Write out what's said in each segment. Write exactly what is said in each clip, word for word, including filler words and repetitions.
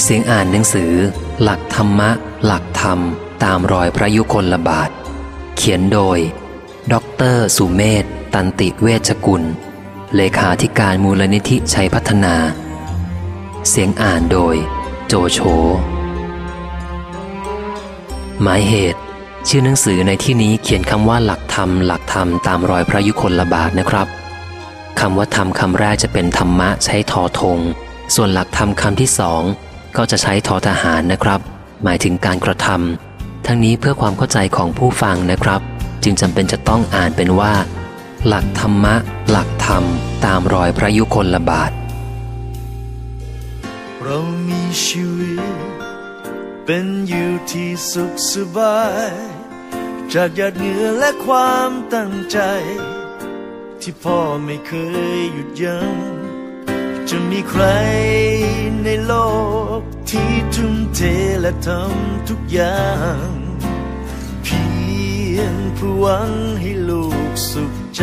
เสียงอ่านหนังสือหลักธรรมะหลักธรรมตามรอยพระยุคลบาทเขียนโดยด็อกเตอร์สุเมธตันติเวชกุลเลขาธิการมูลนิธิชัยพัฒนาเสียงอ่านโดยโจโฉหมายเหตุชื่อหนังสือในที่นี้เขียนคำว่าหลักธรรมหลักธรรมตามรอยพระยุคลบาทนะครับคำว่าธรรมคำแรกจะเป็นธรรมะใช้ทอธงส่วนหลักธรรมคำที่สองก็จะใช้ทอทหารนะครับหมายถึงการกระทำทั้งนี้เพื่อความเข้าใจของผู้ฟังนะครับจึงจำเป็นจะต้องอ่านเป็นว่าหลักธรรมะหลักธรรมตามรอยพระยุคลบาทเรามีชีวิตเป็นอยู่ที่สุขสบายจากหยาดเหงื่อและความตั้งใจที่พ่อไม่เคยหยุดยั้งจะมีใครในโลกที่ทุ่มเทและทำทุกอย่างเพียงเพื่อหวังให้ลูกสุขใจ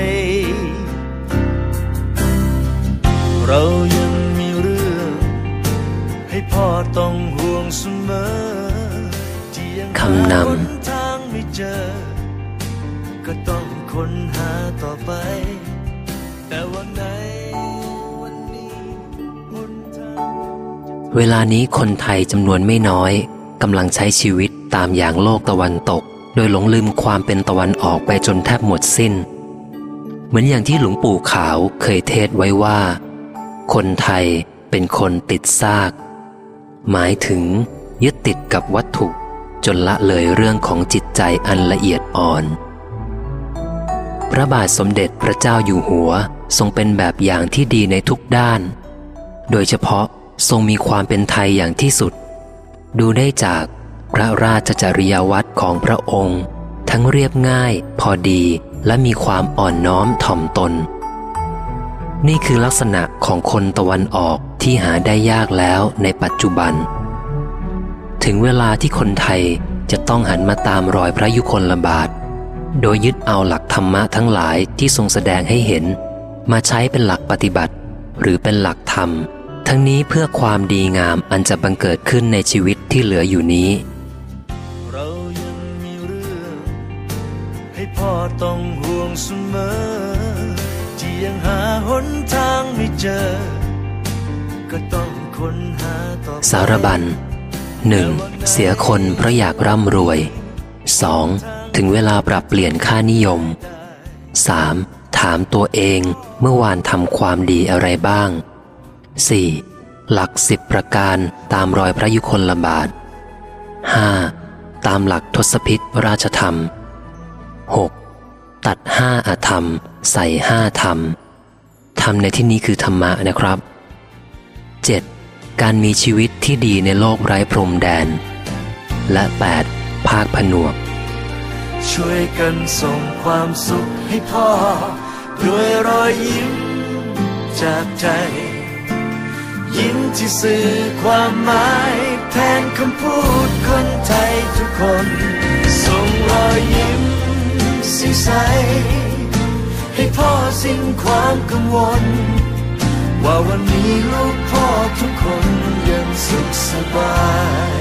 เรายังมีเรื่องให้พ่อต้องห่วงเสมอที่ยังหาหนทางไม่เจอก็ต้องค้นหาต่อไปแต่วันไหนวันนี้หนทางเวลานี้คนไทยจำนวนไม่น้อยกำลังใช้ชีวิตตามอย่างโลกตะวันตกโดยหลงลืมความเป็นตะวันออกไปจนแทบหมดสิ้นเหมือนอย่างที่หลวงปู่ขาวเคยเทศไว้ว่าคนไทยเป็นคนติดซากหมายถึงยึดติดกับวัตถุจนละเลยเรื่องของจิตใจอันละเอียดอ่อนพระบาทสมเด็จพระเจ้าอยู่หัวทรงเป็นแบบอย่างที่ดีในทุกด้านโดยเฉพาะทรงมีความเป็นไทยอย่างที่สุดดูได้จากพระราชจริยวัตรของพระองค์ทั้งเรียบง่ายพอดีและมีความอ่อนน้อมถ่อมตนนี่คือลักษณะของคนตะวันออกที่หาได้ยากแล้วในปัจจุบันถึงเวลาที่คนไทยจะต้องหันมาตามรอยพระยุคลบาทโดยยึดเอาหลักธรรมะทั้งหลายที่ทรงแสดงให้เห็นมาใช้เป็นหลักปฏิบัติหรือเป็นหลักธรรมทั้งนี้เพื่อความดีงามอันจะบังเกิดขึ้นในชีวิตที่เหลืออยู่นี้เรายังมีเรื่องให้พ่อต้องห่วงเสมอที่ยังหาหนทางไม่เจอก็ต้องค้นหาต่อไปสารบัญ หนึ่ง เสียคนเพราะอยากร่ำรวย สอง ถึงเวลาปรับเปลี่ยนค่านิยม สาม ถามตัวเองเมื่อวานทำความดีอะไรบ้าง สี่ หลักสิบประการตามรอยพระยุคลบาท ห้า ตามหลักทศพิธราชธรรม หก ตัดห้าอธรรมใส่ห้าธรรมธรรมในที่นี้คือธรรมะนะครับ เจ็ด การมีชีวิตที่ดีในโลกไร้พรมแดนและ แปด ภาคผนวกช่วยกันส่งความสุขให้พ่อด้วยรอยยิ้มจากใจยิ้มที่สื่อความหมายแทนคำพูดคนไทยทุกคนส่งรอยยิ้มสีใสให้พ่อสิ้นความกังวลว่าวันนี้ลูกพ่อทุกคนยังสุขสบาย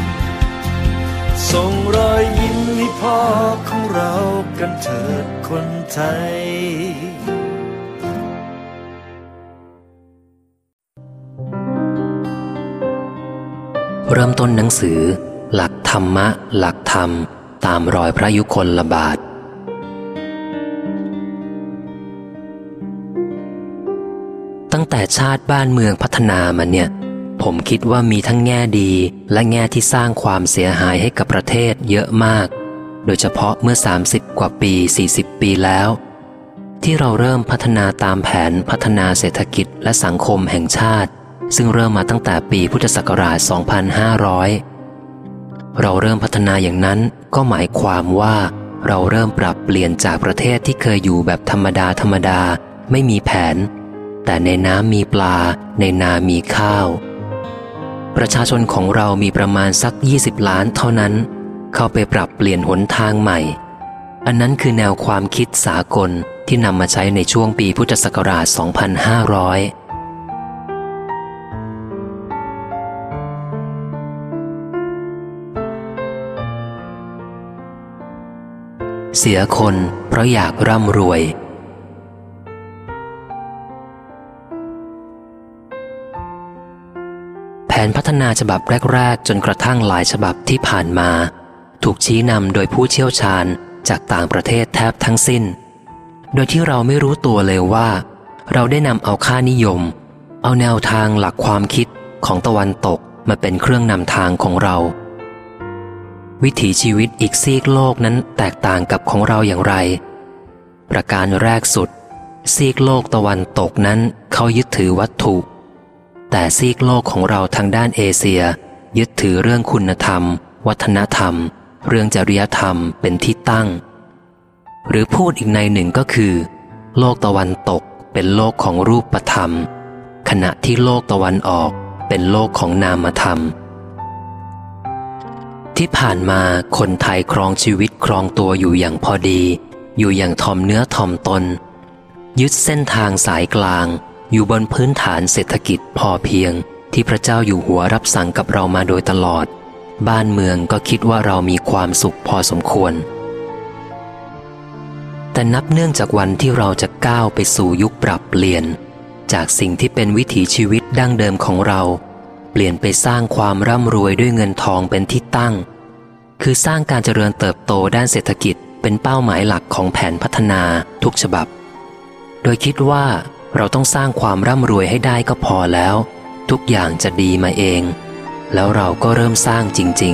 ส่งรอยยิ้มให้พ่อของเรากันเถิดคนไทยเริ่มต้นหนังสือหลักธรรมะหลักธรรมตามรอยพระยุคลบาทตั้งแต่ชาติบ้านเมืองพัฒนามาเนี่ยผมคิดว่ามีทั้งแง่ดีและแง่ที่สร้างความเสียหายให้กับประเทศเยอะมากโดยเฉพาะเมื่อสามสิบกว่าปีสี่สิบปีแล้วที่เราเริ่มพัฒนาตามแผนพัฒนาเศรษฐกิจและสังคมแห่งชาติซึ่งเริ่มมาตั้งแต่ปีพุทธศักราช สองพันห้าร้อย เราเริ่มพัฒนาอย่างนั้นก็หมายความว่าเราเริ่มปรับเปลี่ยนจากประเทศที่เคยอยู่แบบธรรมดาธรรมดาไม่มีแผนแต่ในน้ำมีปลาในนามีข้าวประชาชนของเรามีประมาณสักยี่สิบล้านเท่านั้นเข้าไปปรับเปลี่ยนหนทางใหม่อันนั้นคือแนวความคิดสากลที่นำมาใช้ในช่วงปีพุทธศักราช สองพันห้าร้อยเสียคนเพราะอยากร่ำรวยแผนพัฒนาฉบับแรกๆจนกระทั่งหลายฉบับที่ผ่านมาถูกชี้นำโดยผู้เชี่ยวชาญจากต่างประเทศแทบทั้งสิ้นโดยที่เราไม่รู้ตัวเลยว่าเราได้นำเอาค่านิยมเอาแนวทางหลักความคิดของตะวันตกมาเป็นเครื่องนำทางของเราวิถีชีวิตอีกซีกโลกนั้นแตกต่างกับของเราอย่างไรประการแรกสุดซีกโลกตะวันตกนั้นเขายึดถือวัตถุแต่ซีกโลกของเราทางด้านเอเชียยึดถือเรื่องคุณธรรมวัฒนธรรมเรื่องจริยธรรมเป็นที่ตั้งหรือพูดอีกในหนึ่งก็คือโลกตะวันตกเป็นโลกของรูปธรรมขณะที่โลกตะวันออกเป็นโลกของนามธรรมที่ผ่านมาคนไทยครองชีวิตครองตัวอยู่อย่างพอดีอยู่อย่างถ่อมเนื้อถ่อมตนยึดเส้นทางสายกลางอยู่บนพื้นฐานเศรษฐกิจพอเพียงที่พระเจ้าอยู่หัวรับสั่งกับเรามาโดยตลอดบ้านเมืองก็คิดว่าเรามีความสุขพอสมควรแต่นับเนื่องจากวันที่เราจะก้าวไปสู่ยุคปรับเปลี่ยนจากสิ่งที่เป็นวิถีชีวิตดั้งเดิมของเราเปลี่ยนไปสร้างความร่ำรวยด้วยเงินทองเป็นที่ตั้งคือสร้างการเจริญเติบโตด้านเศรษฐกิจเป็นเป้าหมายหลักของแผนพัฒนาทุกฉบับโดยคิดว่าเราต้องสร้างความร่ำรวยให้ได้ก็พอแล้วทุกอย่างจะดีมาเองแล้วเราก็เริ่มสร้างจริง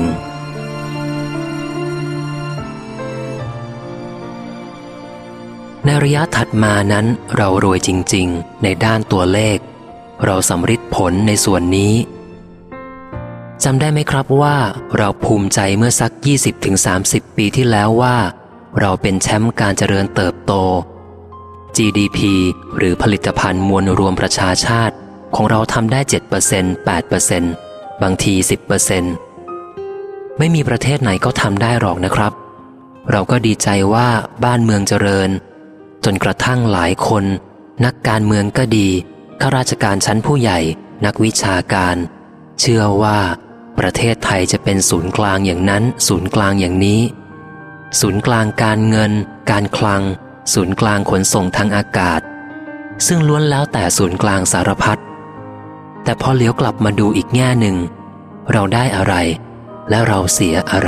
ๆในระยะถัดมานั้นเรารวยจริงๆในด้านตัวเลขเราสำฤทธิ์ผลในส่วนนี้จำได้ไหมครับว่าเราภูมิใจเมื่อสัก ยี่สิบถึงสามสิบ ปีที่แล้วว่าเราเป็นแชมป์การเจริญเติบโต จี ดี พี หรือผลิตภัณฑ์มวลรวมประชาชาติของเราทำได้ เจ็ดเปอร์เซ็นต์ แปดเปอร์เซ็นต์ บางที สิบเปอร์เซ็นต์ ไม่มีประเทศไหนก็ทำได้หรอกนะครับเราก็ดีใจว่าบ้านเมืองเจริญจนกระทั่งหลายคนนักการเมืองก็ดีข้าราชการชั้นผู้ใหญ่นักวิชาการเชื่อว่าประเทศไทยจะเป็นศูนย์กลางอย่างนั้นศูนย์กลางอย่างนี้ศูนย์กลางการเงินการคลังศูนย์กลางขนส่งทางอากาศซึ่งล้วนแล้วแต่ศูนย์กลางสารพัดแต่พอเลี้ยวกลับมาดูอีกแง่หนึ่งเราได้อะไรและเราเสียอะไร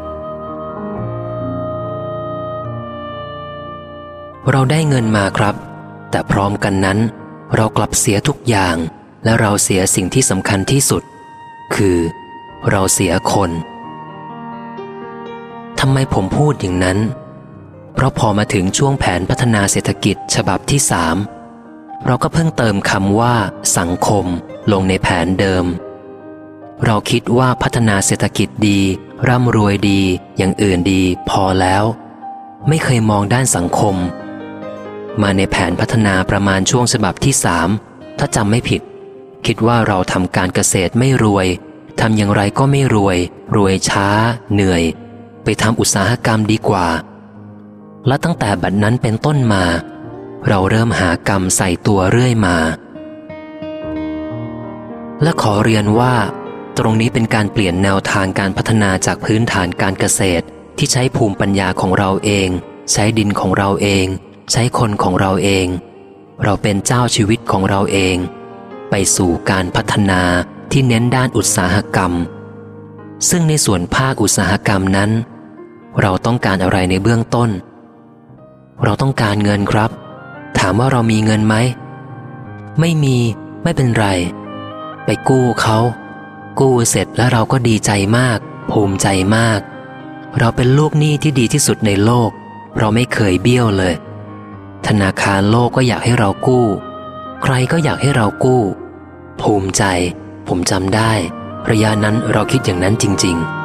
เราได้เงินมาครับแต่พร้อมกันนั้นเรากลับเสียทุกอย่างและเราเสียสิ่งที่สำคัญที่สุดคือเราเสียคนทำไมผมพูดอย่างนั้นเพราะพอมาถึงช่วงแผนพัฒนาเศรษฐกิจฉบับที่สามเราก็เพิ่งเติมคำว่าสังคมลงในแผนเดิมเราคิดว่าพัฒนาเศรษฐกิจดีร่ำรวยดีอย่างอื่นดีพอแล้วไม่เคยมองด้านสังคมมาในแผนพัฒนาประมาณช่วงฉบับที่สามถ้าจำไม่ผิดคิดว่าเราทำการเกษตรไม่รวยทำอย่างไรก็ไม่รวยรวยช้าเหนื่อยไปทำอุตสาหกรรมดีกว่าและตั้งแต่บัดนั้นเป็นต้นมาเราเริ่มหากรรมใส่ตัวเรื่อยมาและขอเรียนว่าตรงนี้เป็นการเปลี่ยนแนวทางการพัฒนาจากพื้นฐานการเกษตรที่ใช้ภูมิปัญญาของเราเองใช้ดินของเราเองใช้คนของเราเองเราเป็นเจ้าชีวิตของเราเองไปสู่การพัฒนาที่เน้นด้านอุตสาหกรรมซึ่งในส่วนภาคอุตสาหกรรมนั้นเราต้องการอะไรในเบื้องต้นเราต้องการเงินครับถามว่าเรามีเงินไหมไม่มีไม่เป็นไรไปกู้เขากู้เสร็จแล้วเราก็ดีใจมากภูมิใจมากเราเป็นลูกหนี้ที่ดีที่สุดในโลกเราไม่เคยเบี้ยวเลยธนาคารโลกก็อยากให้เรากู้ใครก็อยากให้เรากู้ภูมิใจผมจำได้ระยะนั้นเราคิดอย่างนั้นจริงๆ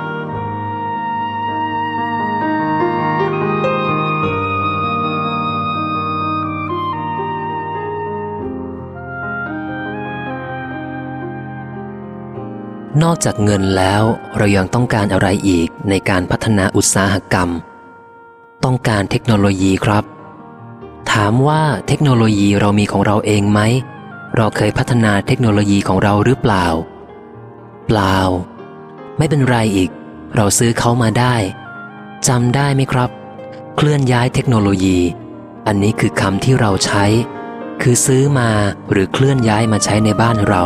นอกจากเงินแล้วเรายังต้องการอะไรอีกในการพัฒนาอุตสาหกรรมต้องการเทคโนโลยีครับถามว่าเทคโนโลยีเรามีของเราเองไหมเราเคยพัฒนาเทคโนโลยีของเราหรือเปล่าเปล่าไม่เป็นไรอีกเราซื้อเขามาได้จำได้ไหมครับเคลื่อนย้ายเทคโนโลยีอันนี้คือคำที่เราใช้คือซื้อมาหรือเคลื่อนย้ายมาใช้ในบ้านเรา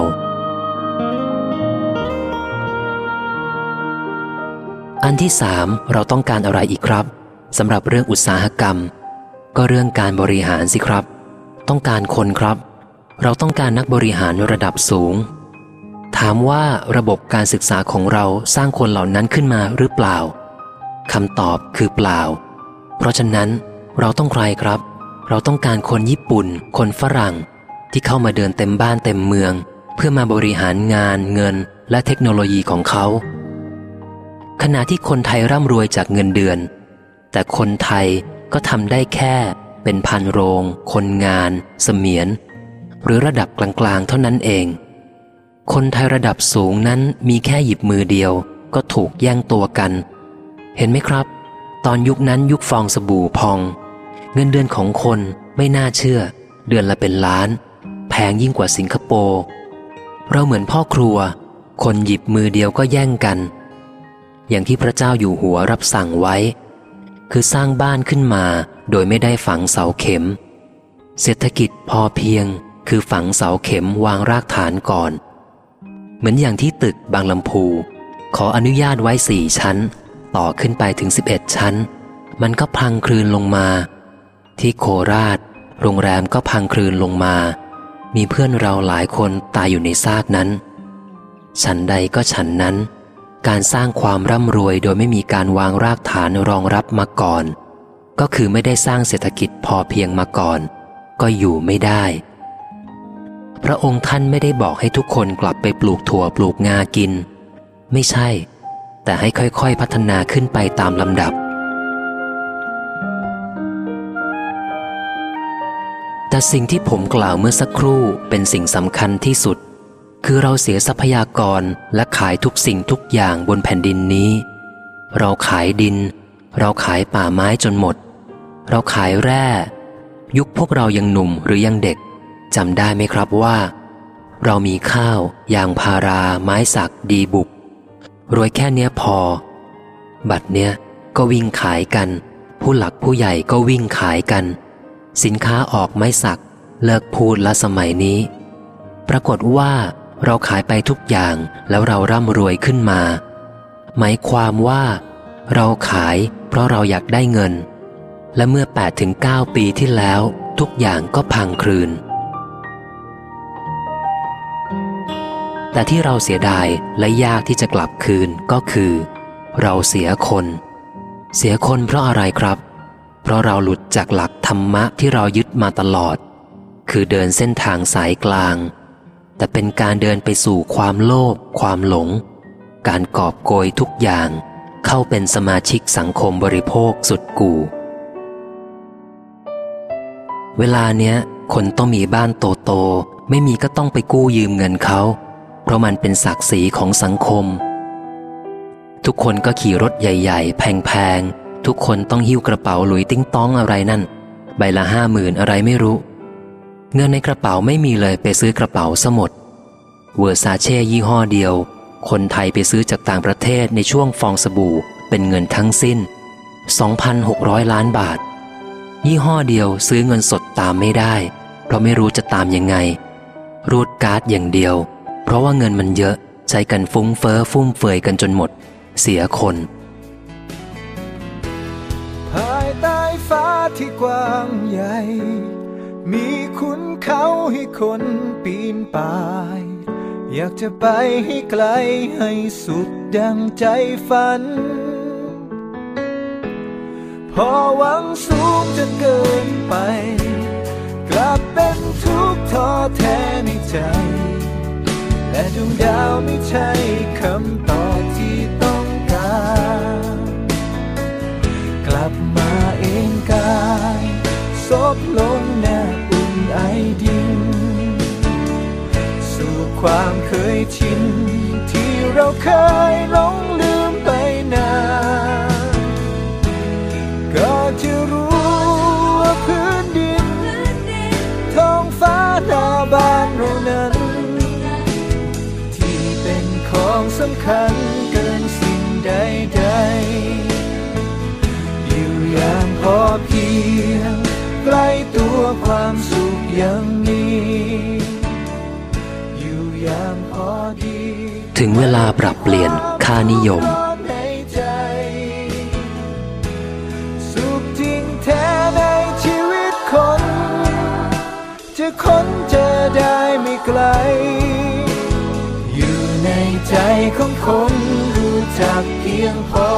อันที่สามเราต้องการอะไรอีกครับสำหรับเรื่องอุตสาหกรรมก็เรื่องการบริหารสิครับต้องการคนครับเราต้องการนักบริหารระดับสูงถามว่าระบบการศึกษาของเราสร้างคนเหล่านั้นขึ้นมาหรือเปล่าคำตอบคือเปล่าเพราะฉะนั้นเราต้องใครครับเราต้องการคนญี่ปุ่นคนฝรั่งที่เข้ามาเดินเต็มบ้านเต็มเมืองเพื่อมาบริหารงานเงินและเทคโนโลยีของเขาขณะที่คนไทยร่ำรวยจากเงินเดือนแต่คนไทยก็ทำได้แค่เป็นพันโรงคนงานเสมียนหรือระดับกลางๆเท่านั้นเองคนไทยระดับสูงนั้นมีแค่หยิบมือเดียวก็ถูกแย่งตัวกันเห็นไหมครับตอนยุคนั้นยุคฟองสบู่พองเงินเดือนของคนไม่น่าเชื่อเดือนละเป็นล้านแพงยิ่งกว่าสิงคโปร์เราเหมือนพ่อครัวคนหยิบมือเดียวก็แย่งกันอย่างที่พระเจ้าอยู่หัวรับสั่งไว้คือสร้างบ้านขึ้นมาโดยไม่ได้ฝังเสาเข็มเศรษฐกิจพอเพียงคือฝังเสาเข็มวางรากฐานก่อนเหมือนอย่างที่ตึกบางลำพูขออนุญาตไว้สี่ชั้นต่อขึ้นไปถึงสิบเอ็ดชั้นมันก็พังคลืนลงมาที่โคราชโรงแรมก็พังคลืนลงมามีเพื่อนเราหลายคนตายอยู่ในซากนั้นฉันใดก็ฉันนั้นการสร้างความร่ำรวยโดยไม่มีการวางรากฐานรองรับมาก่อนก็คือไม่ได้สร้างเศรษฐกิจพอเพียงมาก่อนก็อยู่ไม่ได้พระองค์ท่านไม่ได้บอกให้ทุกคนกลับไปปลูกถั่วปลูกงากินไม่ใช่แต่ให้ค่อยๆพัฒนาขึ้นไปตามลำดับแต่สิ่งที่ผมกล่าวเมื่อสักครู่เป็นสิ่งสำคัญที่สุดคือเราเสียทรัพยากรและขายทุกสิ่งทุกอย่างบนแผ่นดินนี้เราขายดินเราขายป่าไม้จนหมดเราขายแร่ยุคพวกเรายังหนุ่มหรือยังเด็กจำได้ไหมครับว่าเรามีข้าวยางพาราไม้สักดีบุกรวยแค่เนี้ยพอบัดเนี้ยก็วิ่งขายกันผู้หลักผู้ใหญ่ก็วิ่งขายกันสินค้าออกไม้สักเลิกพูดละสมัยนี้ปรากฏว่าเราขายไปทุกอย่างแล้วเราร่ำรวยขึ้นมาหมายความว่าเราขายเพราะเราอยากได้เงินและเมื่อ แปดถึงเก้า ปีที่แล้วทุกอย่างก็พังคลืนแต่ที่เราเสียดายและยากที่จะกลับคืนก็คือเราเสียคนเสียคนเพราะอะไรครับเพราะเราหลุดจากหลักธรรมะที่เรายึดมาตลอดคือเดินเส้นทางสายกลางแต่เป็นการเดินไปสู่ความโลภความหลงการกอบโกยทุกอย่างเข้าเป็นสมาชิกสังคมบริโภคสุดกู่เวลาเนี้ยคนต้องมีบ้านโตๆไม่มีก็ต้องไปกู้ยืมเงินเขาเพราะมันเป็นศักดิ์ศรีของสังคมทุกคนก็ขี่รถใหญ่ๆแพงๆทุกคนต้องหิ้วกระเป๋าหลุยติ้งต้องอะไรนั่นใบละห้าหมื่นอะไรไม่รู้เงินในกระเป๋าไม่มีเลยไปซื้อกระเป๋าซะหมดเวอร์ซาเช่ยี่ห้อเดียวคนไทยไปซื้อจากต่างประเทศในช่วงฟองสบู่เป็นเงินทั้งสิ้น สองพันหกร้อย ล้านบาทยี่ห้อเดียวซื้อเงินสดตามไม่ได้เพราะไม่รู้จะตามยังไงรูดการ์ดอย่างเดียวเพราะว่าเงินมันเยอะใช้กันฟุ้งเฟ้อฟุ่มเฟือยกันจนหมดเสียคนภายใต้ฟ้าที่กว้างใหญ่มีขุนเขาให้คนปีนป่ายอยากจะไปให้ไกลให้สุดดังใจฝันพอหวังสูงจนเกินไปกลับเป็นทุกข์ท้อแท้ในใจและดวงดาวไม่ใช่คำตอบที่ต้องการกลับมาเองกายซบลงแนบอุ่นไอดินสู่ความเคยชินที่เราเคยหลงลืมไปนานก็จะรู้ว่าพื้นดินท้องฟ้าหน้าบ้านเรานั้นที่เป็นของสำคัญเกินสิ่งใดๆอยู่อย่างพอความสุขยังมีอยู่อย่างพอดีถึงเวลาปรับเปลี่ยนค่านิยมสุขจริงแท้ในชีวิตคนจะค้นเจอได้ไม่ไกลอยู่ในใจของคนรู้จักเพียงพอ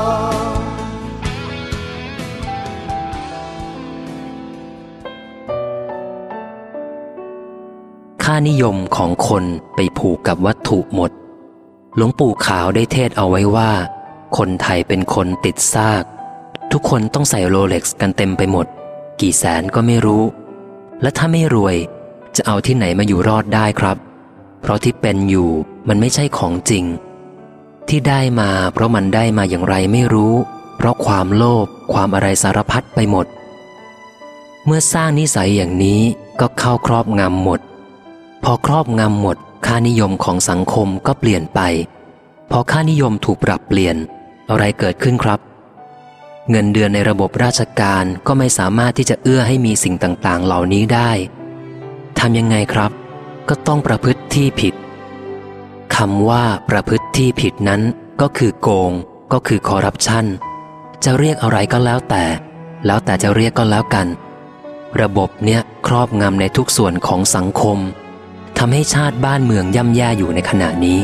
ค่านิยมของคนไปผูกกับวัตถุหมดหลวงปู่ขาวได้เทศเอาไว้ว่าคนไทยเป็นคนติดซากทุกคนต้องใส่โรเล็กซ์กันเต็มไปหมดกี่แสนก็ไม่รู้และถ้าไม่รวยจะเอาที่ไหนมาอยู่รอดได้ครับเพราะที่เป็นอยู่มันไม่ใช่ของจริงที่ได้มาเพราะมันได้มาอย่างไรไม่รู้เพราะความโลภความอะไรสารพัดไปหมดเมื่อสร้างนิสัยอย่างนี้ก็เข้าครอบงำหมดพอครอบงำหมดค่านิยมของสังคมก็เปลี่ยนไปพอค่านิยมถูกปรับเปลี่ยนอะไรเกิดขึ้นครับเงินเดือนในระบบราชการก็ไม่สามารถที่จะเอื้อให้มีสิ่งต่างๆเหล่านี้ได้ทำยังไงครับก็ต้องประพฤติที่ผิดคำว่าประพฤติที่ผิดนั้นก็คือโกงก็คือคอร์รัปชันจะเรียกอะไรก็แล้วแต่แล้วแต่จะเรียกก็แล้วกันระบบเนี้ยครอบงำในทุกส่วนของสังคมทำให้ชาติบ้านเมืองย่ำแย่อยู่ในขณะนี้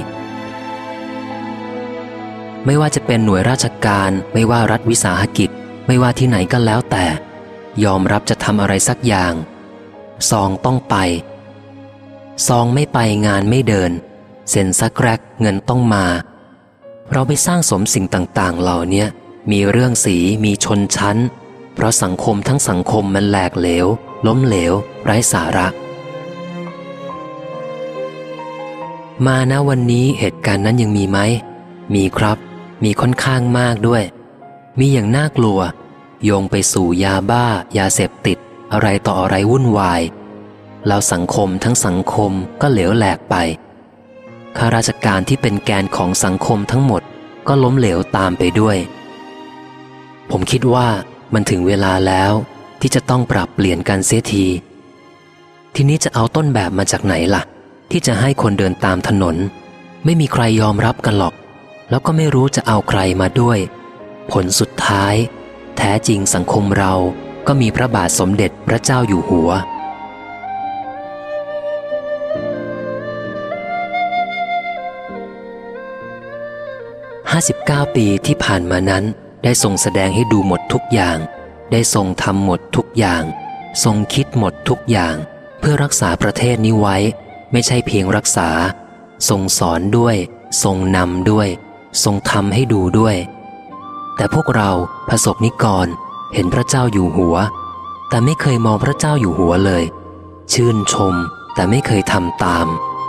ไม่ว่าจะเป็นหน่วยราชการไม่ว่ารัฐวิสาหกิจไม่ว่าที่ไหนก็แล้วแต่ยอมรับจะทำอะไรสักอย่างซองต้องไปซองไม่ไปงานไม่เดินเซ็นสักแรกเงินต้องมาเราไปสร้างสมสิ่งต่างๆเหล่านี้มีเรื่องสีมีชนชั้นเพราะสังคมทั้งสังคมมันแหลกเหลวล้มเหลวไร้สาระมาณวันนี้เหตุการณ์นั้นยังมีไหมมีครับมีค่อนข้างมากด้วยมีอย่างน่ากลัวโยงไปสู่ยาบ้ายาเสพติดอะไรต่ออะไรวุ่นวายแล้วสังคมทั้งสังคมก็เหลวแหลกไปข้าราชการที่เป็นแกนของสังคมทั้งหมดก็ล้มเหลวตามไปด้วยผมคิดว่ามันถึงเวลาแล้วที่จะต้องปรับเปลี่ยนกันเสียทีทีนี้จะเอาต้นแบบมาจากไหนล่ะที่จะให้คนเดินตามถนนไม่มีใครยอมรับกันหรอกแล้วก็ไม่รู้จะเอาใครมาด้วยผลสุดท้ายแท้จริงสังคมเราก็มีพระบาทสมเด็จพระเจ้าอยู่หัวห้าสิบเก้าปีที่ผ่านมานั้นได้ทรงแสดงให้ดูหมดทุกอย่างได้ทรงทำหมดทุกอย่างทรงคิดหมดทุกอย่างเพื่อรักษาประเทศนี้ไว้ไม่ใช่เพียงรักษาทรงสอนด้วยทรงนำด้วยทรงทำให้ดูด้วยแต่พวกเราประสบนิกรเห็นพระเจ้าอยู่หัวแต่ไม่เคยมองพระเจ้าอยู่หัวเลยชื่นชมแต่ไม่เคยทำตาม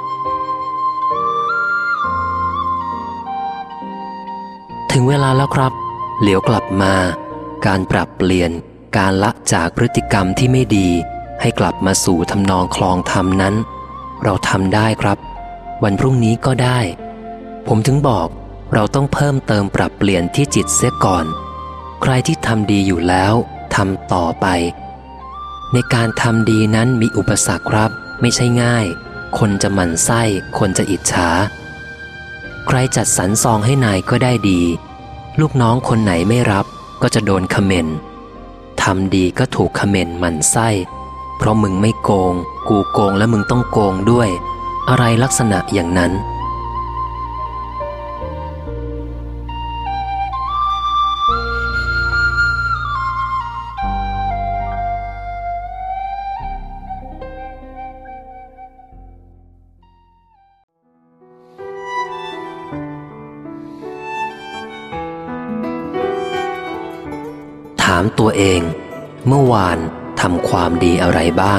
ถึงเวลาแล้วครับเหลียวกลับมาการปรับเปลี่ยนการละจากพฤติกรรมที่ไม่ดีให้กลับมาสู่ทำนองคลองธรรมนั้นเราทำได้ครับวันพรุ่งนี้ก็ได้ผมถึงบอกเราต้องเพิ่มเติมปรับเปลี่ยนที่จิตเสียก่อนใครที่ทำดีอยู่แล้วทำต่อไปในการทำดีนั้นมีอุปสรรคครับไม่ใช่ง่ายคนจะหมั่นไส้คนจะอิจฉาใครจัดสรรซองให้นายก็ได้ดีลูกน้องคนไหนไม่รับก็จะโดนคอมเมนต์ทำดีก็ถูกคอมเมนต์หมั่นไส้เพราะมึงไม่โกงกูโกงและมึงต้องโกงด้วยอะไรลักษณะอย่างนั้น ถามตัวเองเมื่อวานทำความดีอะไรบ้าง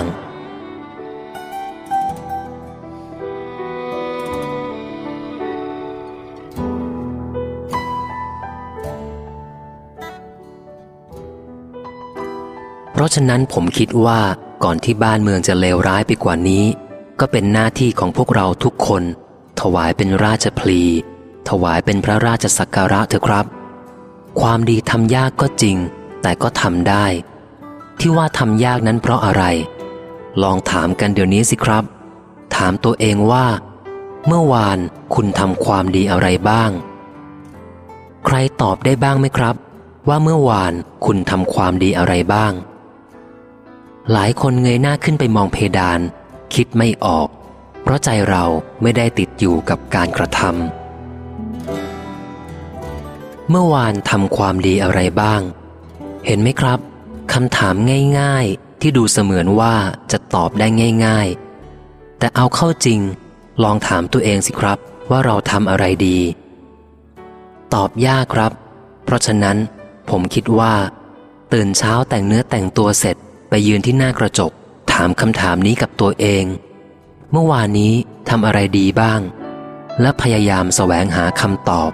เพราะฉะนั้นผมคิดว่าก่อนที่บ้านเมืองจะเลวร้ายไปกว่านี้ก็เป็นหน้าที่ของพวกเราทุกคนถวายเป็นราชพลีถวายเป็นพระราชสักการะเถอะครับความดีทำยากก็จริงแต่ก็ทำได้ทที่ว่าทำยากนั้นเพราะอะไรลองถามกันเดี๋ยวนี้สิครับถามตัวเองว่าเมื่อวานคุณทำความดีอะไรบ้างใครตอบได้บ้างไหมครับว่าเมื่อวานคุณทำความดีอะไรบ้างหลายคนเงยหน้าขึ้นไปมองเพดานคิดไม่ออกเพราะใจเราไม่ได้ติดอยู่กับการกระทำเมื่อวานทำความดีอะไรบ้างเห็นไหมครับคำถามง่ายๆที่ดูเสมือนว่าจะตอบได้ง่ายๆแต่เอาเข้าจริงลองถามตัวเองสิครับว่าเราทำอะไรดีตอบยากครับเพราะฉะนั้นผมคิดว่าตื่นเช้าแต่งเนื้อแต่งตัวเสร็จไปยืนที่หน้ากระจกถามคำถามนี้กับตัวเองเมื่อวานนี้ทำอะไรดีบ้างและพยายามแสวงหาคำตอบ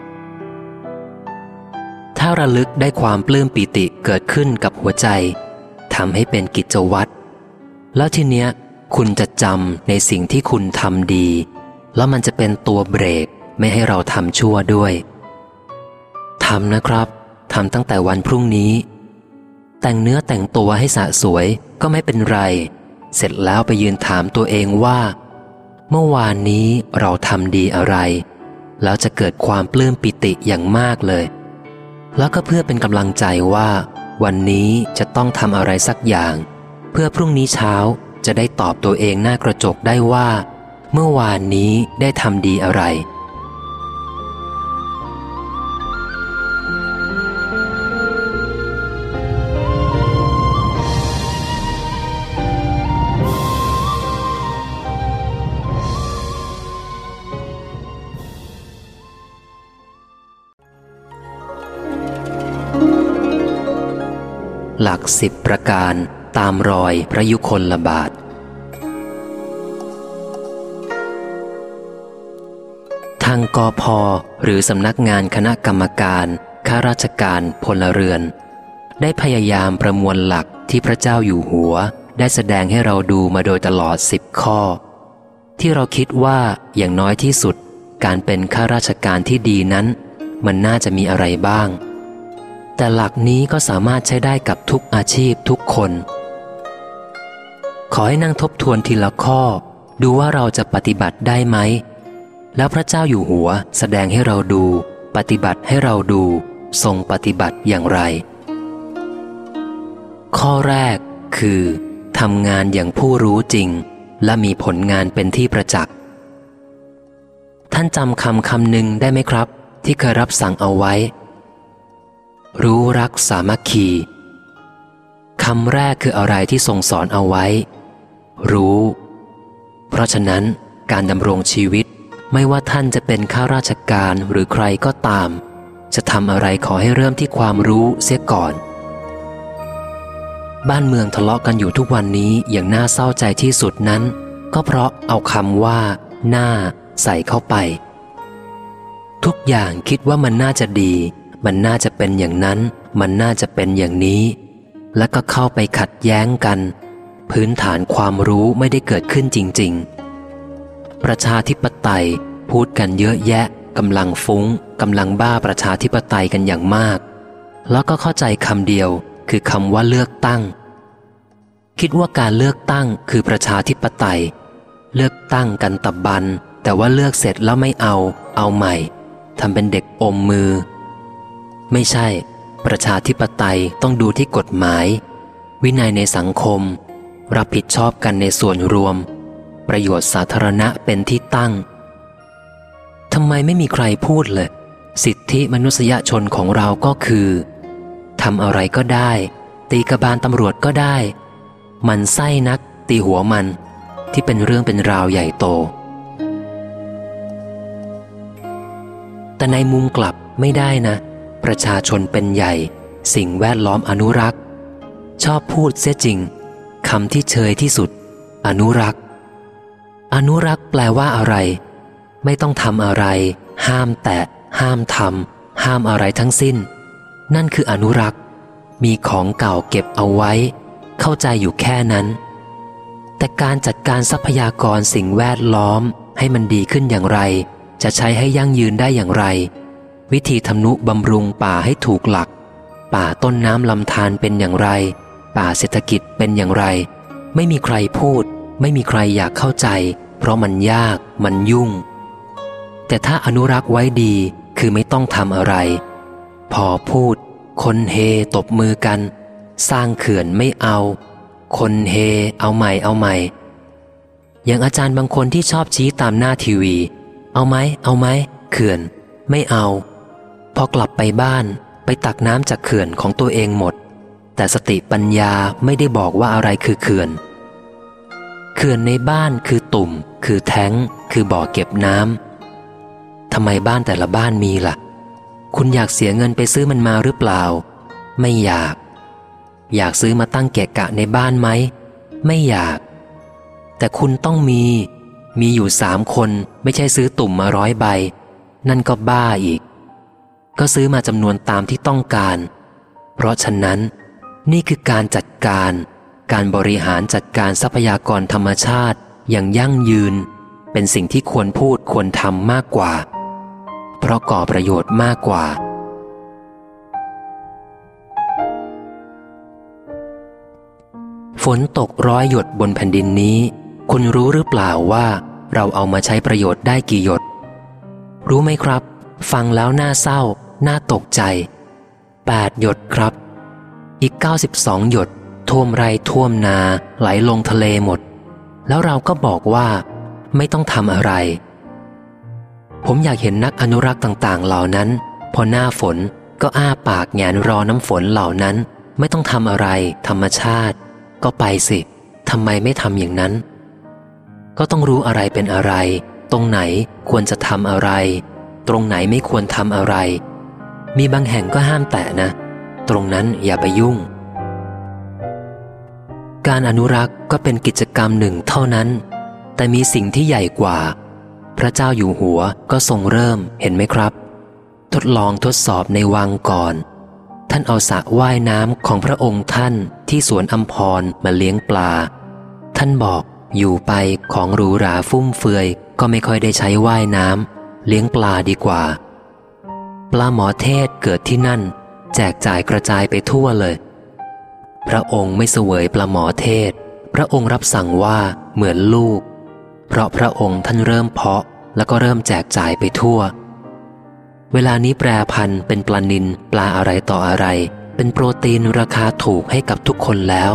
ถ้าระลึกได้ความปลื้มปิติเกิดขึ้นกับหัวใจทำให้เป็นกิจวัตรแล้วทีเนี้ยคุณจะจำในสิ่งที่คุณทำดีแล้วมันจะเป็นตัวเบรกไม่ให้เราทำชั่วด้วยทำนะครับทำตั้งแต่วันพรุ่งนี้แต่งเนื้อแต่งตัวให้สะสวยก็ไม่เป็นไรเสร็จแล้วไปยืนถามตัวเองว่าเมื่อวานนี้เราทำดีอะไรแล้วจะเกิดความปลื้มปิติอย่างมากเลยแล้วก็เพื่อเป็นกำลังใจว่าวันนี้จะต้องทำอะไรสักอย่างเพื่อพรุ่งนี้เช้าจะได้ตอบตัวเองหน้ากระจกได้ว่าเมื่อวานนี้ได้ทำดีอะไรหลักสิบประการตามรอยพระยุคลบาททางกพ.หรือสำนักงานคณะกรรมการข้าราชการพลเรือนได้พยายามประมวลหลักที่พระเจ้าอยู่หัวได้แสดงให้เราดูมาโดยตลอดสิบข้อที่เราคิดว่าอย่างน้อยที่สุดการเป็นข้าราชการที่ดีนั้นมันน่าจะมีอะไรบ้างแต่หลักนี้ก็สามารถใช้ได้กับทุกอาชีพทุกคนขอให้นั่งทบทวนทีละข้อดูว่าเราจะปฏิบัติได้ไหมแล้วพระเจ้าอยู่หัวแสดงให้เราดูปฏิบัติให้เราดูทรงปฏิบัติอย่างไรข้อแรกคือทำงานอย่างผู้รู้จริงและมีผลงานเป็นที่ประจักษ์ท่านจำคำคำหนึ่งได้ไหมครับที่เคยรับสั่งเอาไว้รู้รักสามัคคีคำแรกคืออะไรที่ทรงสอนเอาไว้รู้เพราะฉะนั้นการดำรงชีวิตไม่ว่าท่านจะเป็นข้าราชการหรือใครก็ตามจะทำอะไรขอให้เริ่มที่ความรู้เสียก่อนบ้านเมืองทะเลาะกันอยู่ทุกวันนี้อย่างน่าเศร้าใจที่สุดนั้นก็เพราะเอาคำว่าหน้าใส่เข้าไปทุกอย่างคิดว่ามันน่าจะดีมันน่าจะเป็นอย่างนั้นมันน่าจะเป็นอย่างนี้แล้วก็เข้าไปขัดแย้งกันพื้นฐานความรู้ไม่ได้เกิดขึ้นจริงๆประชาธิปไตยพูดกันเยอะแยะกำลังฟุ้งกำลังบ้าประชาธิปไตยกันอย่างมากแล้วก็เข้าใจคำเดียวคือคำว่าเลือกตั้งคิดว่าการเลือกตั้งคือประชาธิปไตยเลือกตั้งกันตะบันแต่ว่าเลือกเสร็จแล้วไม่เอาเอาใหม่ทำเป็นเด็กอมมือไม่ใช่ประชาธิปไตยต้องดูที่กฎหมายวินัยในสังคมรับผิดชอบกันในส่วนรวมประโยชน์สาธารณะเป็นที่ตั้งทำไมไม่มีใครพูดเลยสิทธิมนุษยชนของเราก็คือทำอะไรก็ได้ตีกบาลตำรวจก็ได้มันไส้นักตีหัวมันที่เป็นเรื่องเป็นราวใหญ่โตแต่ในมุมกลับไม่ได้นะประชาชนเป็นใหญ่สิ่งแวดล้อมอนุรักษ์ชอบพูดเสียจริงคำที่เชยที่สุดอนุรักษ์อนุรักษ์แปลว่าอะไรไม่ต้องทำอะไรห้ามแตะห้ามทำห้ามอะไรทั้งสิ้นนั่นคืออนุรักษ์มีของเก่าเก็บเอาไว้เข้าใจอยู่แค่นั้นแต่การจัดการทรัพยากรสิ่งแวดล้อมให้มันดีขึ้นอย่างไรจะใช้ให้ยั่งยืนได้อย่างไรวิธีทำนุบำรุงป่าให้ถูกหลักป่าต้นน้ำลำธารเป็นอย่างไรป่าเศรษฐกิจเป็นอย่างไรไม่มีใครพูดไม่มีใครอยากเข้าใจเพราะมันยากมันยุ่งแต่ถ้าอนุรักษ์ไว้ดีคือไม่ต้องทำอะไรพอพูดคนเฮตบมือกันสร้างเขื่อนไม่เอาคนเฮเอาใหม่เอาใหม่อย่างอาจารย์บางคนที่ชอบชี้ตามหน้าทีวีเอาไหมเอาไหมเขื่อนไม่เอาพอกลับไปบ้านไปตักน้ำจากเขื่อนของตัวเองหมดแต่สติปัญญาไม่ได้บอกว่าอะไรคือเขื่อนเขื่อนในบ้านคือตุ่มคือแท้งคือบ่อเก็บน้ำทำไมบ้านแต่ละบ้านมีล่ะคุณอยากเสียเงินไปซื้อมันมาหรือเปล่าไม่อยากอยากซื้อมาตั้งเกะกะในบ้านไหมไม่อยากแต่คุณต้องมีมีอยู่สามคนไม่ใช่ซื้อตุ่มมาร้อยใบนั่นก็บ้าอีกก็ซื้อมาจำนวนตามที่ต้องการเพราะฉะนั้นนี่คือการจัดการการบริหารจัดการทรัพยากรธรรมชาติอย่างยั่งยืนเป็นสิ่งที่ควรพูดควรทำมากกว่าเพราะก่อประโยชน์มากกว่าฝนตกร้อยหยดบนแผ่นดินนี้คุณรู้หรือเปล่าว่าเราเอามาใช้ประโยชน์ได้กี่หยดรู้ไหมครับฟังแล้วน่าเศร้าน่าตกใจแปดหยดครับอีกเก้าสิบสองหยดท่วมไร่ท่วมนาไหลลงทะเลหมดแล้วเราก็บอกว่าไม่ต้องทำอะไรผมอยากเห็นนักอนุรักษ์ต่างๆเหล่านั้นพอหน้าฝนก็อ้าปากแงนรอน้ำฝนเหล่านั้นไม่ต้องทำอะไรธรรมชาติก็ไปสิทำไมไม่ทำอย่างนั้นก็ต้องรู้อะไรเป็นอะไรตรงไหนควรจะทำอะไรตรงไหนไม่ควรทำอะไรมีบางแห่งก็ห้ามแตะนะตรงนั้นอย่าไปยุ่งการอนุรักษ์ก็เป็นกิจกรรมหนึ่งเท่านั้นแต่มีสิ่งที่ใหญ่กว่าพระเจ้าอยู่หัวก็ทรงเริ่มเห็นไหมครับทดลองทดสอบในวังก่อนท่านเอาสระว่ายน้ำของพระองค์ท่านที่สวนอัมพรมาเลี้ยงปลาท่านบอกอยู่ไปของหรูหราฟุ่มเฟือยก็ไม่ค่อยได้ใช้ว่ายน้ำเลี้ยงปลาดีกว่าปลาหมอเทศเกิดที่นั่นแจกจ่ายกระจายไปทั่วเลยพระองค์ไม่เสวยปลาหมอเทศพระองค์รับสั่งว่าเหมือนลูกเพราะพระองค์ท่านเริ่มเพาะแล้วก็เริ่มแจกจ่ายไปทั่วเวลานี้แปรพันธุ์เป็นปลานิลปลาอะไรต่ออะไรเป็นโปรตีนราคาถูกให้กับทุกคนแล้ว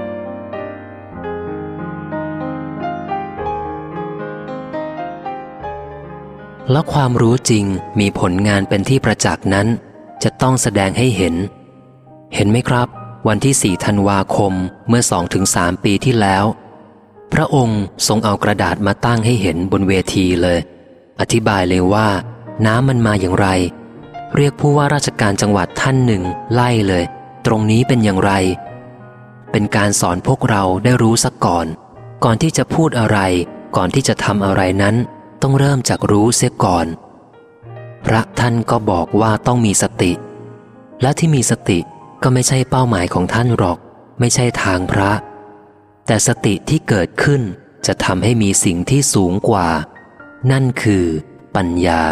และความรู้จริงมีผลงานเป็นที่ประจักษ์นั้นจะต้องแสดงให้เห็นเห็นไหมครับวันที่สี่ธันวาคมเมื่อ สองถึงสาม ปีที่แล้วพระองค์ทรงเอากระดาษมาตั้งให้เห็นบนเวทีเลยอธิบายเลยว่าน้ำมันมาอย่างไรเรียกผู้ว่าราชการจังหวัดท่านหนึ่งไล่เลยตรงนี้เป็นอย่างไรเป็นการสอนพวกเราได้รู้ซะก่อนก่อนที่จะพูดอะไรก่อนที่จะทำอะไรนั้นต้องเริ่มจากรู้เสียก่อนพระท่านก็บอกว่าต้องมีสติและที่มีสติก็ไม่ใช่เป้าหมายของท่านหรอกไม่ใช่ทางพระแต่สติที่เกิดขึ้นจะทำให้มีสิ่งที่สูงกว่านั่นคือปัญญา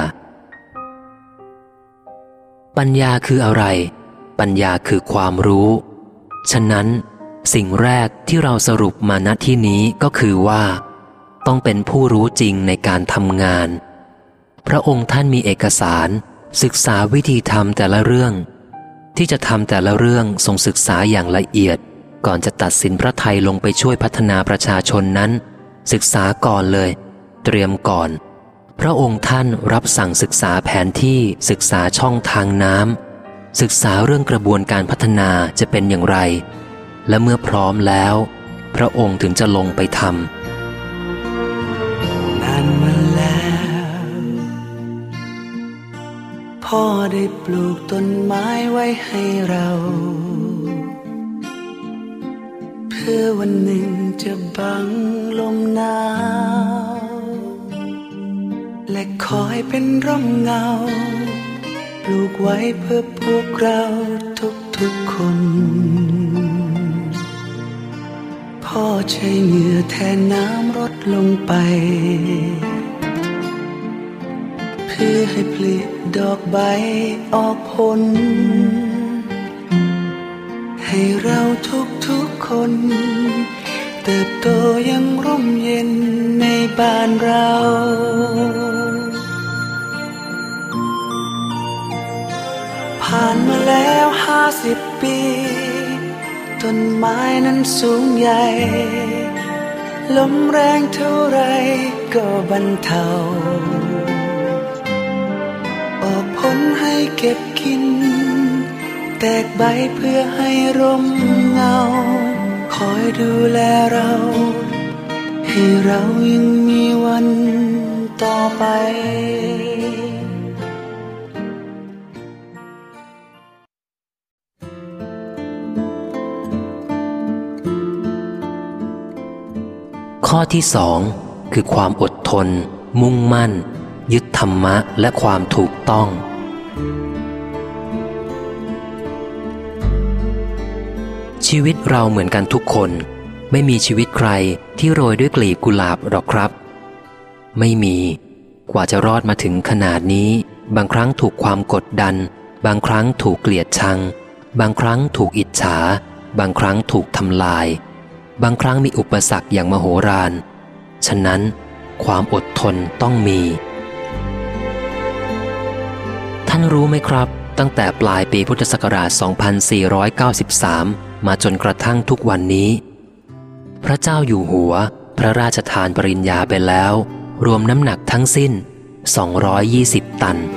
ปัญญาคืออะไรปัญญาคือความรู้ฉะนั้นสิ่งแรกที่เราสรุปมาณที่นี้ก็คือว่าต้องเป็นผู้รู้จริงในการทำงานพระองค์ท่านมีเอกสารศึกษาวิธีทำแต่ละเรื่องที่จะทำแต่ละเรื่องทรงศึกษาอย่างละเอียดก่อนจะตัดสินพระทัยลงไปช่วยพัฒนาประชาชนนั้นศึกษาก่อนเลยเตรียมก่อนพระองค์ท่านรับสั่งศึกษาแผนที่ศึกษาช่องทางน้ำศึกษาเรื่องกระบวนการพัฒนาจะเป็นอย่างไรและเมื่อพร้อมแล้วพระองค์ถึงจะลงไปทำนานมาแล้วพ่อได้ปลูกต้นไม้ไว้ให้เราเพื่อวันหนึ่งจะบังลมหนาวและคอยเป็นร่มเงาปลูกไว้เพื่อพวกเราทุกๆคนพ่อใช้เหงื่อแทนน้ำรดลงไปเพื่อให้ผลิดอกใบออกผลให้ให้เราทุกๆคนเติบโตอยังร่มเย็นในบ้านเราผ่านมาแล้วห้าสิบปีต้นไม้นั้นสูงใหญ่ลมแรงเท่าไรก็บรรเทาออกผลให้เก็บกินแตกใบเพื่อให้ร่มเงาคอยดูแลเราให้เรายังมีวันต่อไปข้อที่สองคือความอดทนมุ่งมั่นยึดธรรมะและความถูกต้องชีวิตเราเหมือนกันทุกคนไม่มีชีวิตใครที่โรยด้วยกลีบกุหลาบหรอกครับไม่มีกว่าจะรอดมาถึงขนาดนี้บางครั้งถูกความกดดันบางครั้งถูกเกลียดชังบางครั้งถูกอิจฉาบางครั้งถูกทำลายบางครั้งมีอุปสรรคอย่างมโหฬารฉะนั้นความอดทนต้องมีท่านรู้ไหมครับตั้งแต่ปลายปีพุทธศักราช สองพันสี่ร้อยเก้าสิบสาม มาจนกระทั่งทุกวันนี้พระเจ้าอยู่หัวพระราชทานปริญญาไปแล้วรวมน้ำหนักทั้งสิ้น สองร้อยยี่สิบ ตัน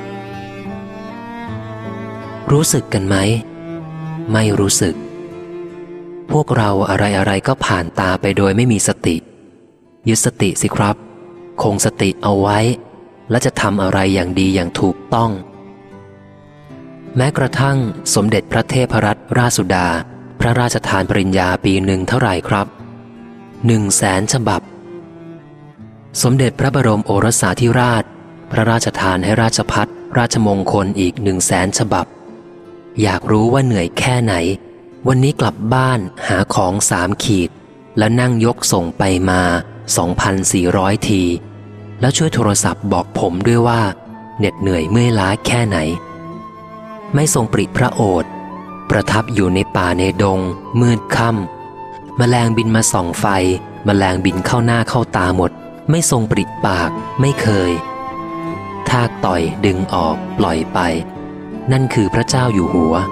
รู้สึกกันไหมไม่รู้สึกพวกเราอะไรๆก็ผ่านตาไปโดยไม่มีสติยึดสติสิครับคงสติเอาไว้และจะทำอะไรอย่างดีอย่างถูกต้องแม้กระทั่งสมเด็จพระเทพรัตนราชสุดาพระราชทานปริญญาปีหนึ่งเท่าไหร่ครับหนึ่งแสนฉบับสมเด็จพระบรมโอรสาธิราชพระราชทานให้ราชภัฏราชมงคลอีกหนึ่งแสนฉบับอยากรู้ว่าเหนื่อยแค่ไหนวันนี้กลับบ้านหาของสามขีดแล้วนั่งยกส่งไปมา สองพันสี่ร้อย ทีแล้วช่วยโทรศัพท์บอกผมด้วยว่าเหน็ดเหนื่อยเมื่อยล้าแค่ไหนไม่ทรงปริพระโอษฐ์ประทับอยู่ในป่าในดงมืดค่ำแมลงบินมาส่องไฟแมลงบินเข้าหน้าเข้าตาหมดไม่ทรงปริปากไม่เคยทากต่อยดึงออกปล่อยไปนั่นคือพระเจ้าอยู่หัว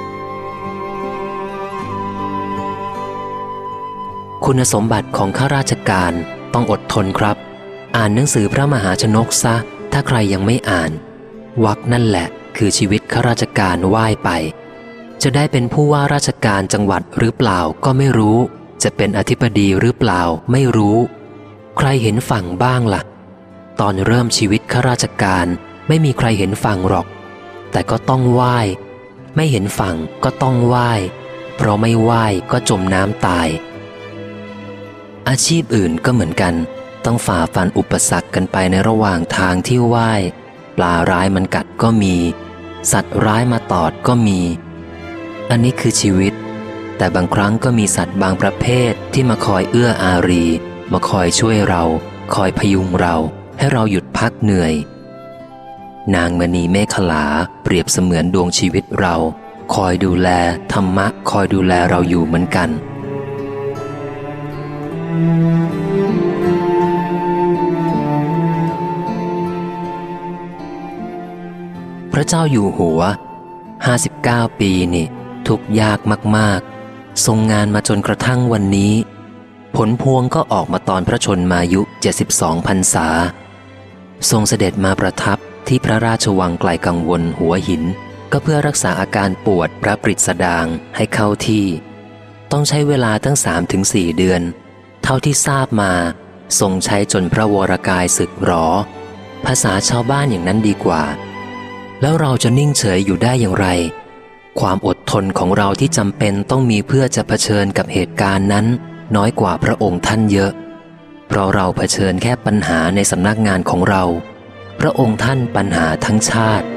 คุณสมบัติของข้าราชการต้องอดทนครับอ่านหนังสือพระมหาชนกซะถ้าใครยังไม่อ่านวรรคนั่นแหละคือชีวิตข้าราชการว่ายไปจะได้เป็นผู้ว่าราชการจังหวัดหรือเปล่าก็ไม่รู้จะเป็นอธิบดีหรือเปล่าไม่รู้ใครเห็นฝั่งบ้างล่ะตอนเริ่มชีวิตข้าราชการไม่มีใครเห็นฝั่งหรอกแต่ก็ต้องว่ายไม่เห็นฝั่งก็ต้องว่ายเพราะไม่ว่ายก็จมน้ำตายอาชีพอื่นก็เหมือนกันต้องฝ่าฟันอุปสรรคกันไปในระหว่างทางที่ว่ายปลาร้ายมันกัดก็มีสัตว์ร้ายมาตอดก็มีอันนี้คือชีวิตแต่บางครั้งก็มีสัตว์บางประเภทที่มาคอยเอื้ออารีมาคอยช่วยเราคอยพยุงเราให้เราหยุดพักเหนื่อยนางมณีเมขลาเปรียบเสมือนดวงชีวิตเราคอยดูแลธรรมะคอยดูแลเราอยู่เหมือนกันพระเจ้าอยู่หัวห้าสิบเก้าปีนี่ทุกข์ยากมากๆทรงงานมาจนกระทั่งวันนี้ผลพวงก็ออกมาตอนพระชนมายุเจ็ดสิบสองพรรษาทรงเสด็จมาประทับที่พระราชวังไกลกังวลหัวหินก็เพื่อรักษาอาการปวดพระปริสดางให้เข้าที่ต้องใช้เวลาตั้ง สามถึงสี่ เดือนเท่าที่ทราบมาทรงใช้จนพระวรกายสึกหรอภาษาชาวบ้านอย่างนั้นดีกว่าแล้วเราจะนิ่งเฉยอยู่ได้อย่างไรความอดทนของเราที่จำเป็นต้องมีเพื่อจะเผชิญกับเหตุการณ์นั้นน้อยกว่าพระองค์ท่านเยอะเพราะเราเผชิญแค่ปัญหาในสำนักงานของเราพระองค์ท่านปัญหาทั้งชาติ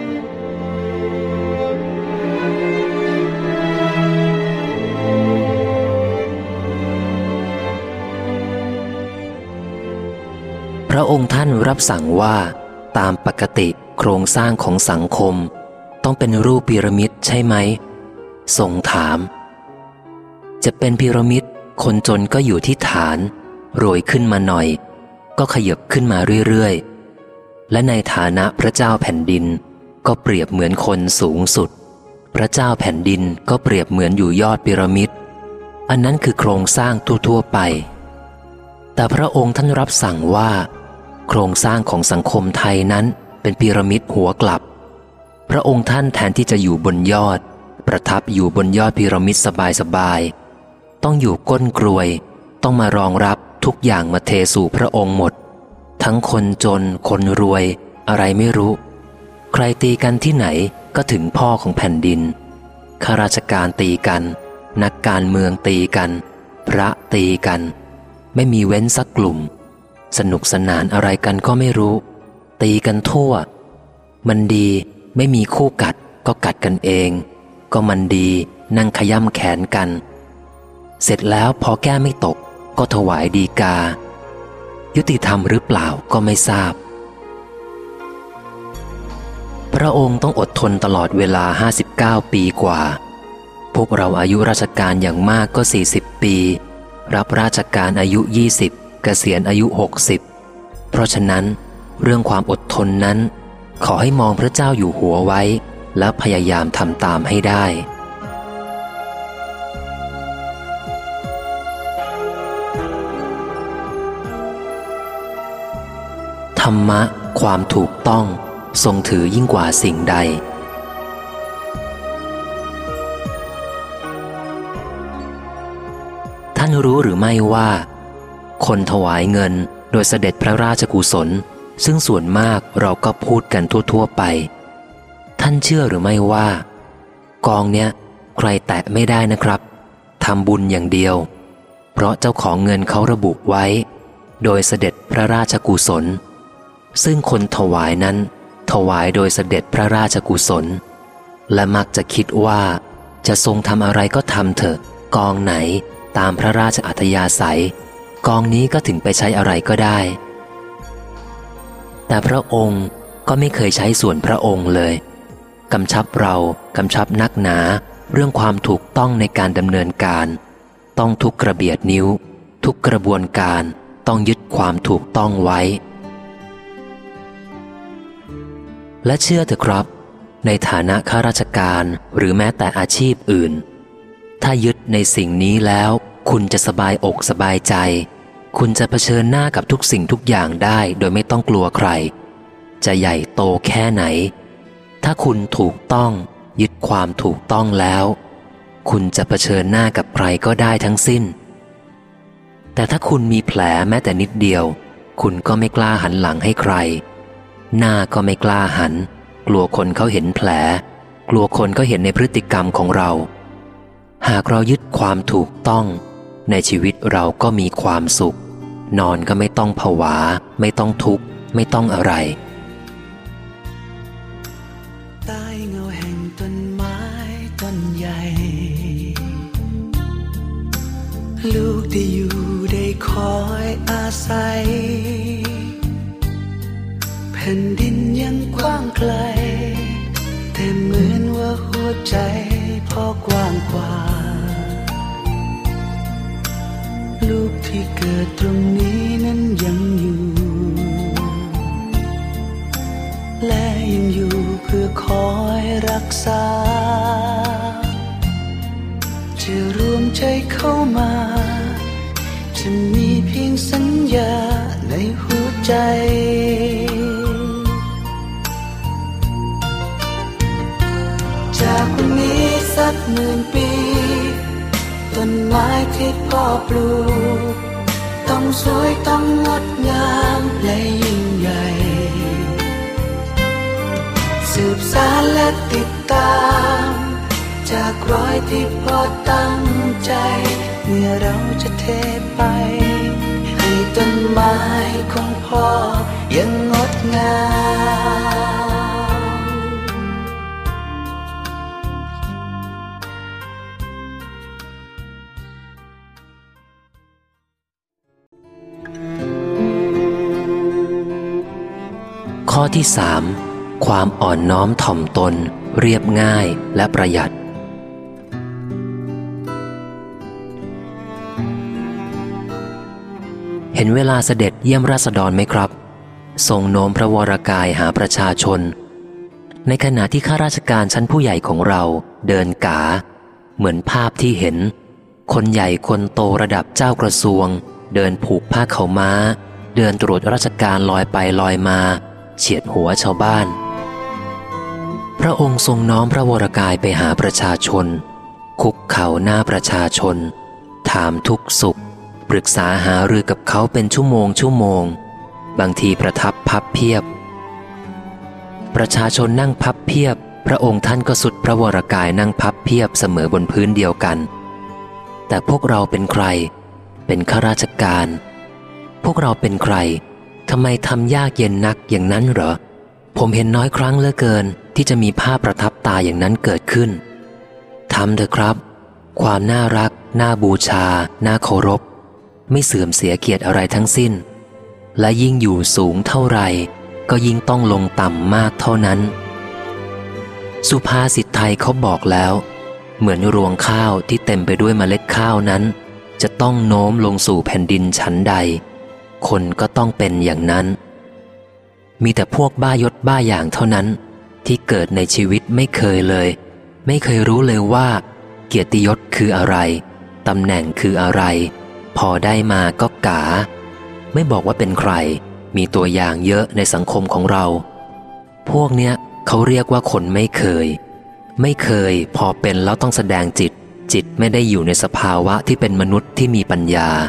พระองค์ท่านรับสั่งว่าตามปกติโครงสร้างของสังคมต้องเป็นรูปพีระมิดใช่ไหมทรงถามจะเป็นพีระมิดคนจนก็อยู่ที่ฐานโรยขึ้นมาหน่อยก็ขยับขึ้นมาเรื่อยๆและในฐานะพระเจ้าแผ่นดินก็เปรียบเหมือนคนสูงสุดพระเจ้าแผ่นดินก็เปรียบเหมือนอยู่ยอดพีระมิดอันนั้นคือโครงสร้างทั่วๆไปแต่พระองค์ท่านรับสั่งว่าโครงสร้างของสังคมไทยนั้นเป็นพีระมิดหัวกลับพระองค์ท่านแทนที่จะอยู่บนยอดประทับอยู่บนยอดพีระมิดสบายๆต้องอยู่ก้นกรวยต้องมารองรับทุกอย่างมาเทสู่พระองค์หมดทั้งคนจนคนรวยอะไรไม่รู้ใครตีกันที่ไหนก็ถึงพ่อของแผ่นดินข้าราชการตีกันนักการเมืองตีกันพระตีกันไม่มีเว้นสักกลุ่มสนุกสนานอะไรกันก็ไม่รู้ตีกันทั่วมันดีไม่มีคู่กัดก็กัดกันเองก็มันดีนั่งขย่ำแขนกันเสร็จแล้วพอแก้ไม่ตกก็ถวายฎีกายุติธรรมหรือเปล่าก็ไม่ทราบพระองค์ต้องอดทนตลอดเวลาห้าสิบเก้าปีกว่าพวกเราอายุราชการอย่างมากก็สี่สิบปีรับราชการอายุยี่สิบเกษียณอายุหกสิบเพราะฉะนั้นเรื่องความอดทนนั้นขอให้มองพระเจ้าอยู่หัวไว้และพยายามทำตามให้ได้ธรรมะความถูกต้องทรงถือยิ่งกว่าสิ่งใดท่านรู้หรือไม่ว่าคนถวายเงินโดยเสด็จพระราชกุศลซึ่งส่วนมากเราก็พูดกันทั่วๆไปท่านเชื่อหรือไม่ว่ากองเนี้ยใครแตะไม่ได้นะครับทำบุญอย่างเดียวเพราะเจ้าของเงินเขาระบุไว้โดยเสด็จพระราชกุศลซึ่งคนถวายนั้นถวายโดยเสด็จพระราชกุศลและมักจะคิดว่าจะทรงทำอะไรก็ทำเถอะกองไหนตามพระราชอัธยาศัยกองนี้ก็ถึงไปใช้อะไรก็ได้แต่พระองค์ก็ไม่เคยใช้ส่วนพระองค์เลยกำชับเรากำชับนักหนาเรื่องความถูกต้องในการดำเนินการต้องทุกกระเบียดนิ้วทุกกระบวนการต้องยึดความถูกต้องไว้และเชื่อเถอะครับในฐานะข้าราชการหรือแม้แต่อาชีพอื่นถ้ายึดในสิ่งนี้แล้วคุณจะสบายอกสบายใจคุณจะเผชิญหน้ากับทุกสิ่งทุกอย่างได้โดยไม่ต้องกลัวใครจะใหญ่โตแค่ไหนถ้าคุณถูกต้องยึดความถูกต้องแล้วคุณจะเผชิญหน้ากับใครก็ได้ทั้งสิ้นแต่ถ้าคุณมีแผลแม้แต่นิดเดียวคุณก็ไม่กล้าหันหลังให้ใครหน้าก็ไม่กล้าหันกลัวคนเขาเห็นแผลกลัวคนเขาเห็นในพฤติกรรมของเราหากเรายึดความถูกต้องในชีวิตเราก็มีความสุขนอนก็ไม่ต้องผวาไม่ต้องทุกข์ไม่ต้องอะไรใต้เงาแห่งต้นไม้ต้นใหญ่ลูกได้อยู่ได้คอยอาศัยแผ่นดินยังกว้างไกลแต่เหมือนว่าหัวใจพ่อกว้างกว่าลูกที่เกิดตรงนี้นั้นยังอยู่และยังอยู่เพื่อคอยรักษาจะรวมใจเข้ามาจะมีเพียงสัญญาในหัวใจจากวันนี้สักหมื่นปีต้นไม้ที่พ่อปลูกต้องสวยต้องงดงามและยิ่งใหญ่สืบสานและติดตามจากรอยที่พ่อตั้งใจเมื่อเราจะเทไปให้ต้นไม้ของพ่อยังงดงามข้อที่สามความอ่อนน้อมถ่อมตนเรียบง่ายและประหยัดห็นเวลาเสด็จเยี่ยมราษฎรไหมครับทรงโน้มพระวรกายหาประชาชนในขณะที่ข้าราชการชั้นผู้ใหญ่ของเราเดินกาเหมือนภาพที่เห็นคนใหญ่คนโตระดับเจ้ากระทรวงเดินผูกผ้าขาวม้าเดินตรวจราชการลอยไปลอยมาเฉียดหัวชาวบ้านพระองค์ทรงน้อมพระวรกายไปหาประชาชนคุกเข่าหน้าประชาชนถามทุกสุขปรึกษาหารือกับเขาเป็นชั่วโมงชั่วโมงบางทีประทับพับเพียบประชาชนนั่งพับเพียบพระองค์ท่านก็สุดพระวรกายนั่งพับเพียบเสมอบนพื้นเดียวกันแต่พวกเราเป็นใครเป็นข้าราชการพวกเราเป็นใครทำไมทำยากเย็นนักอย่างนั้นเหรอผมเห็นน้อยครั้งเหลือเกินที่จะมีภาพประทับตาอย่างนั้นเกิดขึ้นทำเถอะครับความน่ารักน่าบูชาน่าเคารพไม่เสื่อมเสียเกียรติอะไรทั้งสิ้นและยิ่งอยู่สูงเท่าไรก็ยิ่งต้องลงต่ำมากเท่านั้นสุภาษิตไทยเขาบอกแล้วเหมือนรวงข้าวที่เต็มไปด้วยเมล็ดข้าวนั้นจะต้องโน้มลงสู่แผ่นดินชั้นใดคนก็ต้องเป็นอย่างนั้นมีแต่พวกบ้ายศบ้าอย่างเท่านั้นที่เกิดในชีวิตไม่เคยเลยไม่เคยรู้เลยว่าเกียรติยศคืออะไรตำแหน่งคืออะไรพอได้มาก็กาไม่บอกว่าเป็นใครมีตัวอย่างเยอะในสังคมของเราพวกเนี้ยเขาเรียกว่าคนไม่เคยไม่เคยพอเป็นแล้วต้องแสดงจิตจิตไม่ได้อยู่ในสภาวะที่เป็นมนุษย์ที่มีปัญญา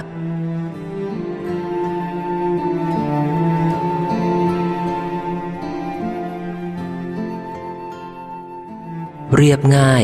เรียบง่าย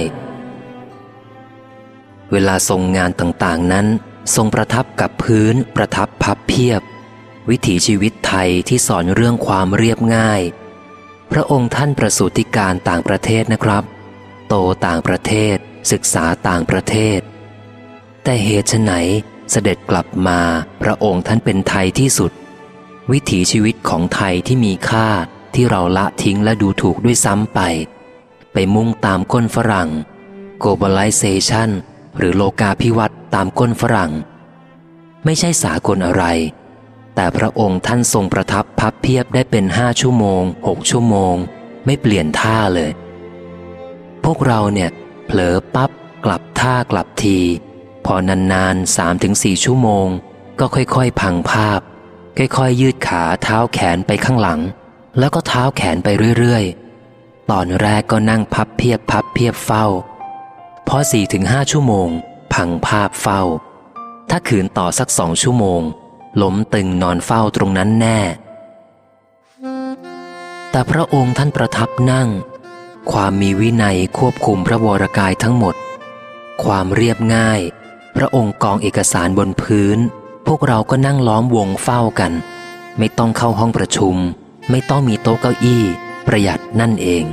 เวลาทรงงานต่างๆนั้นทรงประทับกับพื้นประทับพับเพียบวิถีชีวิตไทยที่สอนเรื่องความเรียบง่ายพระองค์ท่านประสูติการต่างประเทศนะครับโตต่างประเทศศึกษาต่างประเทศแต่เหตุไฉนเสด็จกลับมาพระองค์ท่านเป็นไทยที่สุดวิถีชีวิตของไทยที่มีค่าที่เราละทิ้งและดูถูกด้วยซ้ำไปไปมุ่งตามก้นฝรั่ง globalization หรือโลกาภิวัตน์ตามก้นฝรั่งไม่ใช่สากลอะไรแต่พระองค์ท่านทรงประทับพับเพียบได้เป็นห้าชั่วโมงหกชั่วโมงไม่เปลี่ยนท่าเลยพวกเราเนี่ยเผลอปั๊บกลับท่ากลับทีพอนานๆ สามถึงสี่ ชั่วโมงก็ค่อยๆพังภาพค่อยๆยืดขาเท้าแขนไปข้างหลังแล้วก็เท้าแขนไปเรื่อยๆตอนแรกก็นั่งพับเพียบพับเพียบเฝ้าพอ สี่ถึงห้า ชั่วโมงพังภาพเฝ้าถ้าขืนต่อสักสองชั่วโมงล้มตึงนอนเฝ้าตรงนั้นแน่แต่พระองค์ท่านประทับนั่งความมีวินัยควบคุมพระวรกายทั้งหมดความเรียบง่ายพระองค์กองเอกสารบนพื้นพวกเราก็นั่งล้อมวงเฝ้ากันไม่ต้องเข้าห้องประชุมไม่ต้องมีโต๊ะเก้าอี้ประหยัดนั่นเอง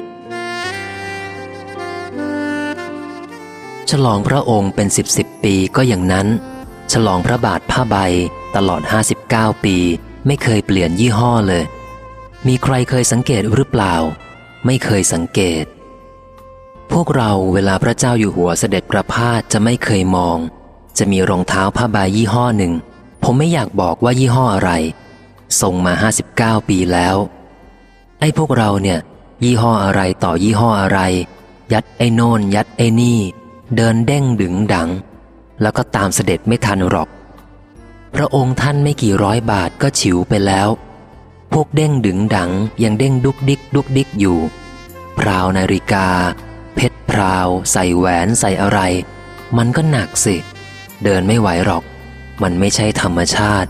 ฉลองพระองค์เป็นสิบสิบปีก็อย่างนั้นฉลองพระบาทผ้าใบตลอดห้าสิบเก้าปีไม่เคยเปลี่ยนยี่ห้อเลยมีใครเคยสังเกตหรือเปล่าไม่เคยสังเกตพวกเราเวลาพระเจ้าอยู่หัวเสด็จประพาสจะไม่เคยมองจะมีรองเท้าผ้าใบยี่ห้อหนึ่งผมไม่อยากบอกว่ายี่ห้ออะไรส่งมาห้าสิบเก้าปีแล้วไอ้พวกเราเนี่ยยี่ห้ออะไรต่อยี่ห้ออะไรยัดไอ้โน่นยัดไอ้นี่เดินเด้งดึงดังแล้วก็ตามเสด็จไม่ทันหรอกพระองค์ท่านไม่กี่ร้อยบาทก็ฉิวไปแล้วพวกเด้งดึงดังยังเด้งดุกดิกดุกดิกอยู่พราวนาฬิกาเพชรพราวใส่แหวนใส่อะไรมันก็หนักสิเดินไม่ไหวหรอกมันไม่ใช่ธรรมชาติ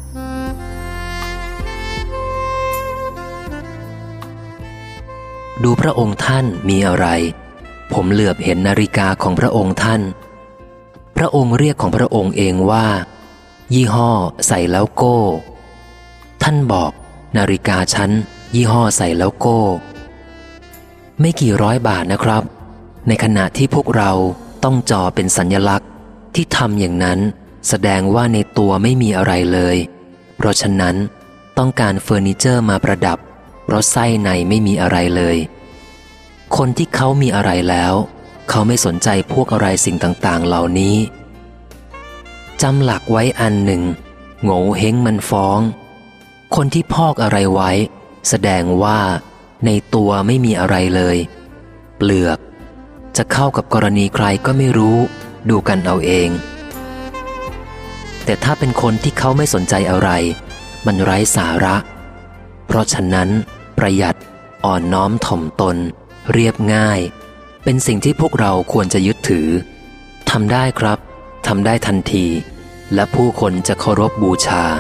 ดูพระองค์ท่านมีอะไรผมเหลือบเห็นนาฬิกาของพระองค์ท่านพระองค์เรียกของพระองค์เองว่ายี่ห้อใส่แล้วโก้ท่านบอกนาฬิกาฉันยี่ห้อใส่แล้วโก้ไม่กี่ร้อยบาทนะครับในขณะที่พวกเราต้องจอเป็นสัญลักษณ์ที่ทำอย่างนั้นแสดงว่าในตัวไม่มีอะไรเลยเพราะฉะนั้นต้องการเฟอร์นิเจอร์มาประดับเพราะไส้ในไม่มีอะไรเลยคนที่เขามีอะไรแล้วเขาไม่สนใจพวกอะไรสิ่งต่างๆเหล่านี้จำหลักไว้อันหนึ่งโง่เฮงมันฟ้องคนที่พอกอะไรไว้แสดงว่าในตัวไม่มีอะไรเลยเปลือกจะเข้ากับกรณีใครก็ไม่รู้ดูกันเอาเองแต่ถ้าเป็นคนที่เขาไม่สนใจอะไรมันไร้สาระเพราะฉะนั้นประหยัดอ่อนน้อมถ่อมตนเรียบง่ายเป็นสิ่งที่พวกเราควรจะยึดถือทำได้ครับทำได้ทันทีและผู้คนจะเคารพบูชา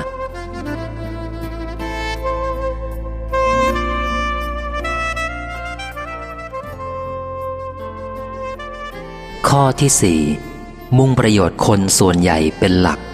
ข้อที่สี่มุ่งประโยชน์คนส่วนใหญ่เป็นหลัก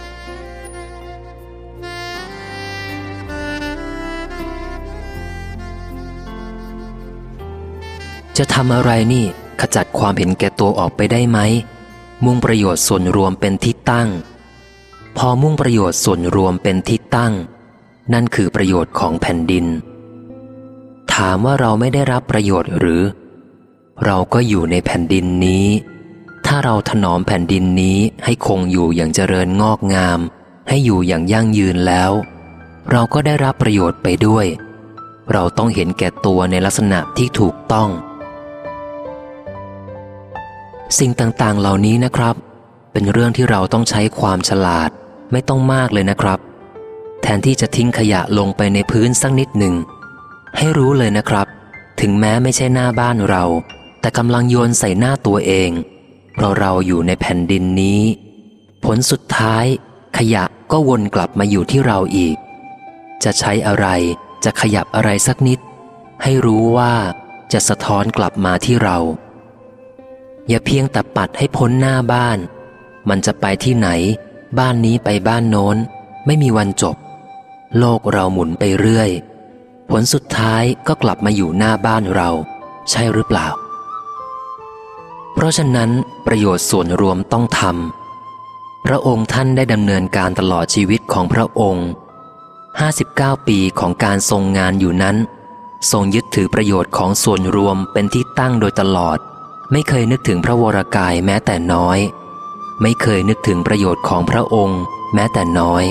จะทำอะไรนี่ขจัดความเห็นแก่ตัวออกไปได้ไหมมุ่งประโยชน์ส่วนรวมเป็นที่ตั้งพอมุ่งประโยชน์ส่วนรวมเป็นที่ตั้งนั่นคือประโยชน์ของแผ่นดินถามว่าเราไม่ได้รับประโยชน์หรือเราก็อยู่ในแผ่นดินนี้ถ้าเราถนอมแผ่นดินนี้ให้คงอยู่อย่างเจริญงอกงามให้อยู่อย่างยั่งยืนแล้วเราก็ได้รับประโยชน์ไปด้วยเราต้องเห็นแก่ตัวในลักษณะที่ถูกต้องสิ่งต่างๆเหล่านี้นะครับเป็นเรื่องที่เราต้องใช้ความฉลาดไม่ต้องมากเลยนะครับแทนที่จะทิ้งขยะลงไปในพื้นสักนิดหนึ่งให้รู้เลยนะครับถึงแม้ไม่ใช่หน้าบ้านเราแต่กำลังโยนใส่หน้าตัวเองเพราะเราอยู่ในแผ่นดินนี้ผลสุดท้ายขยะก็วนกลับมาอยู่ที่เราอีกจะใช้อะไรจะขยับอะไรสักนิดให้รู้ว่าจะสะท้อนกลับมาที่เราอย่าเพียงแต่ปัดให้พ้นหน้าบ้านมันจะไปที่ไหนบ้านนี้ไปบ้านโน้นไม่มีวันจบโลกเราหมุนไปเรื่อยผลสุดท้ายก็กลับมาอยู่หน้าบ้านเราใช่หรือเปล่าเพราะฉะนั้นประโยชน์ส่วนรวมต้องทำพระองค์ท่านได้ดำเนินการตลอดชีวิตของพระองค์ห้าสิบเก้าปีของการทรงงานอยู่นั้นทรงยึดถือประโยชน์ของส่วนรวมเป็นที่ตั้งโดยตลอดไม่เคยนึกถึงพระวรกายแม้แต่น้อยไม่เคยนึกถึงประโยชน์ของพระองค์แม้แต่น้อย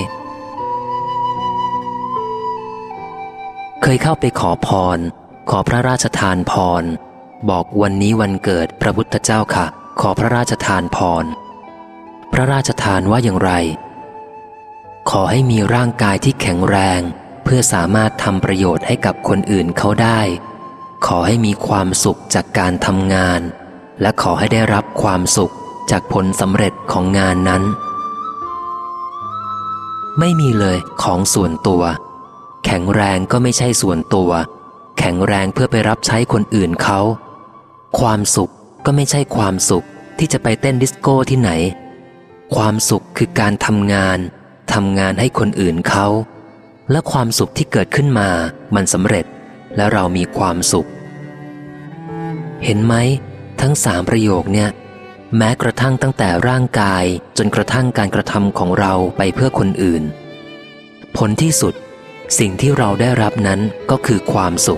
เคยเข้าไปขอพรขอพระราชทานพรบอกวันนี้วันเกิดพระพุทธเจ้าค่ะขอพระราชทานพรพระราชทานว่าอย่างไรขอให้มีร่างกายที่แข็งแรงเพื่อสามารถทำประโยชน์ให้กับคนอื่นเขาได้ขอให้มีความสุขจากการทำงานและขอให้ได้รับความสุขจากผลสำเร็จของงานนั้นไม่มีเลยของส่วนตัวแข็งแรงก็ไม่ใช่ส่วนตัวแข็งแรงเพื่อไปรับใช้คนอื่นเขาความสุขก็ไม่ใช่ความสุขที่จะไปเต้นดิสโก้ที่ไหนความสุขคือการทำงานทำงานให้คนอื่นเขาและความสุขที่เกิดขึ้นมามันสำเร็จและเรามีความสุขเห็นไหมทั้งสามประโยคเนี่ยแม้กระทั่งตั้งแต่ร่างกายจนกระทั่งการกระทำของเราไปเพื่อคนอื่นผลที่สุดสิ่งที่เราได้รับนั้นก็คือความสุข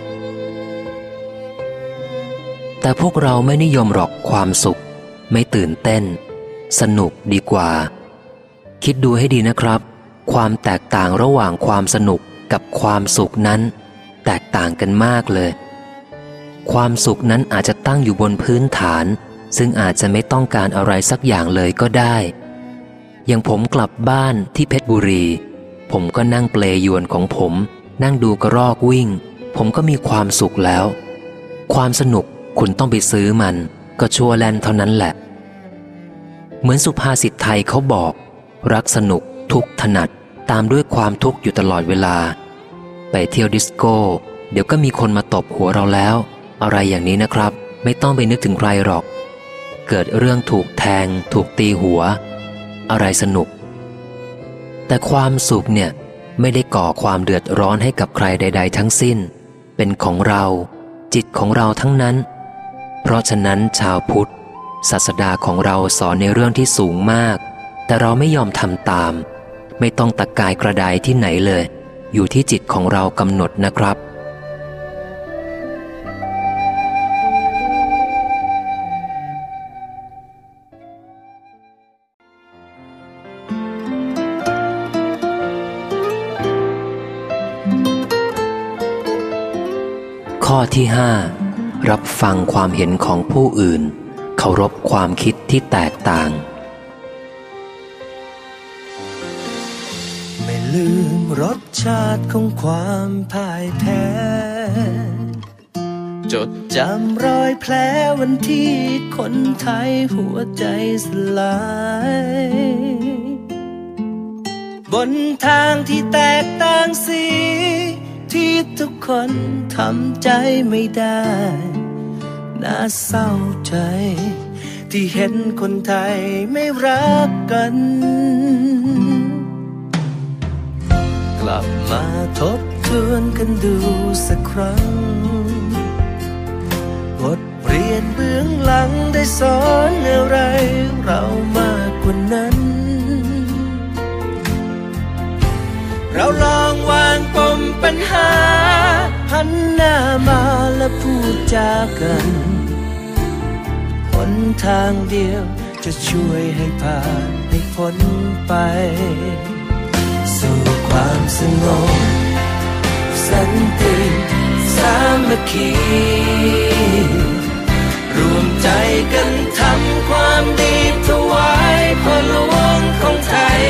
แต่พวกเราไม่นิยมหรอกความสุขไม่ตื่นเต้นสนุกดีกว่าคิดดูให้ดีนะครับความแตกต่างระหว่างความสนุกกับความสุขนั้นแตกต่างกันมากเลยความสุขนั้นอาจจะตั้งอยู่บนพื้นฐานซึ่งอาจจะไม่ต้องการอะไรสักอย่างเลยก็ได้อย่างผมกลับบ้านที่เพชรบุรีผมก็นั่งเปลยวนของผมนั่งดูกระรอกวิ่งผมก็มีความสุขแล้วความสนุกคุณต้องไปซื้อมันก็ชั่วแล่นเท่านั้นแหละเหมือนสุภาษิตไทยเขาบอกรักสนุกทุกข์ถนัดตามด้วยความทุกข์อยู่ตลอดเวลาไปเที่ยวดิสโก้เดี๋ยวก็มีคนมาตบหัวเราแล้วอะไรอย่างนี้นะครับไม่ต้องไปนึกถึงใครหรอกเกิดเรื่องถูกแทงถูกตีหัวอะไรสนุกแต่ความสุขเนี่ยไม่ได้ก่อความเดือดร้อนให้กับใครใดๆทั้งสิ้นเป็นของเราจิตของเราทั้งนั้นเพราะฉะนั้นชาวพุทธศาสดาของเราสอนในเรื่องที่สูงมากแต่เราไม่ยอมทำตามไม่ต้องตะกายกระไดที่ไหนเลยอยู่ที่จิตของเรากำหนดนะครับข้อที่ห้ารับฟังความเห็นของผู้อื่นเคารพความคิดที่แตกต่างไม่ลืมรสชาติของความพ่ายแพ้จดจำรอยแผลวันที่คนไทยหัวใจสลายบนทางที่แตกต่างสีที่ทุกคนทำใจไม่ได้น่าเศร้าใจที่เห็นคนไทยไม่รักกันกลับมาทบทวนกันดูสักครั้งบทเรียนเบื้องหลังได้สอนอะไรเรามากกว่านั้นเราลองวางปมปัญหาหันหน้ามาและพูดจากันหนทางเดียวจะช่วยให้ผ่านให้พ้นไปสู่ความสงบสันติสามัคคีรวมใจกันทำความดีถวายพ่อหลวงของไทย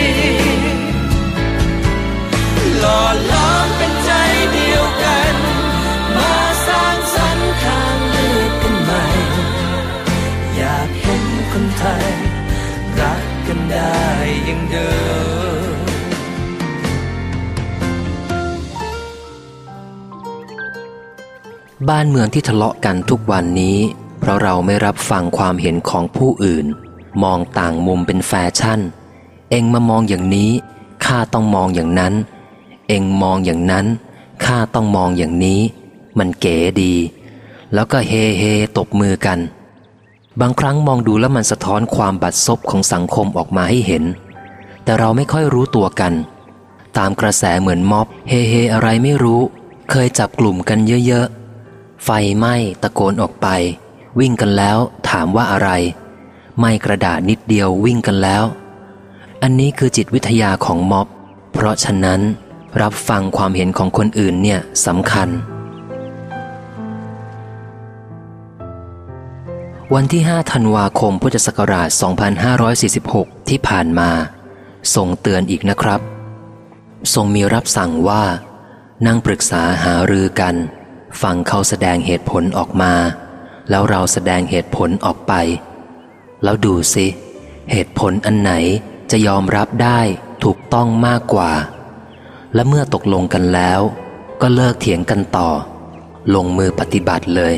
หล่อล้อมเป็นใจเดียวกันมาสร้างสรรค์ทางเลือกกันใหม่อยากเห็นคนไทยรักกันได้อย่างเดิมบ้านเมืองที่ทะเลาะกันทุกวันนี้เพราะเราไม่รับฟังความเห็นของผู้อื่นมองต่างมุมเป็นแฟชั่นเอ็งมามองอย่างนี้ข้าต้องมองอย่างนั้นเอ็งมองอย่างนั้นข้าต้องมองอย่างนี้มันเก๋ดีแล้วก็เฮเฮตบมือกันบางครั้งมองดูแล้วมันสะท้อนความบัดซบของสังคมออกมาให้เห็นแต่เราไม่ค่อยรู้ตัวกันตามกระแสเหมือนม็อบเฮเฮอะไรไม่รู้เคยจับกลุ่มกันเยอะๆไฟไหม้ตะโกนออกไปวิ่งกันแล้วถามว่าอะไรไหม้กระดาษนิดเดียววิ่งกันแล้วอันนี้คือจิตวิทยาของม็อบเพราะฉะนั้นรับฟังความเห็นของคนอื่นเนี่ยสำคัญวันที่ห้าธันวาคมพุทธศักราชสองพันห้าร้อยสี่สิบหกที่ผ่านมาทรงเตือนอีกนะครับทรงมีรับสั่งว่านั่งปรึกษาหารือกันฟังเขาแสดงเหตุผลออกมาแล้วเราแสดงเหตุผลออกไปแล้วดูสิเหตุผลอันไหนจะยอมรับได้ถูกต้องมากกว่าและเมื่อตกลงกันแล้วก็เลิกเถียงกันต่อลงมือปฏิบัติเลย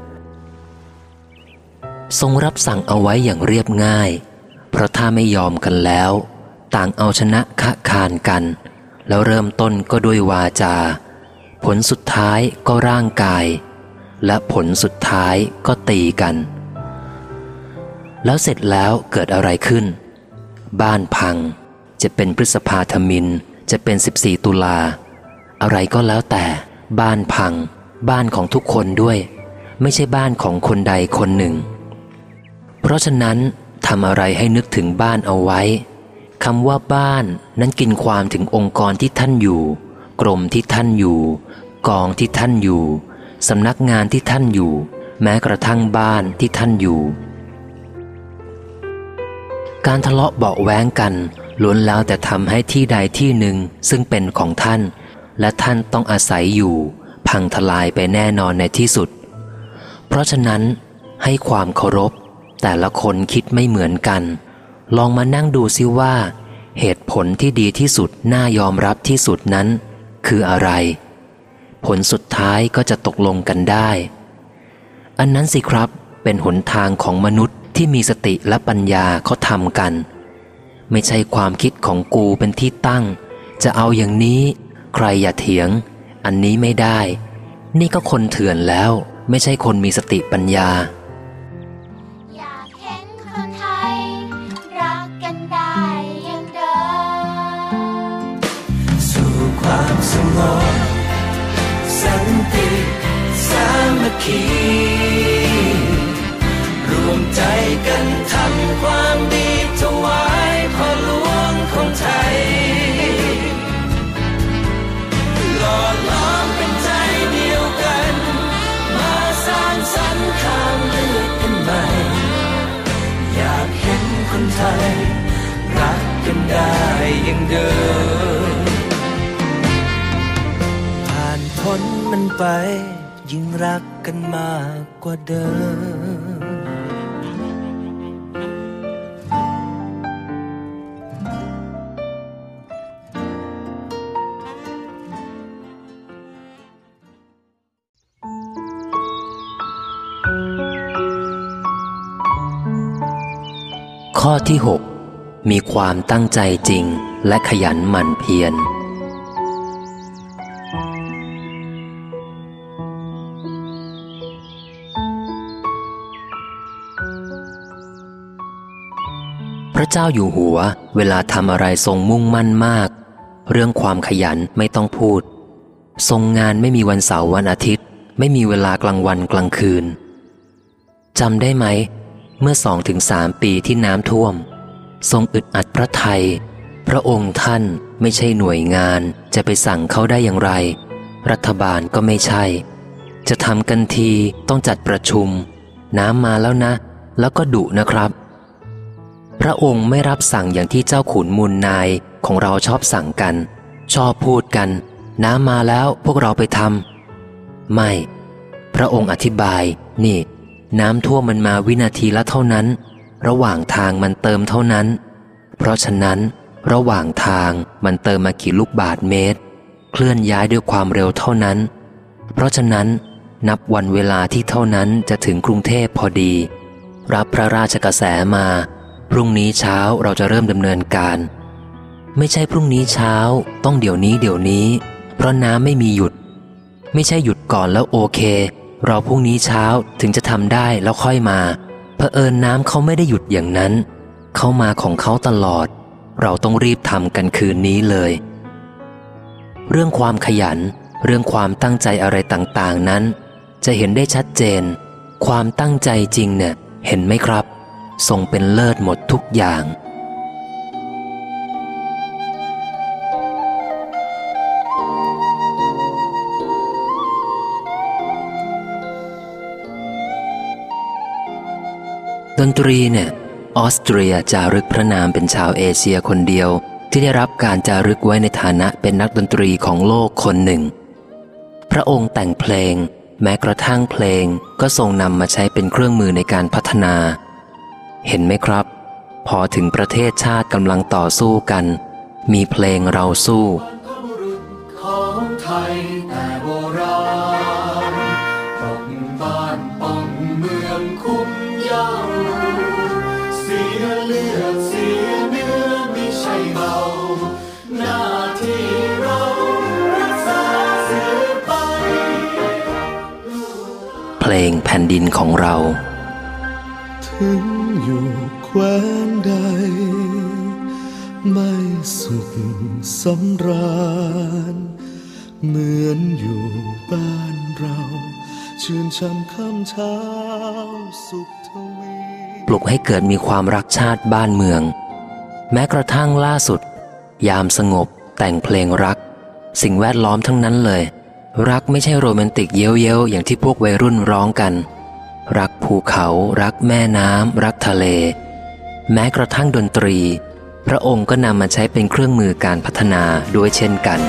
ทรงรับสั่งเอาไว้อย่างเรียบง่ายเพราะถ้าไม่ยอมกันแล้วต่างเอาชนะคะคานกันแล้วเริ่มต้นก็ด้วยวาจาผลสุดท้ายก็ร่างกายและผลสุดท้ายก็ตีกันแล้วเสร็จแล้วเกิดอะไรขึ้นบ้านพังจะเป็นพฤษภาธมิฬจะเป็นสิบสี่ตุลาอะไรก็แล้วแต่บ้านพังบ้านของทุกคนด้วยไม่ใช่บ้านของคนใดคนหนึ่งเพราะฉะนั้นทำอะไรให้นึกถึงบ้านเอาไว้คำว่าบ้านนั้นกินความถึงองค์กรที่ท่านอยู่กรมที่ท่านอยู่กองที่ท่านอยู่สำนักงานที่ท่านอยู่แม้กระทั่งบ้านที่ท่านอยู่การทะเลาะเบาะแว้งกันล้วนแล้วแต่ทำให้ที่ใดที่หนึ่งซึ่งเป็นของท่านและท่านต้องอาศัยอยู่พังทลายไปแน่นอนในที่สุดเพราะฉะนั้นให้ความเคารพแต่ละคนคิดไม่เหมือนกันลองมานั่งดูซิว่าเหตุผลที่ดีที่สุดน่ายอมรับที่สุดนั้นคืออะไรผลสุดท้ายก็จะตกลงกันได้อันนั้นสิครับเป็นหนทางของมนุษย์ที่มีสติและปัญญาเขาทำกันไม่ใช่ความคิดของกูเป็นที่ตั้งจะเอาอย่างนี้ใครอย่าเถียงอันนี้ไม่ได้นี่ก็คนเถื่อนแล้วไม่ใช่คนมีสติปัญญาอยากเห็นคนไทยรักกันได้อย่างเดิมสู่ความสงบสันติสามัคคีรวมใจกันทำความดีถวายพ่อหลวงของไทยหล่อล้อมเป็นใจเดียวกันเดิมผ่านพ้นมันไปยิ่งรักกันมากกว่าเดิมข้อที่หกมีความตั้งใจจริงและขยันหมั่นเพียรพระเจ้าอยู่หัวเวลาทำอะไรทรงมุ่งมั่นมากเรื่องความขยันไม่ต้องพูดทรงงานไม่มีวันเสาร์วันอาทิตย์ไม่มีเวลากลางวันกลางคืนจำได้ไหมเมื่อสองถึงสามปีที่น้ำท่วมทรงอึดอัดพระทัยพระองค์ท่านไม่ใช่หน่วยงานจะไปสั่งเขาได้อย่างไรรัฐบาลก็ไม่ใช่จะทำกันทีต้องจัดประชุมน้ำมาแล้วนะแล้วก็ดุนะครับพระองค์ไม่รับสั่งอย่างที่เจ้าขุนมูลนายของเราชอบสั่งกันชอบพูดกันน้ำมาแล้วพวกเราไปทำไม่พระองค์อธิบายนี่น้ำท่วมมันมาวินาทีละเท่านั้นระหว่างทางมันเติมเท่านั้นเพราะฉะนั้นระหว่างทางมันเติมมากี่ลูกบาศก์เมตรเคลื่อนย้ายด้วยความเร็วเท่านั้นเพราะฉะนั้นนับวันเวลาที่เท่านั้นจะถึงกรุงเทพพอดีรับพระราชกระแสมาพรุ่งนี้เช้าเราจะเริ่มดำเนินการไม่ใช่พรุ่งนี้เช้าต้องเดี๋ยวนี้เดี๋ยวนี้เพราะน้ำไม่มีหยุดไม่ใช่หยุดก่อนแล้วโอเครอพรุ่งนี้เช้าถึงจะทำได้แล้วค่อยมาเผอิญน้ำเขาไม่ได้หยุดอย่างนั้นเขามาของเขาตลอดเราต้องรีบทำกันคืนนี้เลยเรื่องความขยันเรื่องความตั้งใจอะไรต่างๆนั้นจะเห็นได้ชัดเจนความตั้งใจจริงเนี่ยเห็นไหมครับทรงเป็นเลิศหมดทุกอย่างดนตรีเนี่ยออสเตรียจารึกพระนามเป็นชาวเอเชียคนเดียวที่ได้รับการจารึกไว้ในฐานะเป็นนักดนตรีของโลกคนหนึ่งพระองค์แต่งเพลงแม้กระทั่งเพลงก็ทรงนำมาใช้เป็นเครื่องมือในการพัฒนาเห็นไหมครับพอถึงประเทศชาติกำลังต่อสู้กันมีเพลงเราสู้ของไทยแต่โบราณปกบ้านป้องเมืองคุ้มเย้าเสียเลือดเสียเนื้อไม่ใช่เบาหน้าที่เรารักษาสืบไปเพลงแผ่นดินของเราถึงอยู่แคว้นใดไม่สุขสำราญเหมือนอยู่บ้านเราชื่นช่ำค่ำเช้าสุขทวีปลุกให้เกิดมีความรักชาติบ้านเมืองแม้กระทั่งล่าสุดยามสงบแต่งเพลงรักสิ่งแวดล้อมทั้งนั้นเลยรักไม่ใช่โรแมนติกเย้ยๆอย่างที่พวกวัยรุ่นร้องกันรักภูเขารักแม่น้ำรักทะเลแม้กระทั่งดนตรีพระองค์ก็นำมาใช้เป็นเครื่องมือการพัฒนาด้วยเช่นกัน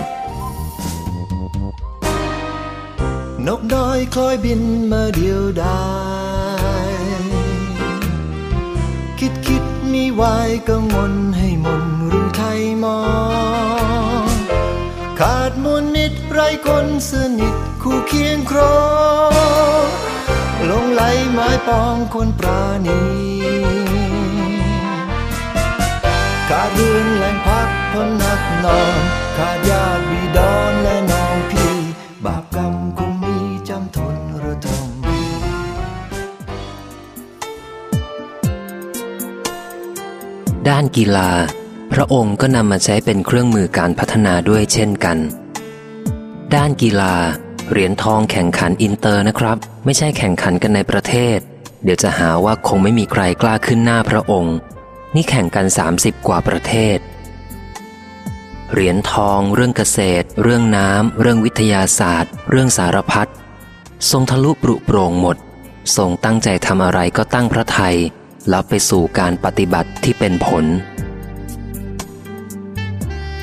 นกน้อยคอยบินมาเดียวดายคิดคิดมีวายกังวลให้มนหรือไทยมองขาดมวลมิตรไร้คนสนิทคู่เคียงครองลงไหลไม้ปองคนปราณีขาดเรือนแหล่งพักพำนักนอนขาดญาติบิดรและน้องพี่บาปกรรมคงมีจำทนระทมด้านกีฬาพระองค์ก็นำมาใช้เป็นเครื่องมือการพัฒนาด้วยเช่นกันด้านกีฬาเหรียญทองแข่งขันอินเตอร์นะครับไม่ใช่แข่งขันกันในประเทศเดี๋ยวจะหาว่าคงไม่มีใครกล้าขึ้นหน้าพระองค์นี่แข่งกันสามสิบกว่าประเทศเหรียญทองเรื่องเกษตรเรื่องน้ำเรื่องวิทยาศาสตร์เรื่องสารพัดทรงทะลุปรุโปร่งหมดทรงตั้งใจทำอะไรก็ตั้งพระทัยแล้วไปสู่การปฏิบัติที่เป็นผล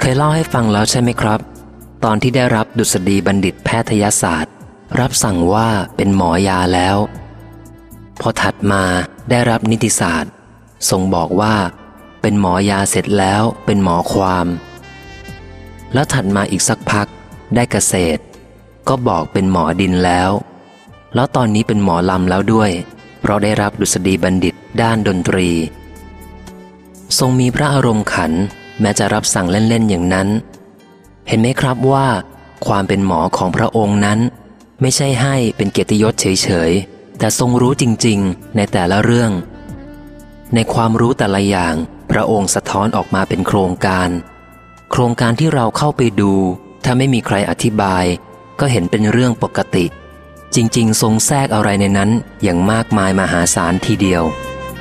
เคยเล่าให้ฟังแล้วใช่ไหมครับตอนที่ได้รับดุษฎีบัณฑิตแพทยศาสตร์รับสั่งว่าเป็นหมอยาแล้วพอถัดมาได้รับนิติศาสตร์ทรงบอกว่าเป็นหมอยาเสร็จแล้วเป็นหมอความแล้วถัดมาอีกสักพักได้เกษตรก็บอกเป็นหมอดินแล้วแล้วตอนนี้เป็นหมอลำแล้วด้วยเพราะได้รับดุษฎีบัณฑิตด้านดนตรีทรงมีพระอารมณ์ขันแม้จะรับสั่งเล่นๆอย่างนั้นเห็นไหมครับว่าความเป็นหมอของพระองค์นั้นไม่ใช่ให้เป็นเกียรติยศเฉยๆแต่ทรงรู้จริงๆในแต่ละเรื่องในความรู้แต่ละอย่างพระองค์สะท้อนออกมาเป็นโครงการโครงการที่เราเข้าไปดูถ้าไม่มีใครอธิบายก็เห็นเป็นเรื่องปกติจริงๆทรงแทรกอะไรในนั้นอย่างมากมายมหาศาลทีเดียว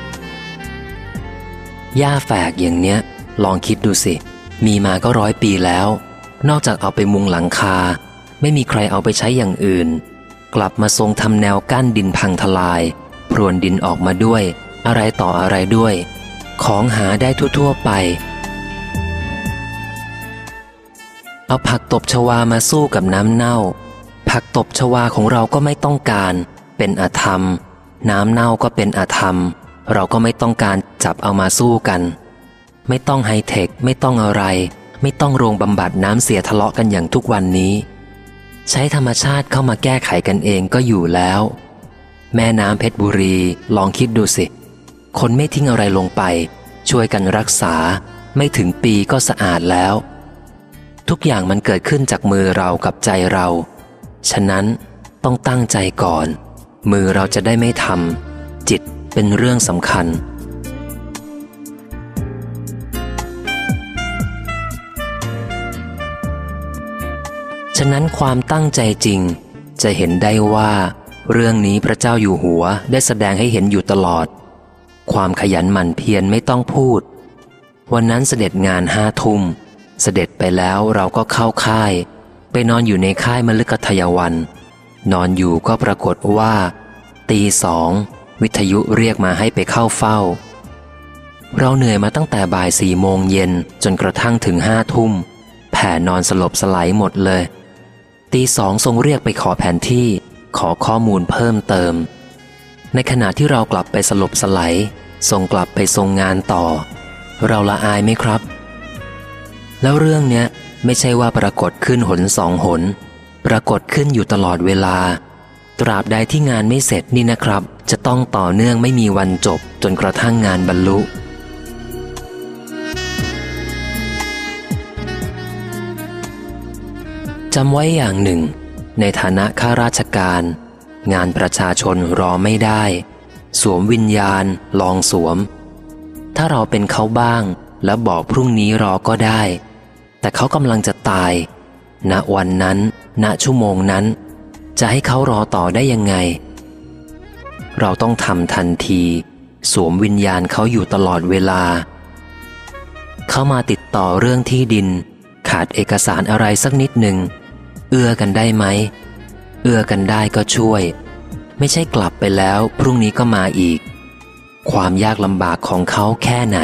หญ้าแฝกอย่างเนี้ยลองคิดดูสิมีมาก็ร้อยปีแล้วนอกจากเอาไปมุงหลังคาไม่มีใครเอาไปใช้อย่างอื่นกลับมาทรงทำแนวกั้นดินพังทลายพรวนดินออกมาด้วยอะไรต่ออะไรด้วยของหาได้ทั่วๆไปเอาผักตบชวามาสู้กับน้ำเน่าผักตบชวาของเราก็ไม่ต้องการเป็นอธรรมน้ำเน่าก็เป็นอธรรมเราก็ไม่ต้องการจับเอามาสู้กันไม่ต้องไฮเทคไม่ต้องอะไรไม่ต้องโรงบำบัดน้ำเสียทะเลาะกันอย่างทุกวันนี้ใช้ธรรมชาติเข้ามาแก้ไขกันเองก็อยู่แล้วแม่น้ำเพชรบุรีลองคิดดูสิคนไม่ทิ้งอะไรลงไปช่วยกันรักษาไม่ถึงปีก็สะอาดแล้วทุกอย่างมันเกิดขึ้นจากมือเรากับใจเราฉะนั้นต้องตั้งใจก่อนมือเราจะได้ไม่ทำจิตเป็นเรื่องสำคัญฉะนั้นความตั้งใจจริงจะเห็นได้ว่าเรื่องนี้พระเจ้าอยู่หัวได้แสดงให้เห็นอยู่ตลอดความขยันหมั่นเพียรไม่ต้องพูดวันนั้นเสด็จงานห้าทุ่มเสด็จไปแล้วเราก็เข้าค่ายไปนอนอยู่ในค่ายมฤคทายวันนอนอยู่ก็ปรากฏว่าตีสองวิทยุเรียกมาให้ไปเข้าเฝ้าเราเหนื่อยมาตั้งแต่บ่ายสี่โมงเย็นจนกระทั่งถึงห้าทุ่มแผ่นอนสลบสลายหมดเลยตีสองทรงเรียกไปขอแผนที่ขอข้อมูลเพิ่มเติมในขณะที่เรากลับไปสลบสลายทรงกลับไปทรงงานต่อเราละอายไหมครับแล้วเรื่องเนี้ยไม่ใช่ว่าปรากฏขึ้นหนสองหนปรากฏขึ้นอยู่ตลอดเวลาตราบใดที่งานไม่เสร็จนี่นะครับจะต้องต่อเนื่องไม่มีวันจบจนกระทั่งงานบรรลุจำไว้อย่างหนึ่งในฐานะข้าราชการงานประชาชนรอไม่ได้สวมวิญญาณลองสวมถ้าเราเป็นเขาบ้างแล้วบอกพรุ่งนี้รอก็ได้แต่เขากำลังจะตายณวันนั้นณชั่วโมงนั้นจะให้เขารอต่อได้ยังไงเราต้องทำทันทีสวมวิญญาณเขาอยู่ตลอดเวลาเขามาติดต่อเรื่องที่ดินขาดเอกสารอะไรสักนิดหนึ่งเอื้อกันได้ไหมเอื้อกันได้ก็ช่วยไม่ใช่กลับไปแล้วพรุ่งนี้ก็มาอีกความยากลำบากของเขาแค่ไหน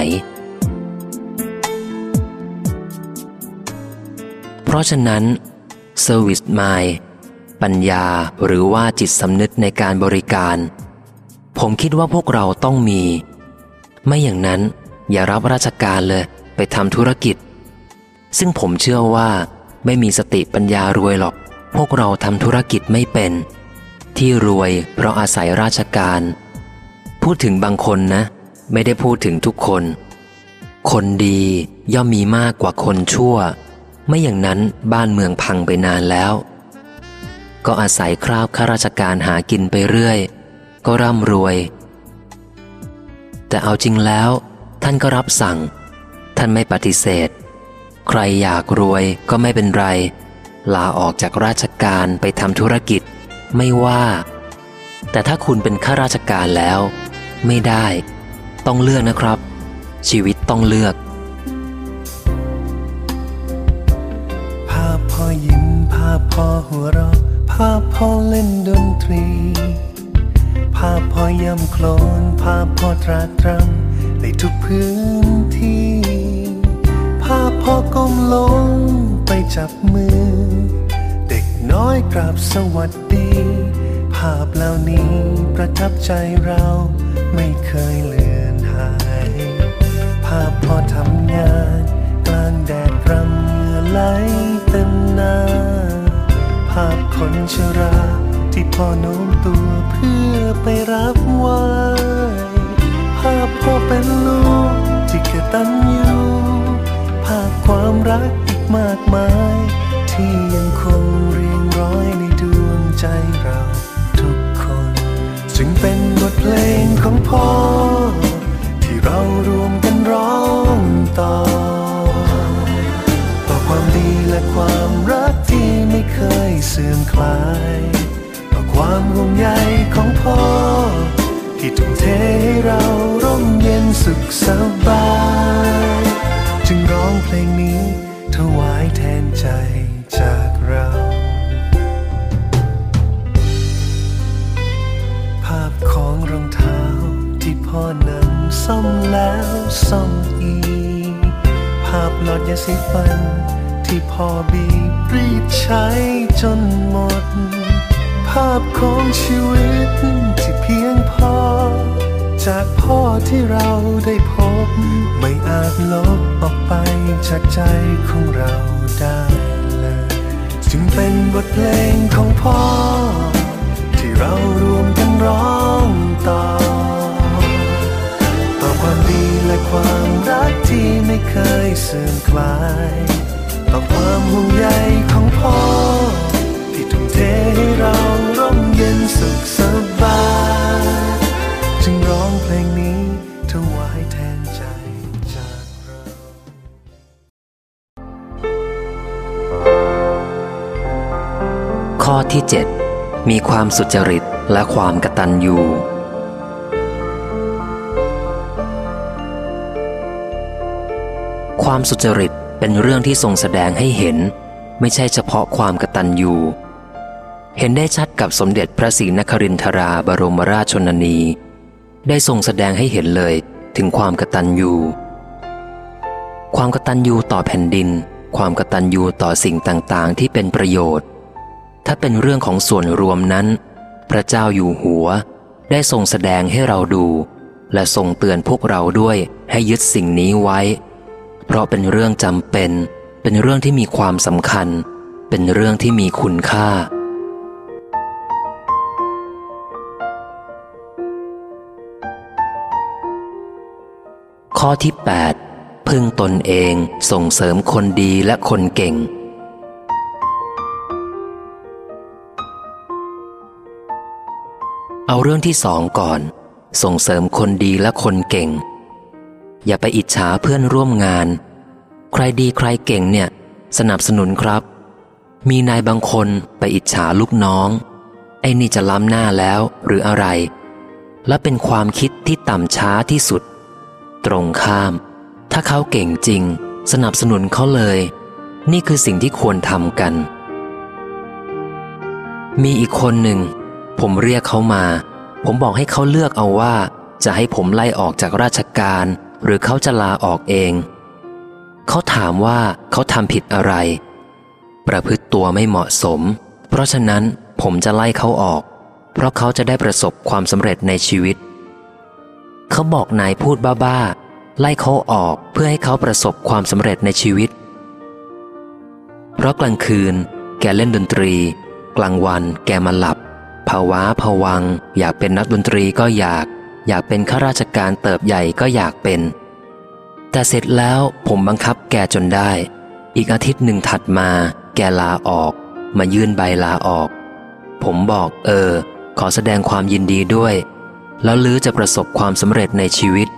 เพราะฉะนั้น Service Mind ปัญญาหรือว่าจิตสำนึกในการบริการผมคิดว่าพวกเราต้องมีไม่อย่างนั้นอย่ารับราชการเลยไปทำธุรกิจซึ่งผมเชื่อว่าไม่มีสติปัญญารวยหรอกพวกเราทำธุรกิจไม่เป็นที่รวยเพราะอาศัยราชการพูดถึงบางคนนะไม่ได้พูดถึงทุกคนคนดีย่อมมีมากกว่าคนชั่วไม่อย่างนั้นบ้านเมืองพังไปนานแล้วก็อาศัยคราบข้าราชการหากินไปเรื่อยก็ร่ำรวยแต่เอาจริงแล้วท่านก็รับสั่งท่านไม่ปฏิเสธใครอยากรวยก็ไม่เป็นไรลาออกจากราชการไปทำธุรกิจไม่ว่าแต่ถ้าคุณเป็นข้าราชการแล้วไม่ได้ต้องเลือกนะครับชีวิตต้องเลือกภาพพ่อยิ้มภาพพ่อหัวเราะภาพพ่อเล่นดนตรีภาพพ่อย่ำโคลนภาพพ่อตราตรำในทุกพื้นที่ภภาพพ่อก้มลงไปจับมือเด็กน้อยกราบสวัสดีภาพเหล่านี้ประทับใจเราไม่เคยเลือนหายภาพพ่อทำงานกลางแดดรำเหงื่อไหลเต็มหน้าภาพคนชราที่พ่อโน้มตัวเพื่อไปรับไหว้ภาพพ่อเป็นลูกที่กตัญญูภาพความรักอีกมากมายที่ยังคงเรียงร้อยในดวงใจเราทุกคนจึงเป็นบทเพลงของพ่อที่เรารวมกันร้องต่อต่อความดีและความรักที่ไม่เคยเสื่อมคลายต่อความห่วงใยของพ่อที่ทุ่มเทให้เราร่มเย็นสุขสบายจึงร้องเพลงนี้ถวายแทนใจจากเราภาพของรองเท้าที่พ่อนั้นซ่อมแล้วซ่อมอีกภาพหลอดยาสีฟันที่พ่อบีบรีดใช้จนหมดภาพของชีวิตที่เพียงพอจากพ่อที่เราได้พบไม่อาจลบออกไปจากใจของเราได้เลยจึงเป็นบทเพลงของพ่อที่เรารวมกันร้องต่อต่อความดีและความรักที่ไม่เคยเสื่อมคลายต่อความห่วงใยของพ่อที่ทุ่มเทให้เราร่มเย็นสุขสบายจึงร้องเพลงนี้ถวายแทนใจจากเราข้อที่เจ็ดมีความสุจริตและความกตัญญูความสุจริตเป็นเรื่องที่ทรงแสดงให้เห็นไม่ใช่เฉพาะความกตัญญูเห็นได้ชัดกับสมเด็จพระศรีนครินทราบรมราชชนนีได้ทรงแสดงให้เห็นเลยถึงความกตัญญูความกตัญญูต่อแผ่นดินความกตัญญูต่อสิ่งต่างๆที่เป็นประโยชน์ถ้าเป็นเรื่องของส่วนรวมนั้นพระเจ้าอยู่หัวได้ทรงแสดงให้เราดูและทรงเตือนพวกเราด้วยให้ยึดสิ่งนี้ไว้เพราะเป็นเรื่องจำเป็นเป็นเรื่องที่มีความสำคัญเป็นเรื่องที่มีคุณค่าข้อที่แปดพึ่งตนเองส่งเสริมคนดีและคนเก่งเอาเรื่องที่สองก่อนส่งเสริมคนดีและคนเก่งอย่าไปอิจฉาเพื่อนร่วมงานใครดีใครเก่งเนี่ยสนับสนุนครับมีนายบางคนไปอิจฉาลูกน้องไอ้นี่จะล้ำหน้าแล้วหรืออะไรและเป็นความคิดที่ต่ำช้าที่สุดตรงข้ามถ้าเขาเก่งจริงสนับสนุนเขาเลยนี่คือสิ่งที่ควรทำกันมีอีกคนหนึ่งผมเรียกเขามาผมบอกให้เขาเลือกเอาว่าจะให้ผมไล่ออกจากราชการหรือเขาจะลาออกเองเขาถามว่าเขาทำผิดอะไรประพฤติตัวไม่เหมาะสมเพราะฉะนั้นผมจะไล่เขาออกเพราะเขาจะได้ประสบความสำเร็จในชีวิตเขาบอกนายพูดบ้าๆไล่เขาออกเพื่อให้เขาประสบความสำเร็จในชีวิตเพราะกลางคืนแกเล่นดนตรีกลางวันแกมาหลับภาวะผวังอยากเป็นนักดนตรีก็อยากอยากเป็นข้าราชการเติบใหญ่ก็อยากเป็นแต่เสร็จแล้วผมบังคับแกจนได้อีกอาทิตย์หนึ่งถัดมาแกลาออกมายื่นใบลาออกผมบอกเออขอแสดงความยินดีด้วยแล้วลือจะประสบความสำเร็จในชีวิต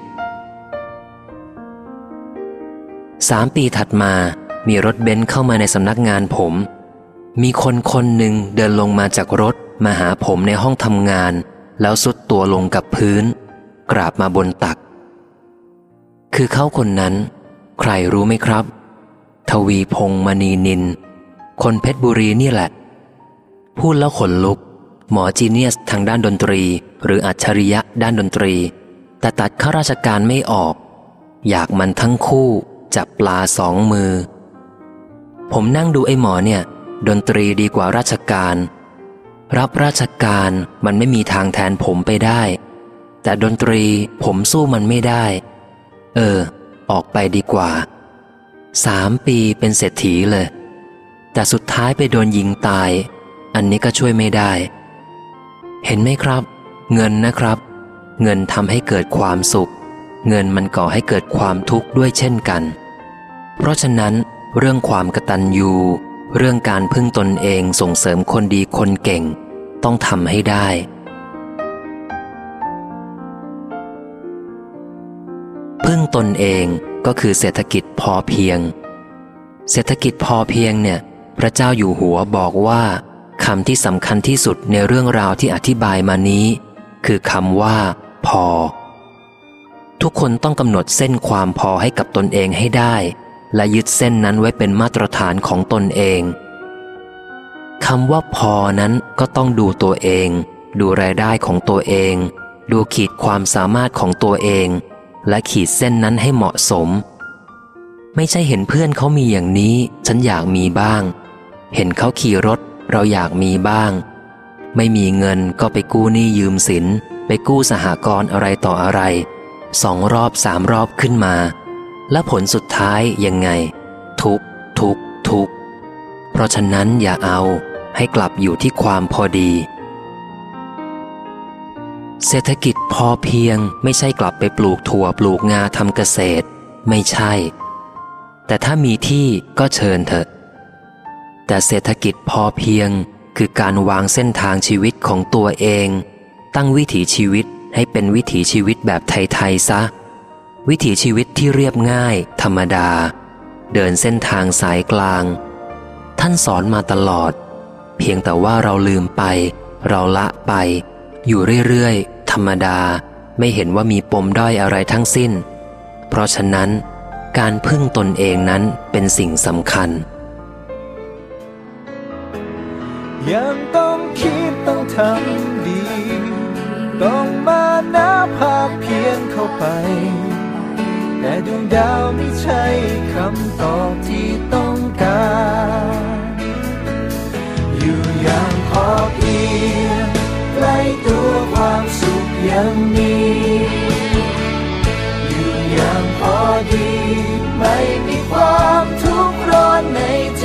สามปีถัดมามีรถเบนซ์เข้ามาในสำนักงานผมมีคนคนหนึ่งเดินลงมาจากรถมาหาผมในห้องทำงานแล้วสุดตัวลงกับพื้นกราบมาบนตักคือเขาคนนั้นใครรู้ไหมครับทวีพงษ์มณีนินคนเพชรบุรีนี่แหละพูดแล้วขนลุกหมอจีเนียสทางด้านดนตรีหรืออัจฉริยะด้านดนตรีแต่ตัดข้าราชการไม่ออกอยากมันทั้งคู่จับปลาสองมือผมนั่งดูไอ้หมอเนี่ยดนตรีดีกว่าราชการรับราชการมันไม่มีทางแทนผมไปได้แต่ดนตรีผมสู้มันไม่ได้เออออกไปดีกว่าสามปีเป็นเศรษฐีเลยแต่สุดท้ายไปโดนยิงตายอันนี้ก็ช่วยไม่ได้เห็นไหมครับเงินนะครับเงินทำให้เกิดความสุขเงินมันก่อให้เกิดความทุกข์ด้วยเช่นกันเพราะฉะนั้นเรื่องความกตัญญูเรื่องการพึ่งตนเองส่งเสริมคนดีคนเก่งต้องทำให้ได้พึ่งตนเองก็คือเศรษฐกิจพอเพียงเศรษฐกิจพอเพียงเนี่ยพระเจ้าอยู่หัวบอกว่าคำที่สำคัญที่สุดในเรื่องราวที่อธิบายมานี้คือคำว่าพอทุกคนต้องกำหนดเส้นความพอให้กับตนเองให้ได้และยึดเส้นนั้นไว้เป็นมาตรฐานของตนเองคำว่าพอนั้นก็ต้องดูตัวเองดูรายได้ของตัวเองดูขีดความสามารถของตัวเองและขีดเส้นนั้นให้เหมาะสมไม่ใช่เห็นเพื่อนเขามีอย่างนี้ฉันอยากมีบ้างเห็นเขาขี่รถเราอยากมีบ้างไม่มีเงินก็ไปกู้หนี้ยืมสินไปกู้สหกรณ์อะไรต่ออะไรสองรอบสามรอบขึ้นมาและผลสุดท้ายยังไงทุกทุกทุกเพราะฉะนั้นอย่าเอาให้กลับอยู่ที่ความพอดีเศรษฐกิจพอเพียงไม่ใช่กลับไปปลูกถั่วปลูกงาทำเกษตรไม่ใช่แต่ถ้ามีที่ก็เชิญเถอะแต่เศรษฐกิจพอเพียงคือการวางเส้นทางชีวิตของตัวเองตั้งวิถีชีวิตให้เป็นวิถีชีวิตแบบไทยๆซะวิถีชีวิตที่เรียบง่ายธรรมดาเดินเส้นทางสายกลางท่านสอนมาตลอดเพียงแต่ว่าเราลืมไปเราละไปอยู่เรื่อยๆธรรมดาไม่เห็นว่ามีปมด้อยอะไรทั้งสิ้นเพราะฉะนั้นการพึ่งตนเองนั้นเป็นสิ่งสำคัญยังต้องคิดต้องทำดีต้องมานะภาคเพียรเข้าไปแต่ดวงดาวไม่ใช่คำตอบที่ต้องการอยู่อย่างพอเพียงใกล้ตัวความสุขยังมีอยู่อย่างพอดีไม่มีความทุกข์ร้อนในใจ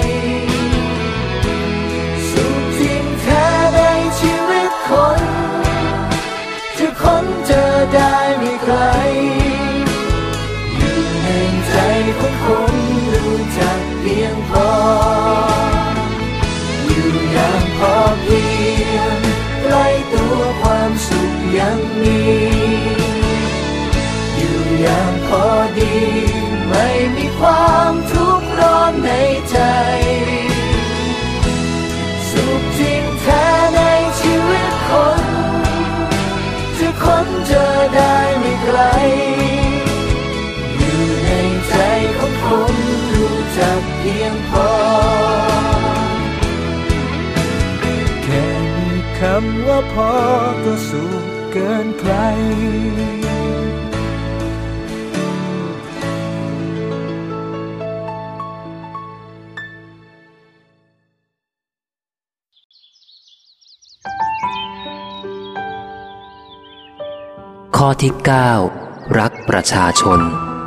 สุขจริงแท้ในชีวิตคนจะค้นเจอได้ไม่ไกลอยู่ในใจของคนรู้จักเพียงพออยู่อย่างพอเพียงใกล้ตัวความสุขยังมีอยู่อย่างพอดีไม่มีความทุกข์ร้อนในใจสุขจริงแท้ในชีวิตคนจะค้นเจอได้ไม่ไกลอยู่ในใจของคนรู้จักเพียงพอแค่มีคำว่าพอก็สุขเกินใครข้อที่เก้ารักประชาชน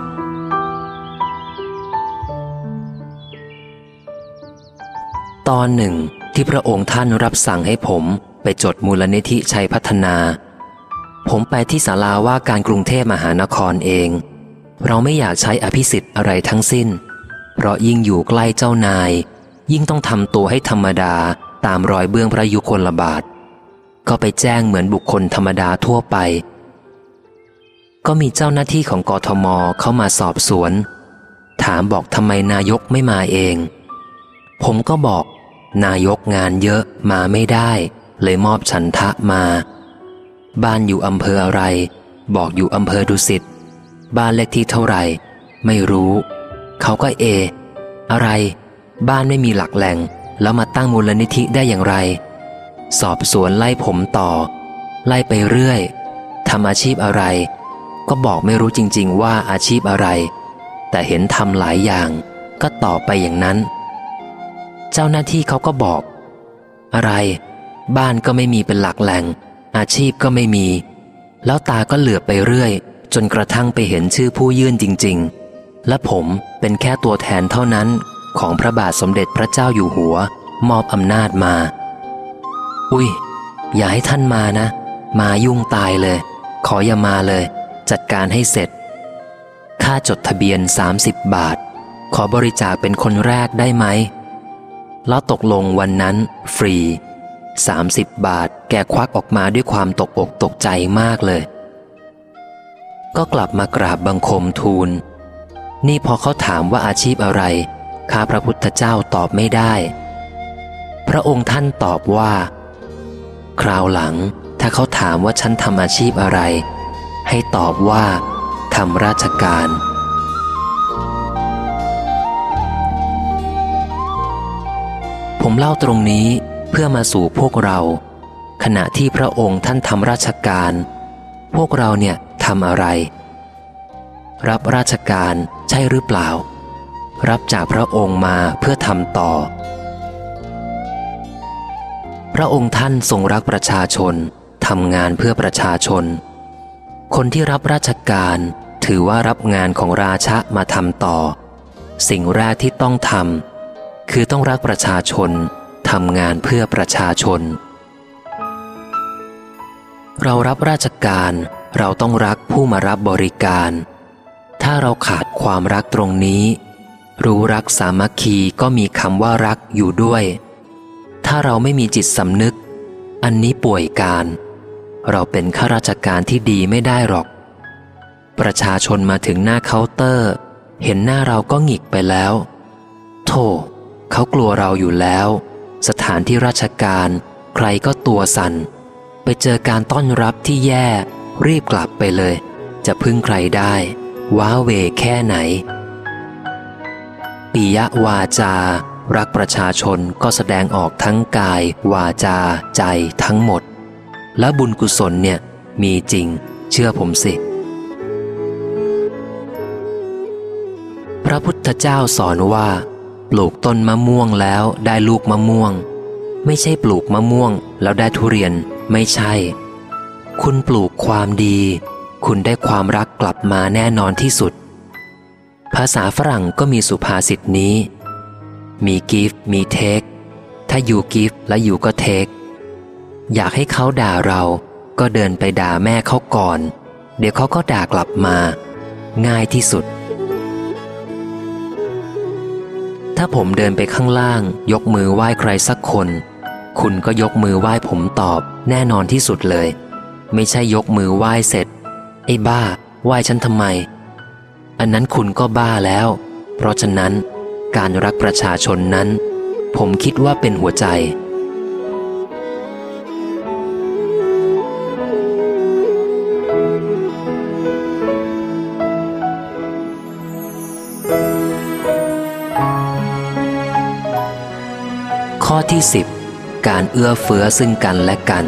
ตอนหนึ่งที่พระองค์ท่านรับสั่งให้ผมไปจดมูลนิธิชัยพัฒนาผมไปที่ศาลาว่าการกรุงเทพมหานครเองเราไม่อยากใช้อภิสิทธิ์อะไรทั้งสิ้นเพราะยิ่งอยู่ใกล้เจ้านายยิ่งต้องทำตัวให้ธรรมดาตามรอยเบื้องพระยุคลบาทก็ไปแจ้งเหมือนบุคคลธรรมดาทั่วไปก็มีเจ้าหน้าที่ของกทม.เข้ามาสอบสวนถามบอกทำไมนายกไม่มาเองผมก็บอกนายกงานเยอะมาไม่ได้เลยมอบฉันทะมาบ้านอยู่อำเภออะไรบอกอยู่อำเภอดุสิตบ้านเลขที่เท่าไหร่ไม่รู้เขาก็เออะไรบ้านไม่มีหลักแหล่งแล้วมาตั้งมูลนิธิได้อย่างไรสอบสวนไล่ผมต่อไล่ไปเรื่อยทำอาชีพอะไรก็บอกไม่รู้จริงๆว่าอาชีพอะไรแต่เห็นทำหลายอย่างก็ตอบไปอย่างนั้นเจ้าหน้าที่เขาก็บอกอะไรบ้านก็ไม่มีเป็นหลักแหล่งอาชีพก็ไม่มีแล้วตาก็เหลือบไปเรื่อยจนกระทั่งไปเห็นชื่อผู้ยื่นจริงๆและผมเป็นแค่ตัวแทนเท่านั้นของพระบาทสมเด็จพระเจ้าอยู่หัวมอบอำนาจมาอุ้ยอย่าให้ท่านมานะมายุ่งตายเลยขออย่ามาเลยจัดการให้เสร็จค่าจดทะเบียนสามสิบบาทขอบริจาคเป็นคนแรกได้ไหมแล้วตกลงวันนั้นฟรีสามสิบบาทแกควักออกมาด้วยความตกอกตกใจมากเลยก็กลับมากราบบังคมทูลนี่พอเขาถามว่าอาชีพอะไรข้าพระพุทธเจ้าตอบไม่ได้พระองค์ท่านตอบว่าคราวหลังถ้าเขาถามว่าฉันทำอาชีพอะไรให้ตอบว่าทำราชการผมเล่าตรงนี้เพื่อมาสู่พวกเราขณะที่พระองค์ท่านทำราชการพวกเราเนี่ยทำอะไรรับราชการใช่หรือเปล่ารับจากพระองค์มาเพื่อทำต่อพระองค์ท่านทรงรักประชาชนทำงานเพื่อประชาชนคนที่รับราชการถือว่ารับงานของราชะมาทำต่อสิ่งแรกที่ต้องทำคือต้องรักประชาชนทำงานเพื่อประชาชนเรารับราชการเราต้องรักผู้มารับบริการถ้าเราขาดความรักตรงนี้รู้รักสามัคคีก็มีคำว่ารักอยู่ด้วยถ้าเราไม่มีจิตสำนึกอันนี้ป่วยการเราเป็นข้าราชการที่ดีไม่ได้หรอกประชาชนมาถึงหน้าเคาน์เตอร์เห็นหน้าเราก็หงิกไปแล้วโธ่เขากลัวเราอยู่แล้วสถานที่ราชการใครก็ตัวสั่นไปเจอการต้อนรับที่แย่รีบกลับไปเลยจะพึ่งใครได้ว้าเหวแค่ไหนปิยวาจารักประชาชนก็แสดงออกทั้งกายวาจาใจทั้งหมดและบุญกุศลเนี่ยมีจริงเชื่อผมสิพระพุทธเจ้าสอนว่าปลูกต้นมะม่วงแล้วได้ลูกมะม่วงไม่ใช่ปลูกมะม่วงแล้วได้ทุเรียนไม่ใช่คุณปลูกความดีคุณได้ความรักกลับมาแน่นอนที่สุดภาษาฝรั่งก็มีสุภาษิตนี้มี give มี take ถ้าอยู่ give และอยู่ก็ take อยากให้เขาด่าเราก็เดินไปด่าแม่เขาก่อนเดี๋ยวเขาก็ด่ากลับมาง่ายที่สุดถ้าผมเดินไปข้างล่างยกมือไหว้ใครสักคนคุณก็ยกมือไหว้ผมตอบแน่นอนที่สุดเลยไม่ใช่ยกมือไหว้เสร็จไอ้บ้าไหว้ฉันทำไมอันนั้นคุณก็บ้าแล้วเพราะฉะนั้นการรักประชาชนนั้นผมคิดว่าเป็นหัวใจข้อที่สิบการเอื้อเฟื้อซึ่งกันและกัน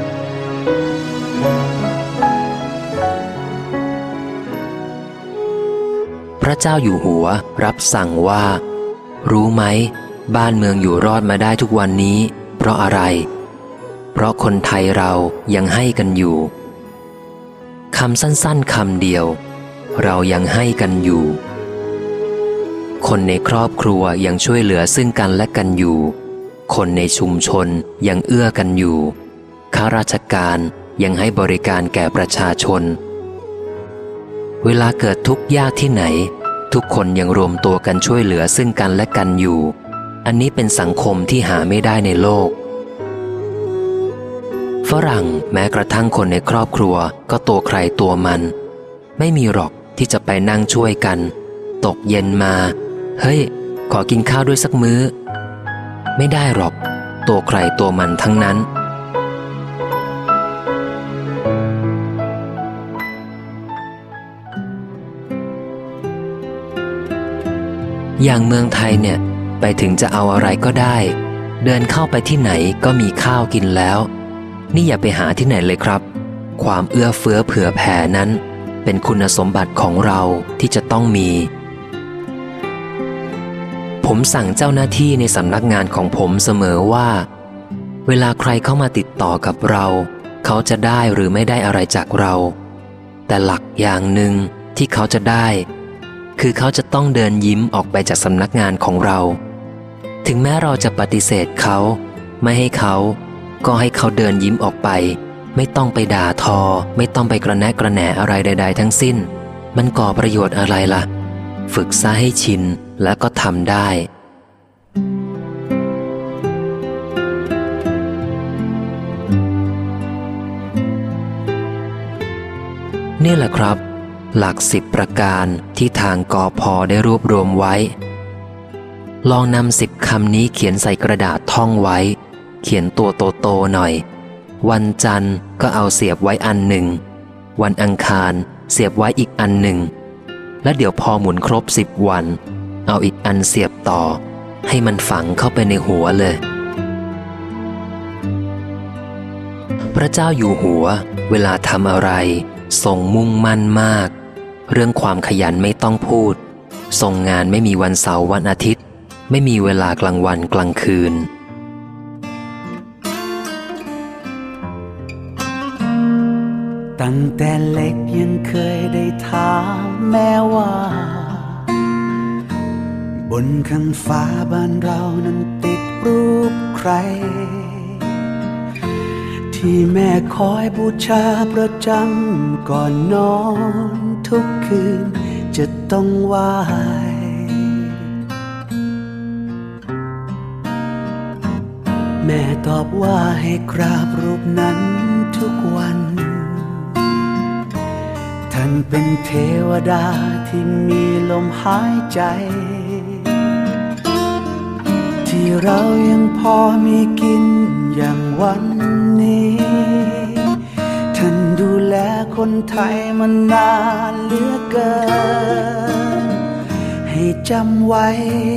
พระเจ้าอยู่หัวรับสั่งว่ารู้ไหมบ้านเมืองอยู่รอดมาได้ทุกวันนี้เพราะอะไรเพราะคนไทยเรายังให้กันอยู่คำสั้นๆคำเดียวเรายังให้กันอยู่คนในครอบครัวยังช่วยเหลือซึ่งกันและกันอยู่คนในชุมชนยังเอื้อกันอยู่ข้าราชการยังให้บริการแก่ประชาชนเวลาเกิดทุกข์ยากที่ไหนทุกคนยังรวมตัวกันช่วยเหลือซึ่งกันและกันอยู่อันนี้เป็นสังคมที่หาไม่ได้ในโลกฝรั่งแม้กระทั่งคนในครอบครัวก็ตัวใครตัวมันไม่มีหรอกที่จะไปนั่งช่วยกันตกเย็นมาเฮ้ยขอกินข้าวด้วยสักมื้อไม่ได้หรอกตัวใครตัวมันทั้งนั้นอย่างเมืองไทยเนี่ยไปถึงจะเอาอะไรก็ได้เดินเข้าไปที่ไหนก็มีข้าวกินแล้วนี่อย่าไปหาที่ไหนเลยครับความเอื้อเฟื้อเผื่อแผ่นั้นเป็นคุณสมบัติของเราที่จะต้องมีผมสั่งเจ้าหน้าที่ในสำนักงานของผมเสมอว่าเวลาใครเข้ามาติดต่อกับเราเขาจะได้หรือไม่ได้อะไรจากเราแต่หลักอย่างหนึ่งที่เขาจะได้คือเขาจะต้องเดินยิ้มออกไปจากสำนักงานของเราถึงแม้เราจะปฏิเสธเขาไม่ให้เขาก็ให้เขาเดินยิ้มออกไปไม่ต้องไปด่าทอไม่ต้องไปกระแนะกระแหนอะไรใดๆทั้งสิ้นมันก่อประโยชน์อะไรล่ะฝึกซะให้ชินแล้วก็ทำได้นี่แหละครับหลักสิบประการที่ทางกพ.ได้รวบรวมไว้ลองนำสิบคำนี้เขียนใส่กระดาษท่องไว้เขียนตัวโตๆหน่อยวันจันทร์ก็เอาเสียบไว้อันหนึ่งวันอังคารเสียบไว้อีกอันหนึ่งและเดี๋ยวพอหมุนครบสิบวันเอาอีกอันเสียบต่อให้มันฝังเข้าไปในหัวเลยพระเจ้าอยู่หัวเวลาทำอะไรทรงมุ่งมั่นมากเรื่องความขยันไม่ต้องพูดทรงงานไม่มีวันเสาร์วันอาทิตย์ไม่มีเวลากลางวันกลางคืนตั้งแต่เล็กยังเคยได้ถามแม่ว่าบนข้างฟ้าบ้านเรานั้นติดรูปใครที่แม่คอยบูชาประจำก่อนนอนทุกคืนจะต้องไหว้แม่ตอบว่าให้กราบรูปนั้นทุกวันท่านเป็นเทวดาที่มีลมหายใจที่เรายังพอมีกินอย่างวันนี้ท่านดูแลคนไทยมานานเหลือเกินให้จำไว้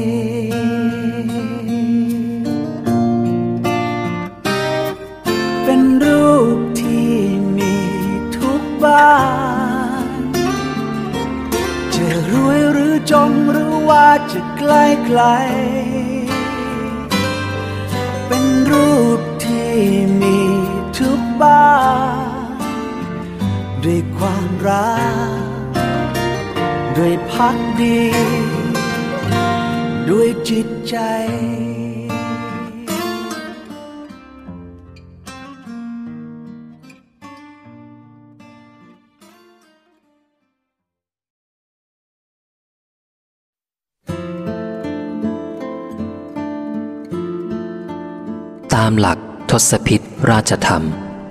เป็นรูปที่มีทุกบ้านจะรวยหรือจนหรือว่าจะไกลไกลเป็นรูปที่มีทุกบ้านด้วยความรักด้วยภักดีด้วยจิตใจตามหลักทศพิธราชธรรม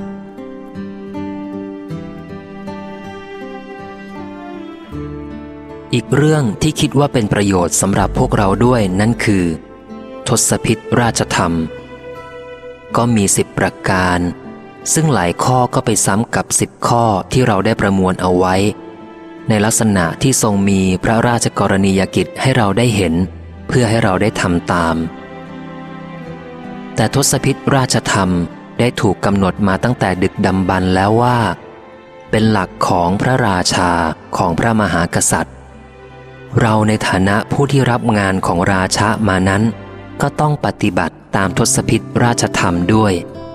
อีกเรื่องที่คิดว่าเป็นประโยชน์สำหรับพวกเราด้วยนั่นคือทศพิธราชธรรมก็มีสิบประการซึ่งหลายข้อก็ไปซ้ำกับสิบข้อที่เราได้ประมวลเอาไว้ในลักษณะที่ทรงมีพระราชกรณียกิจให้เราได้เห็นเพื่อให้เราได้ทำตามแต่ทศพิธราชธรรมได้ถูกกำหนดมาตั้งแต่ดึกดำบรรพ์แล้วว่าเป็นหลักของพระราชาของพระมหากษัตริย์เราในฐานะผู้ที่รับงานของราชามานั้นก็ต้องปฏิบัติตามทศพิธราชธรรมด้วย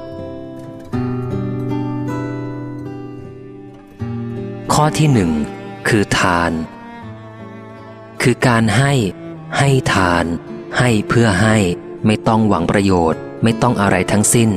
ข้อที่หนึ่งคือทานคือการให้ให้ทานให้เพื่อให้ไม่ต้องหวังประโยชน์ไม่ต้องอะไรทั้งสิ้น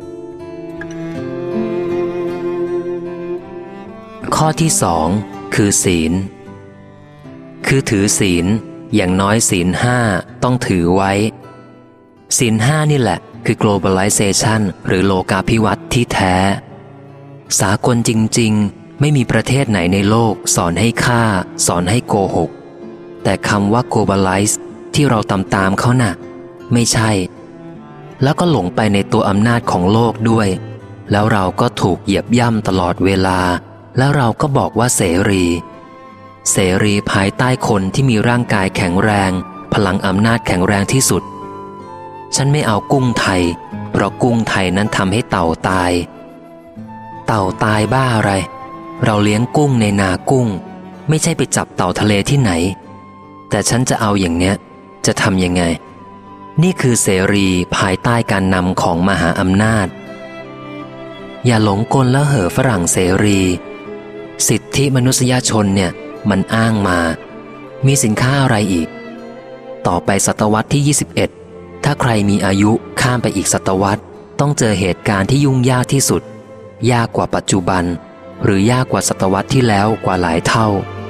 ข้อที่สองคือศีลคือถือศีลอย่างน้อยศีลห้าต้องถือไว้ศีลห้านี่แหละคือ globalization หรือโลกาภิวัตน์ที่แท้สากลจริงๆไม่มีประเทศไหนในโลกสอนให้ฆ่าสอนให้โกหกแต่คำว่า globalize ที่เราตามตามเขาน่ะไม่ใช่แล้วก็หลงไปในตัวอำนาจของโลกด้วยแล้วเราก็ถูกเหยียบย่ำตลอดเวลาแล้วเราก็บอกว่าเสรีเสรีภายใต้คนที่มีร่างกายแข็งแรงพลังอำนาจแข็งแรงที่สุดฉันไม่เอากุ้งไทยเพราะกุ้งไทยนั้นทำให้เต่าตายเต่าตายบ้าอะไรเราเลี้ยงกุ้งในนากุ้งไม่ใช่ไปจับเต่าทะเลที่ไหนแต่ฉันจะเอาอย่างเนี้ยจะทำยังไงนี่คือเสรีภายใต้การนำของมหาอำนาจอย่าหลงกลและเห่อฝรั่งเสรีสิทธิมนุษยชนเนี่ยมันอ้างมามีสินค้าอะไรอีกต่อไปศตวรรษที่ยี่สิบเอ็ดถ้าใครมีอายุข้ามไปอีกศตวรรษต้องเจอเหตุการณ์ที่ยุ่งยากที่สุดยากกว่าปัจจุบันหรือยากกว่าศตวรรษที่แล้วกว่าหลายเท่า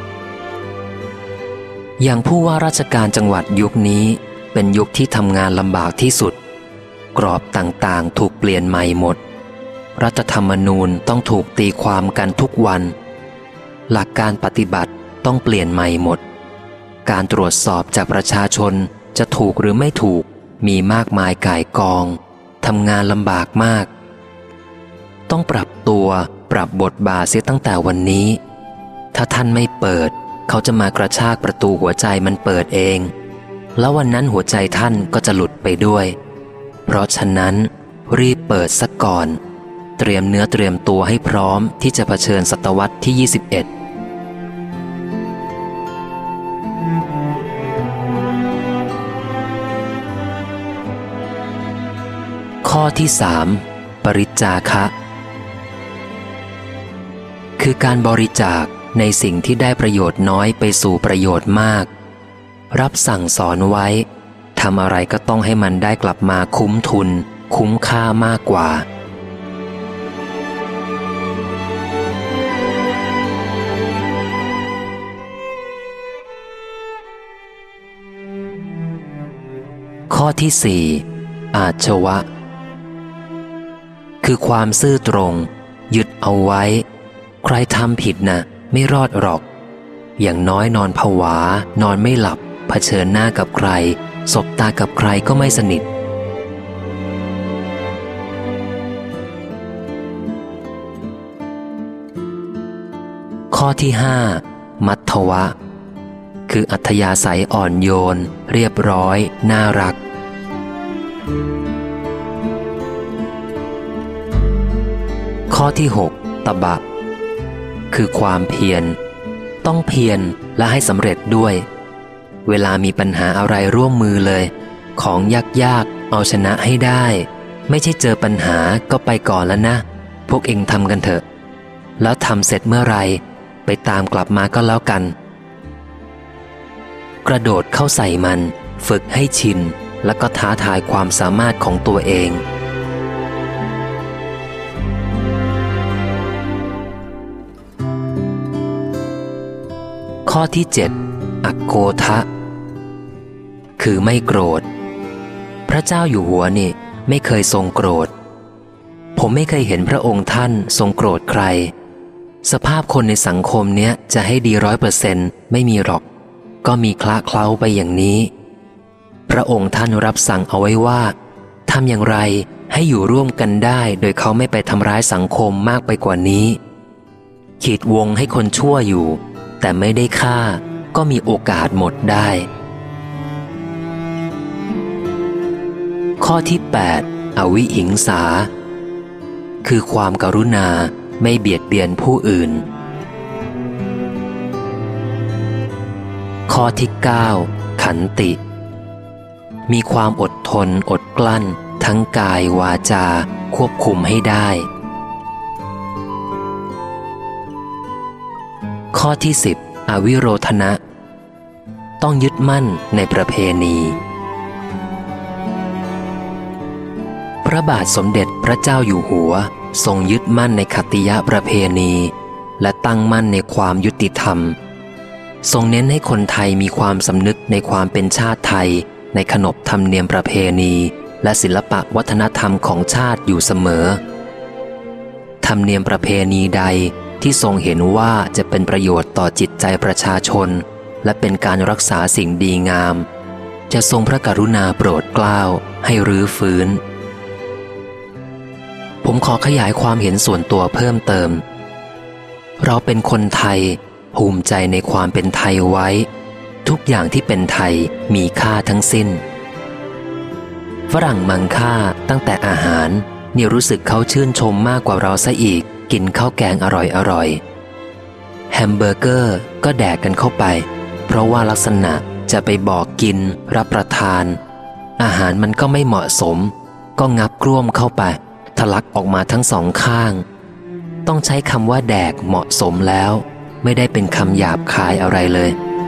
อย่างผู้ว่าราชการจังหวัดยุคนี้เป็นยุคที่ทำงานลำบากที่สุดกรอบต่างๆถูกเปลี่ยนใหม่หมดรัฐธรรมนูญต้องถูกตีความกันทุกวันหลักการปฏิบัติต้องเปลี่ยนใหม่หมดการตรวจสอบจากประชาชนจะถูกหรือไม่ถูกมีมากมายก่ายกองทำงานลำบากมากต้องปรับตัวปรับบทบาทเสียตั้งแต่วันนี้ถ้าท่านไม่เปิดเขาจะมากระชากประตูหัวใจมันเปิดเองแล้ววันนั้นหัวใจท่านก็จะหลุดไปด้วยเพราะฉะนั้นรีบเปิดซะก่อนเตรียมเนื้อเตรียมตัวให้พร้อมที่จะเผชิญศตวรรษที่ยี่สิบเอ็ดข้อที่สามปริจาคะคือการบริจาคในสิ่งที่ได้ประโยชน์น้อยไปสู่ประโยชน์มากรับสั่งสอนไว้ทำอะไรก็ต้องให้มันได้กลับมาคุ้มทุนคุ้มค่ามากกว่าข้อที่สี่อาชวะคือความซื่อตรงยึดเอาไว้ใครทำผิดนะไม่รอดหรอกอย่างน้อยนอนผวานอนไม่หลับเผชิญหน้ากับใครสบตากับใครก็ไม่สนิทข้อที่ห้ามัทธวะคืออัธยาศัยอ่อนโยนเรียบร้อยน่ารักข้อที่หกตบะคือความเพียรต้องเพียรและให้สำเร็จด้วยเวลามีปัญหาอะไรร่วมมือเลยของยากๆเอาชนะให้ได้ไม่ใช่เจอปัญหาก็ไปก่อนแล้วนะพวกเองทำกันเถอะแล้วทำเสร็จเมื่อไรไปตามกลับมาก็แล้วกันกระโดดเข้าใส่มันฝึกให้ชินแล้วก็ท้าทายความสามารถของตัวเองข้อที่เจ็ดอโกทะคือไม่โกรธพระเจ้าอยู่หัวนี่ไม่เคยทรงโกรธผมไม่เคยเห็นพระองค์ท่านทรงโกรธใครสภาพคนในสังคมเนี้ยจะให้ดีร้อยเปอร์เซ็นต์ไม่มีหรอกก็มีคละเคล้าไปอย่างนี้พระองค์ท่านรับสั่งเอาไว้ว่าทำอย่างไรให้อยู่ร่วมกันได้โดยเขาไม่ไปทำร้ายสังคมมากไปกว่านี้ขีดวงให้คนชั่วอยู่แต่ไม่ได้ฆ่าก็มีโอกาสหมดได้ข้อที่แปดอวิหิงสาคือความกรุณาไม่เบียดเบียนผู้อื่นข้อที่เก้าขันติมีความอดทนอดกลั้นทั้งกายวาจาควบคุมให้ได้ข้อที่สิบอวิโรธนะต้องยึดมั่นในประเพณีพระบาทสมเด็จพระเจ้าอยู่หัวทรงยึดมั่นในขัตติยประเพณีและตั้งมั่นในความยุติธรรมทรงเน้นให้คนไทยมีความสำนึกในความเป็นชาติไทยในขนบธรรมเนียมประเพณีและศิลปะวัฒนธรรมของชาติอยู่เสมอธรรมเนียมประเพณีใดที่ทรงเห็นว่าจะเป็นประโยชน์ต่อจิตใจประชาชนและเป็นการรักษาสิ่งดีงามจะทรงพระกรุณาโปรดเกล้าให้รื้อฟื้นผมขอขยายความเห็นส่วนตัวเพิ่มเติมเราเป็นคนไทยภูมิใจในความเป็นไทยไว้ทุกอย่างที่เป็นไทยมีค่าทั้งสิ้นฝรั่งมังค่าตั้งแต่อาหารนี่รู้สึกเขาชื่นชมมากกว่าเราซะอีกกินข้าวแกงอร่อยๆแฮมเบอร์เกอร์ก็แดกกันเข้าไปเพราะว่าลักษณะจะไปบอกกินรับประทานอาหารมันก็ไม่เหมาะสมก็งับกร่วมเข้าไปทะลักออกมาทั้งสองข้างต้องใช้คำว่าแดกเหมาะสมแล้วไม่ได้เป็นคำหยาบคายอะไรเลย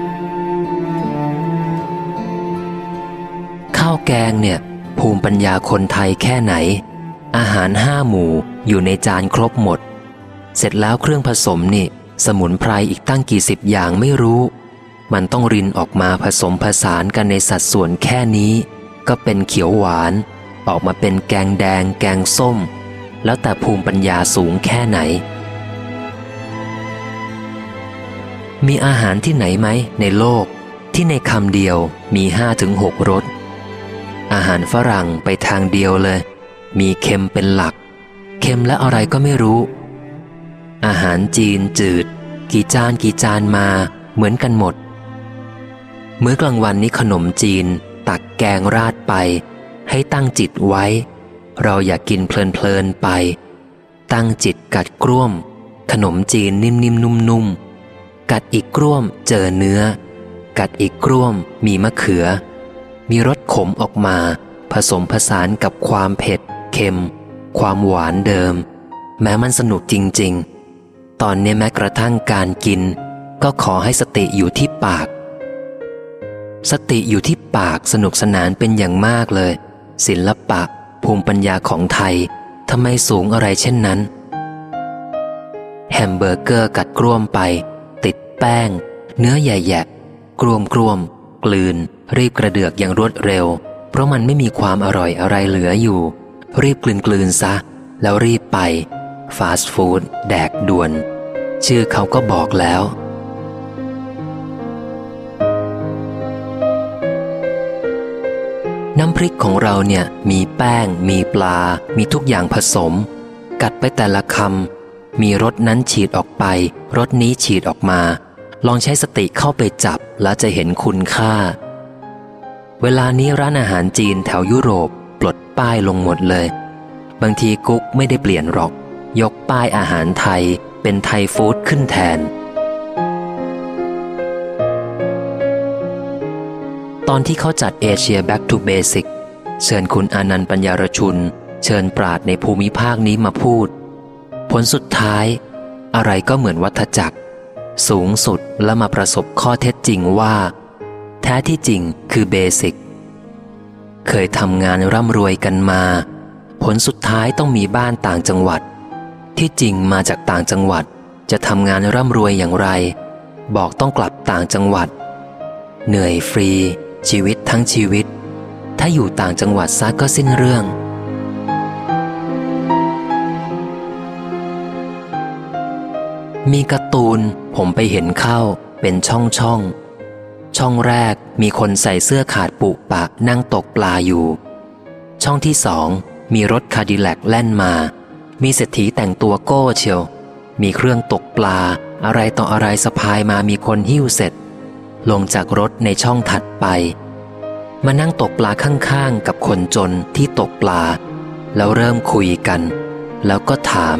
ข้าวแกงเนี่ยภูมิปัญญาคนไทยแค่ไหนอาหารห้าหมู่อยู่ในจานครบหมดเสร็จแล้วเครื่องผสมนี่สมุนไพรอีกตั้งกี่สิบอย่างไม่รู้มันต้องรินออกมาผสมผสานกันในสัดส่วนแค่นี้ก็เป็นเขียวหวานออกมาเป็นแกงแดงแกงส้มแล้วแต่ภูมิปัญญาสูงแค่ไหนมีอาหารที่ไหนไหมในโลกที่ในคำเดียวมีห้าถึงหกรสอาหารฝรั่งไปทางเดียวเลยมีเค็มเป็นหลักเค็มและอะไรก็ไม่รู้อาหารจีนจืดกี่จานกี่จานมาเหมือนกันหมดมื้อกลางวันนี้ขนมจีนตักแกงราดไปให้ตั้งจิตไว้เราอย่ากินเพลินๆไปตั้งจิตกัดกร่วมขนมจีนนิ่มๆนุ่มๆกัดอีกกร่วมเจอเนื้อกัดอีกกร่วมมีมะเขือมีรสขมออกมาผสมผสานกับความเผ็ดเค็มความหวานเดิมแม้มันสนุกจริงๆตอนนี้แม้กระทั่งการกินก็ขอให้สติอยู่ที่ปากสติอยู่ที่ปากสนุกสนานเป็นอย่างมากเลยศิลปะภูมิปัญญาของไทยทำไมสูงอะไรเช่นนั้นแฮมเบอร์เกอร์กัดกร่วมไปติดแป้งเนื้อใหญ่ๆกร่วมกร่วมกลืนรีบกระเดือกอย่างรวดเร็วเพราะมันไม่มีความอร่อยอะไรเหลืออยู่รีบกลืนกลืนซะแล้วรีบไปฟาสต์ฟู้ดแดกด่วนชื่อเขาก็บอกแล้วน้ำพริกของเราเนี่ยมีแป้งมีปลามีทุกอย่างผสมกัดไปแต่ละคำมีรสนั้นฉีดออกไปรสนี้ฉีดออกมาลองใช้สติเข้าไปจับแล้วจะเห็นคุณค่าเวลานี้ร้านอาหารจีนแถวยุโรปปลดป้ายลงหมดเลยบางทีกุ๊กไม่ได้เปลี่ยนหรอกยกป้ายอาหารไทยเป็นไทยฟู้ดขึ้นแทนตอนที่เขาจัดเอเชีย Back to Basic เชิญคุณอานันต์ปัญญารชุนเชิญปราชญ์ในภูมิภาคนี้มาพูดผลสุดท้ายอะไรก็เหมือนวัฏจักรสูงสุดและมาประสบข้อเท็จจริงว่าแท้ที่จริงคือเบสิกเคยทำงานร่ำรวยกันมาผลสุดท้ายต้องมีบ้านต่างจังหวัดที่จริงมาจากต่างจังหวัดจะทำงานร่ำรวยอย่างไรบอกต้องกลับต่างจังหวัดเหนื่อยฟรีชีวิตทั้งชีวิตถ้าอยู่ต่างจังหวัดซะก็สิ้นเรื่องมีการ์ตูนผมไปเห็นเข้าเป็นช่องช่องช่องแรกมีคนใส่เสื้อขาดปุปะนั่งตกปลาอยู่ช่องที่สองมีรถคาดิแลกแล่นมามีเศรษฐีแต่งตัวโก้เชียวมีเครื่องตกปลาอะไรต่ออะไรสะพายมามีคนหิ้วเสร็จลงจากรถในช่องถัดไปมานั่งตกปลาข้างๆกับคนจนที่ตกปลาแล้วเริ่มคุยกันแล้วก็ถาม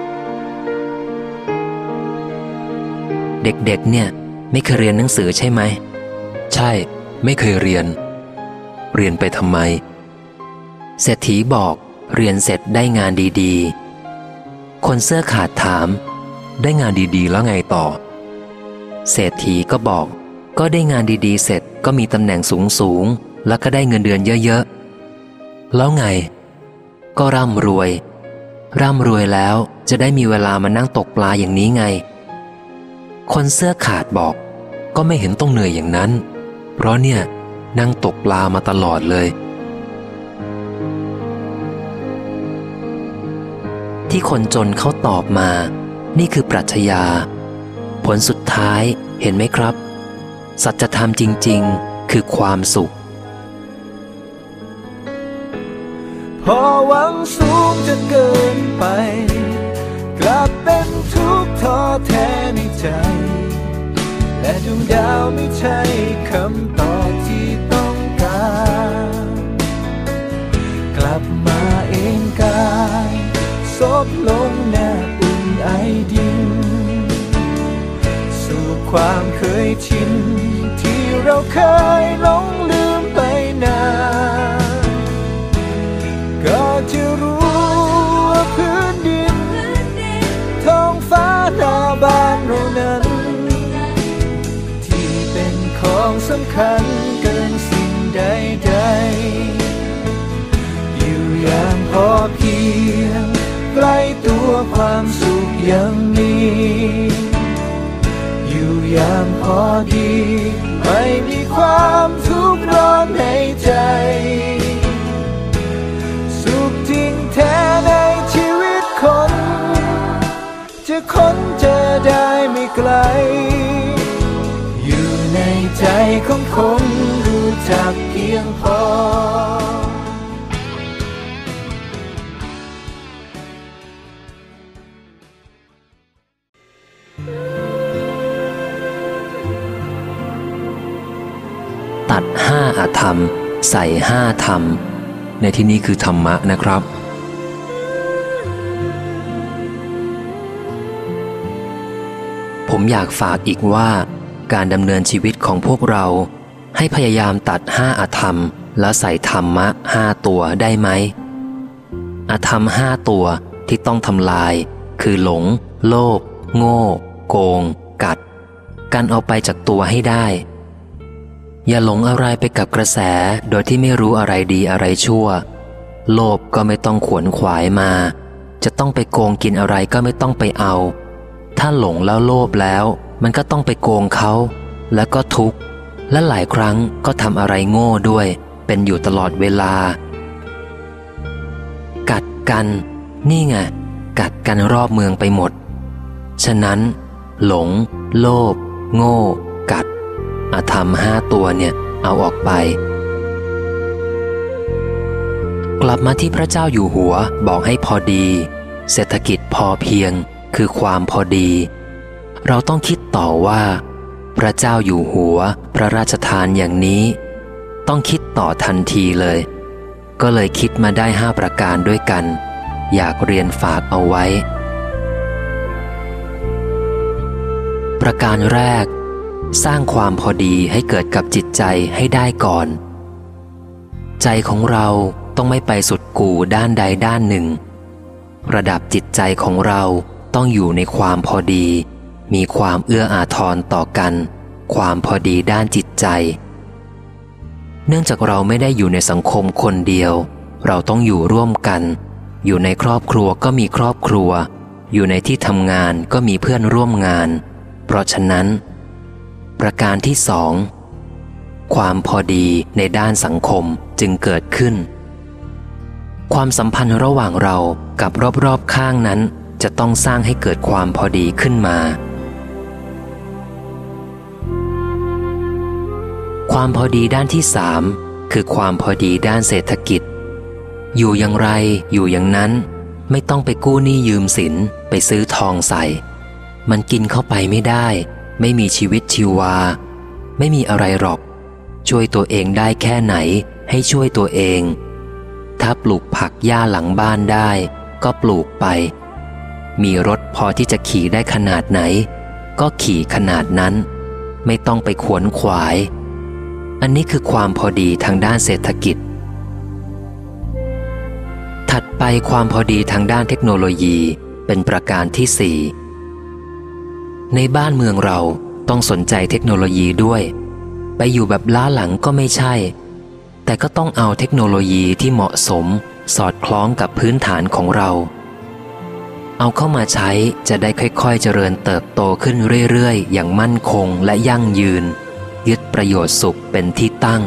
เด็กๆเนี่ยไม่เคยเรียนหนังสือใช่ไหมใช่ไม่เคยเรียนเรียนไปทำไมเศรษฐีบอกเรียนเสร็จได้งานดีๆคนเสื้อขาดถามได้งานดีๆแล้วไงต่อเศรษฐีก็บอกก็ได้งานดีๆเสร็จก็มีตำแหน่งสูงๆแล้วก็ได้เงินเดือนเยอะๆแล้วไงก็ร่ำรวยร่ำรวยแล้วจะได้มีเวลามานั่งตกปลาอย่างนี้ไงคนเสื้อขาดบอกก็ไม่เห็นต้องเหนื่อยอย่างนั้นเพราะเนี่ยนั่งตกปลามาตลอดเลยที่คนจนเขาตอบมานี่คือปรัชญาผลสุดท้ายเห็นไหมครับสัจธรรมจริงๆคือความสุขพอหวังสูงจนเกินไปกลับเป็นทุกข์ท้อแท้ในใจและดวงดาวไม่ใช่คำตอบที่ต้องการกลับมาเองกายซบลงหน้าอุ่นไอดินสู่คความเคยชินที่เราเคยหลงลืมไปนานก็จะรู้ว่าพื้นดินท้องฟ้าหน้าบ้านเรานั้นที่เป็นของสำคัญเกินสิ่งใดๆอยู่อย่างพอเพียงใกล้ตัวความสุขยังมีอยู่อย่างพอดีไม่มีความทุกข์ร้อนในใจสุขจริงแท้ในชีวิตคนจะค้นเจอได้ไม่ไกลอยู่ในใจของคนรู้จักเพียงพอตัดห้าอธรรมใส่ห้าธรรมในที่นี้คือธรรมะนะครับผมอยากฝากอีกว่าการดำเนินชีวิตของพวกเราให้พยายามตัดห้าอธรรมแล้วใส่ธรรมะห้าตัวได้ไหมอธรรมห้าตัวที่ต้องทำลายคือหลงโลภโง่โกงกัดกันเอาไปจากตัวให้ได้อย่าหลงอะไรไปกับกระแสโดยที่ไม่รู้อะไรดีอะไรชั่วโลภก็ไม่ต้องขวนขวายมาจะต้องไปโกงกินอะไรก็ไม่ต้องไปเอาถ้าหลงแล้วโลภแล้วมันก็ต้องไปโกงเขาแล้วก็ทุกข์และหลายครั้งก็ทำอะไรโง่ด้วยเป็นอยู่ตลอดเวลากัดกันนี่ไงกัดกันรอบเมืองไปหมดฉะนั้นหลงโลภโง่กัดอธรรมห้าตัวเนี่ยเอาออกไปกลับมาที่พระเจ้าอยู่หัวบอกให้พอดีเศรษฐกิจพอเพียงคือความพอดีเราต้องคิดต่อว่าพระเจ้าอยู่หัวพระราชทานอย่างนี้ต้องคิดต่อทันทีเลยก็เลยคิดมาได้ห้าประการด้วยกันอยากเรียนฝากเอาไว้ประการแรกสร้างความพอดีให้เกิดกับจิตใจให้ได้ก่อนใจของเราต้องไม่ไปสุดกู่ด้านใดด้านหนึ่งระดับจิตใจของเราต้องอยู่ในความพอดีมีความเอื้ออาทรต่อกันความพอดีด้านจิตใจเนื่องจากเราไม่ได้อยู่ในสังคมคนเดียวเราต้องอยู่ร่วมกันอยู่ในครอบครัวก็มีครอบครัวอยู่ในที่ทำงานก็มีเพื่อนร่วมงานเพราะฉะนั้นประการที่สองความพอดีในด้านสังคมจึงเกิดขึ้นความสัมพันธ์ระหว่างเรากับรอบๆข้างนั้นจะต้องสร้างให้เกิดความพอดีขึ้นมาความพอดีด้านที่สามคือความพอดีด้านเศรษฐกิจอยู่อย่างไรอยู่อย่างนั้นไม่ต้องไปกู้หนี้ยืมสินไปซื้อทองใส่มันกินเข้าไปไม่ได้ไม่มีชีวิตชีวาไม่มีอะไรหรอกช่วยตัวเองได้แค่ไหนให้ช่วยตัวเองถ้าปลูกผักหญ้าหลังบ้านได้ก็ปลูกไปมีรถพอที่จะขี่ได้ขนาดไหนก็ขี่ขนาดนั้นไม่ต้องไปขวนขวายอันนี้คือความพอดีทางด้านเศรษฐกิจถัดไปความพอดีทางด้านเทคโนโลยีเป็นประการที่สี่ในบ้านเมืองเราต้องสนใจเทคโนโลยีด้วยไปอยู่แบบล้าหลังก็ไม่ใช่แต่ก็ต้องเอาเทคโนโลยีที่เหมาะสมสอดคล้องกับพื้นฐานของเราเอาเข้ามาใช้จะได้ค่อยๆเจริญเติบโตขึ้นเรื่อยๆอย่างมั่นคงและยั่งยืนยึดประโยชน์สุขเป็นที่ตั้ง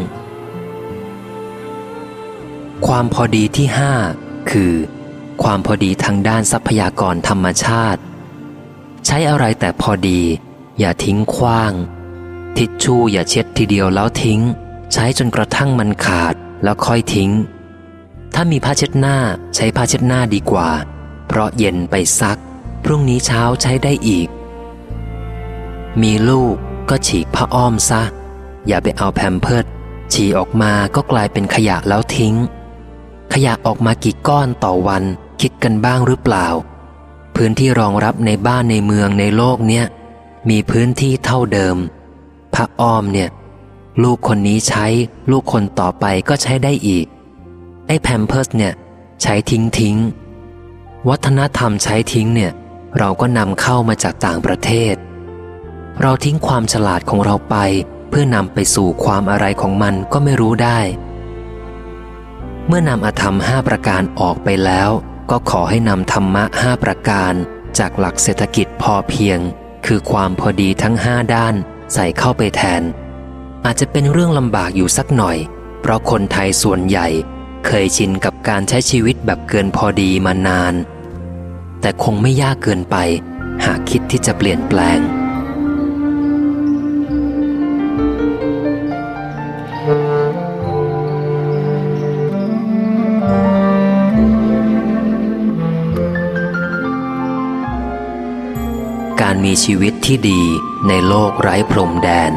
ความพอดีที่ห้าคือความพอดีทางด้านทรัพยากรธรรมชาติใช้อะไรแต่พอดีอย่าทิ้งขว้างทิชชู่อย่าเช็ดทีเดียวแล้วทิ้งใช้จนกระทั่งมันขาดแล้วค่อยทิ้งถ้ามีผ้าเช็ดหน้าใช้ผ้าเช็ดหน้าดีกว่าเพราะเย็นไปซักพรุ่งนี้เช้าใช้ได้อีกมีลูกก็ฉีกผ้าอ้อมซะอย่าไปเอาแพมเพิร์สฉี่ออกมาก็กลายเป็นขยะแล้วทิ้งขยะออกมากี่ก้อนต่อวันคิดกันบ้างหรือเปล่าพื้นที่รองรับในบ้านในเมืองในโลกเนี้ยมีพื้นที่เท่าเดิมผ้าอ้อมเนี่ยลูกคนนี้ใช้ลูกคนต่อไปก็ใช้ได้อีกไอ้แพมเพิร์สเนี่ยใช้ทิ้งทิ้งวัฒนธรรมใช้ทิ้งเนี่ยเราก็นำเข้ามาจากต่างประเทศเราทิ้งความฉลาดของเราไปเพื่อนำไปสู่ความอะไรของมันก็ไม่รู้ได้เมื่อนำอธรรมห้าประการออกไปแล้วก็ขอให้นำธรรมะห้าประการจากหลักเศรษฐกิจพอเพียงคือความพอดีทั้งห้าด้านใส่เข้าไปแทนอาจจะเป็นเรื่องลำบากอยู่สักหน่อยเพราะคนไทยส่วนใหญ่เคยชินกับการใช้ชีวิตแบบเกินพอดีมานานแต่คงไม่ยากเกินไปหากคิดที่จะเปลี่ยนแปลงการมีชีวิตที่ดีในโลกไร้พรมแดน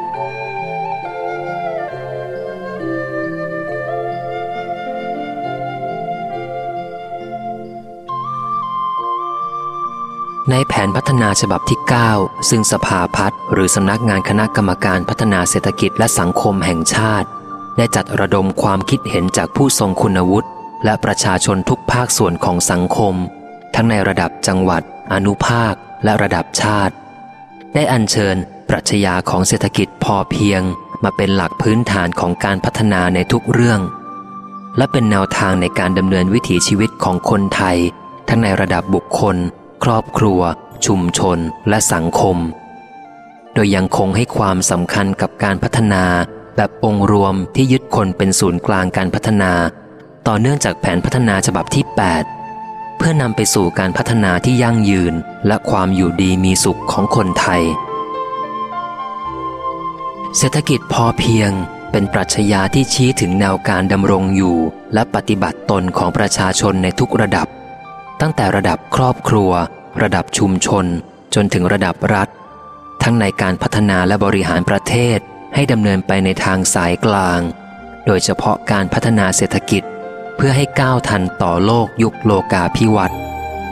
ในแผนพัฒนาฉบับที่เก้าซึ่งสภาพัฒน์หรือสำนักงานคณะกรรมการพัฒนาเศรษฐกิจและสังคมแห่งชาติได้จัดระดมความคิดเห็นจากผู้ทรงคุณวุฒิและประชาชนทุกภาคส่วนของสังคมทั้งในระดับจังหวัดอนุภาคและระดับชาติได้อัญเชิญปรัชญาของเศรษฐกิจพอเพียงมาเป็นหลักพื้นฐานของการพัฒนาในทุกเรื่องและเป็นแนวทางในการดำเนินวิถีชีวิตของคนไทยทั้งในระดับบุคคลครอบครัวชุมชนและสังคมโดยยังคงให้ความสำคัญกับการพัฒนาแบบองค์รวมที่ยึดคนเป็นศูนย์กลางการพัฒนาต่อเนื่องจากแผนพัฒนาฉบับที่แปดเพื่อนำไปสู่การพัฒนาที่ยั่งยืนและความอยู่ดีมีสุขของคนไทยเศรษฐกิจพอเพียงเป็นปรัชญาที่ชี้ถึงแนวการดำรงอยู่และปฏิบัติตนของประชาชนในทุกระดับตั้งแต่ระดับครอบครัวระดับชุมชนจนถึงระดับรัฐทั้งในการพัฒนาและบริหารประเทศให้ดำเนินไปในทางสายกลางโดยเฉพาะการพัฒนาเศรษฐกิจเพื่อให้ก้าวทันต่อโลกยุคโลกาภิวัตน์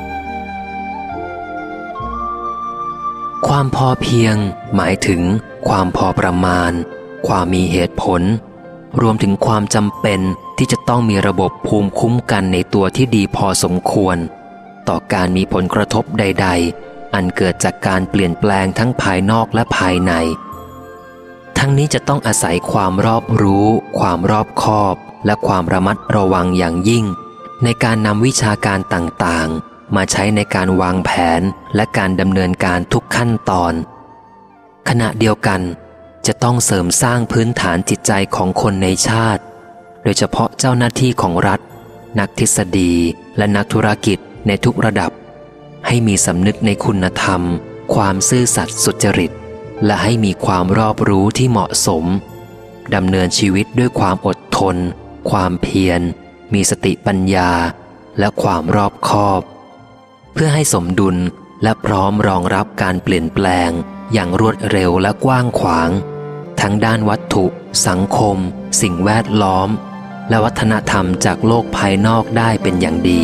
ความพอเพียงหมายถึงความพอประมาณความมีเหตุผลรวมถึงความจำเป็นที่จะต้องมีระบบภูมิคุ้มกันในตัวที่ดีพอสมควรต่อการมีผลกระทบใดๆอันเกิดจากการเปลี่ยนแปลงทั้งภายนอกและภายในทั้งนี้จะต้องอาศัยความรอบรู้ความรอบคอบและความระมัดระวังอย่างยิ่งในการนำวิชาการต่างๆมาใช้ในการวางแผนและการดำเนินการทุกขั้นตอนขณะเดียวกันจะต้องเสริมสร้างพื้นฐานจิตใจของคนในชาติโดยเฉพาะเจ้าหน้าที่ของรัฐนักทฤษฎีและนักธุรกิจในทุกระดับให้มีสำนึกในคุณธรรมความซื่อสัตย์สุจริตและให้มีความรอบรู้ที่เหมาะสมดำเนินชีวิตด้วยความอดทนความเพียรมีสติปัญญาและความรอบคอบเพื่อให้สมดุลและพร้อมรองรับการเปลี่ยนแปลงอย่างรวดเร็วและกว้างขวางทั้งด้านวัตถุสังคมสิ่งแวดล้อมและวัฒนธรรมจากโลกภายนอกได้เป็นอย่างดี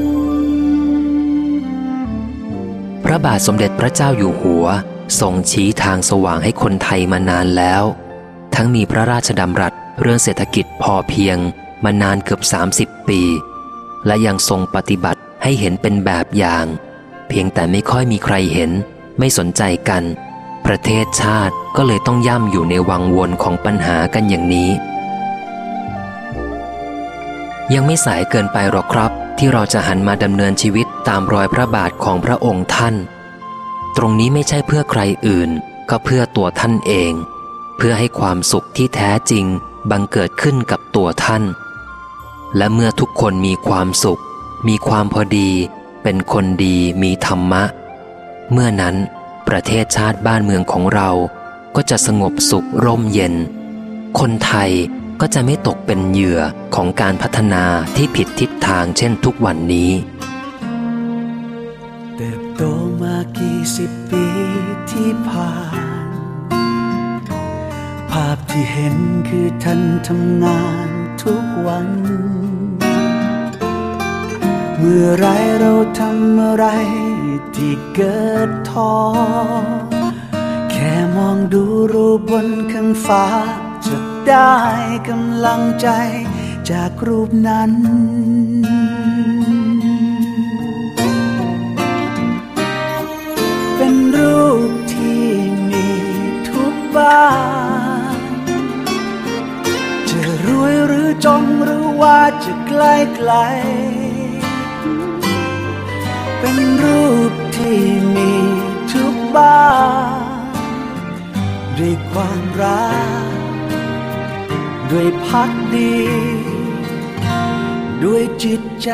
พระบาทสมเด็จพระเจ้าอยู่หัวทรงชี้ทางสว่างให้คนไทยมานานแล้วทั้งมีพระราชดำรัสเรื่องเศรษฐกิจพอเพียงมานานเกือบสามสิบปีและยังทรงปฏิบัติให้เห็นเป็นแบบอย่างเพียงแต่ไม่ค่อยมีใครเห็นไม่สนใจกันประเทศชาติก็เลยต้องย่ำอยู่ในวังวนของปัญหากันอย่างนี้ยังไม่สายเกินไปหรอกครับที่เราจะหันมาดำเนินชีวิตตามรอยพระบาทของพระองค์ท่านตรงนี้ไม่ใช่เพื่อใครอื่นก็เพื่อตัวท่านเองเพื่อให้ความสุขที่แท้จริงบังเกิดขึ้นกับตัวท่านและเมื่อทุกคนมีความสุขมีความพอดีเป็นคนดีมีธรรมะเมื่อนั้นประเทศชาติบ้านเมืองของเราก็จะสงบสุขร่มเย็นคนไทยก็จะไม่ตกเป็นเหยื่อของการพัฒนาที่ผิดทิศทางเช่นทุกวันนี้เติบโตมากี่สิบปีที่ผ่านภาพที่เห็นคือท่านทำงานทุกวันเมื่อไรเราทำอะไรที่เกิดท้อแค่มองดูรูปบนข้างฟ้าจะได้กำลังใจจากรูปนั้นเป็นรูปที่มีทุกบ้านจะรวยหรือจนหรือว่าจะไกลไกลเป็นรูปที่มีทุกบ้านด้วยความรักด้วยภักดีด้วยจิตใจ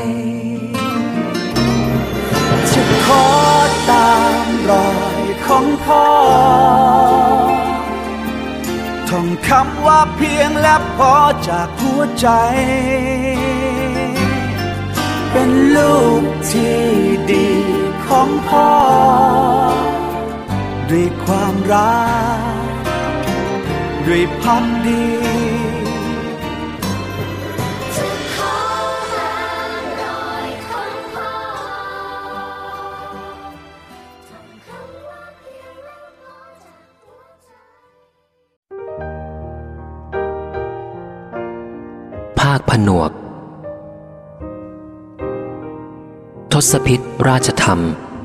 จะขอตามรอยของพ่อท่องคำว่าเพียงและพอจากหัวใจเป็นลูกที่ดีของพ่อด้วยความรักด้วยภักดีภาคผนวกทศพิธราชธรรม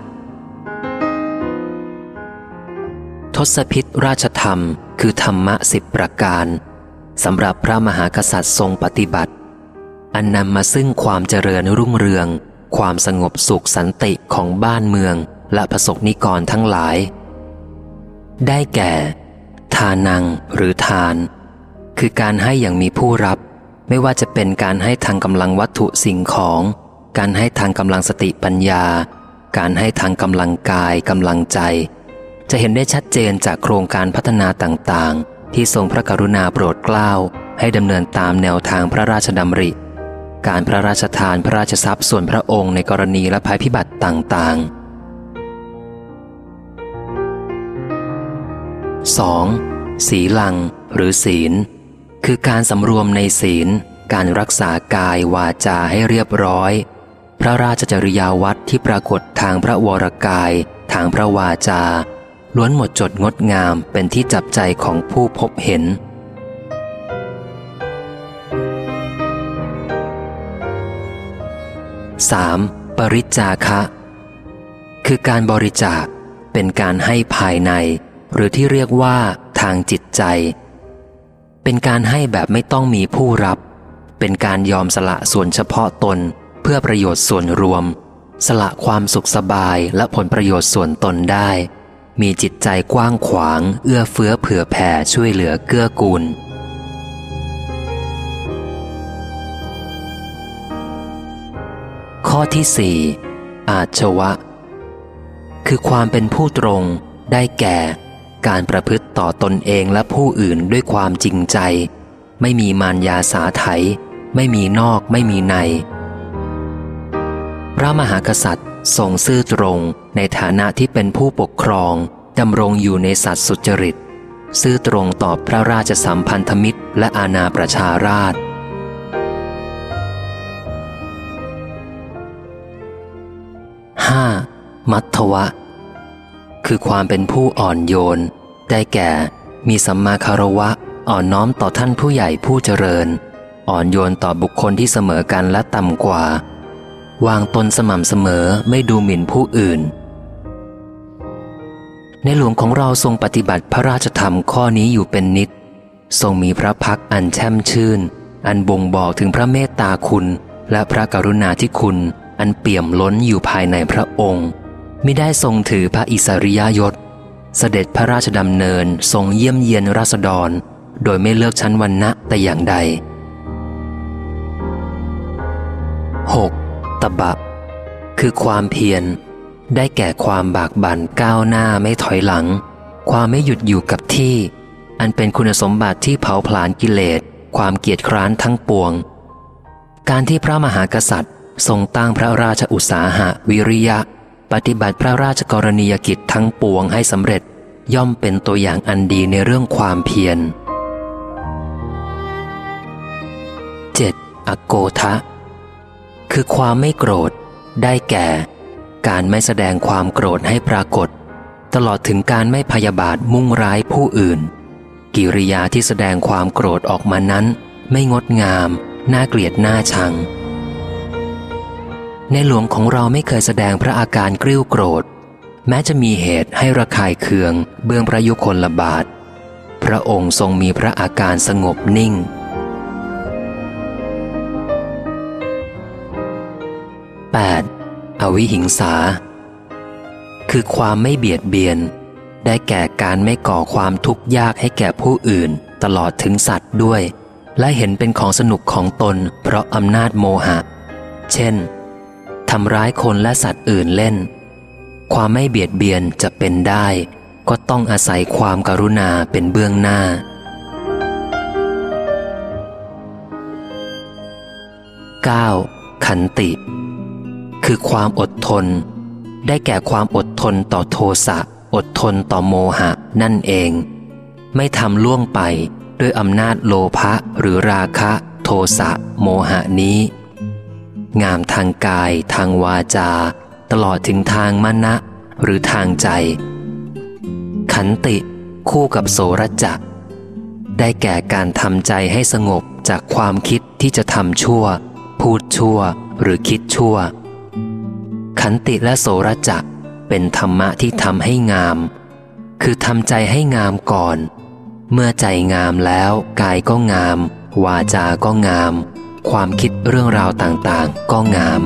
ทศพิธราชธรรมคือธรรมะสิบประการสำหรับพระมหากษัตริย์ทรงปฏิบัติอันนำมาซึ่งความเจริญรุ่งเรืองความสงบสุขสันติของบ้านเมืองและประสบนิกรทั้งหลายได้แก่ทานังหรือทานคือการให้อย่างมีผู้รับไม่ว่าจะเป็นการให้ทางกำลังวัตถุสิ่งของการให้ทางกำลังสติปัญญาการให้ทางกำลังกายกำลังใจจะเห็นได้ชัดเจนจากโครงการพัฒนาต่างๆที่ทรงพระกรุณาโปรดเกล้าให้ดำเนินตามแนวทางพระราชดำริการพระราชทานพระราชทรัพย์ส่วนพระองค์ในกรณีและภัยพิบัติต่างๆ สอง ศีลังหรือศีลคือการสำรวมในศีลการรักษากายวาจาให้เรียบร้อยพระราชจริยาวัดที่ปรากฏทางพระวรกายทางพระวาจาล้วนหมดจดงดงามเป็นที่จับใจของผู้พบเห็น สาม. ปริจจาคะคือการบริจาคเป็นการให้ภายในหรือที่เรียกว่าทางจิตใจเป็นการให้แบบไม่ต้องมีผู้รับเป็นการยอมสละส่วนเฉพาะตนเพื่อประโยชน์ส่วนรวมสละความสุขสบายและผลประโยชน์ส่วนตนได้มีจิตใจกว้างขวางเอื้อเฟื้อเผื่อแผ่ช่วยเหลือเกื้อกูลข้อที่สี่อาชวะคือความเป็นผู้ตรงได้แก่การประพฤติต่อตนเองและผู้อื่นด้วยความจริงใจไม่มีมารยาสาไถไม่มีนอกไม่มีในพระมหากษัตริย์ทรงซื่อตรงในฐานะที่เป็นผู้ปกครองดำรงอยู่ในสัตย์สุจริตซื่อตรงต่อพระราชสัมพันธมิตรและอาณาประชาราษฎร์ ห้า. มัทธวะคือความเป็นผู้อ่อนโยนได้แก่มีสัมมาคารวะอ่อนน้อมต่อท่านผู้ใหญ่ผู้เจริญอ่อนโยนต่อบุคคลที่เสมอกันและต่ำกว่าวางตนสม่ำเสมอไม่ดูหมิ่นผู้อื่นในหลวงของเราทรงปฏิบัติพระราชธรรมข้อนี้อยู่เป็นนิจทรงมีพระพักตร์อันแช่มชื่นอันบ่งบอกถึงพระเมตตาคุณและพระกรุณาธิคุณอันเปี่ยมล้นอยู่ภายในพระองค์มิได้ทรงถือพระอิสริยยศเสด็จพระราชดำเนินทรงเยี่ยมเยียนราษฎรโดยไม่เลือกชั้นวรรณะแต่อย่างใด หก. ตบะคือความเพียรได้แก่ความบากบั่นก้าวหน้าไม่ถอยหลังความไม่หยุดอยู่กับที่อันเป็นคุณสมบัติที่เผาผลาญกิเลสความเกียจคร้านทั้งปวงการที่พระมหากษัตริย์ทรงตั้งพระราชอุตสาหะวิริยะปฏิบัติพระราชกรณียกิจทั้งปวงให้สำเร็จย่อมเป็นตัวอย่างอันดีในเรื่องความเพียร เจ็ด. อโกทะคือความไม่โกรธได้แก่การไม่แสดงความโกรธให้ปรากฏตลอดถึงการไม่พยาบาทมุ่งร้ายผู้อื่นกิริยาที่แสดงความโกรธออกมานั้นไม่งดงามน่าเกลียดน่าชังในหลวงของเราไม่เคยแสดงพระอาการกริ้วโกรธแม้จะมีเหตุให้ระคายเคืองเบื้องพระยุคลบาทพระองค์ทรงมีพระอาการสงบนิ่งแปดอวิหิงสาคือความไม่เบียดเบียนได้แก่การไม่ก่อความทุกข์ยากให้แก่ผู้อื่นตลอดถึงสัตว์ด้วยและเห็นเป็นของสนุกของตนเพราะอำนาจโมหะเช่นทำร้ายคนและสัตว์อื่นเล่นความไม่เบียดเบียนจะเป็นได้ก็ต้องอาศัยความกรุณาเป็นเบื้องหน้า เก้า ขันติคือความอดทนได้แก่ความอดทนต่อโทสะอดทนต่อโมหะนั่นเองไม่ทำล่วงไปด้วยอำนาจโลภะหรือราคะโทสะโมหะนี้งามทางกายทางวาจาตลอดถึงทางมนะหรือทางใจขันติคู่กับโสรจะได้แก่การทำใจให้สงบจากความคิดที่จะทำชั่วพูดชั่วหรือคิดชั่วขันติและโสรจะเป็นธรรมะที่ทำให้งามคือทำใจให้งามก่อนเมื่อใจงามแล้วกายก็งามวาจาก็งามความคิดเรื่องราวต่างๆก็งาม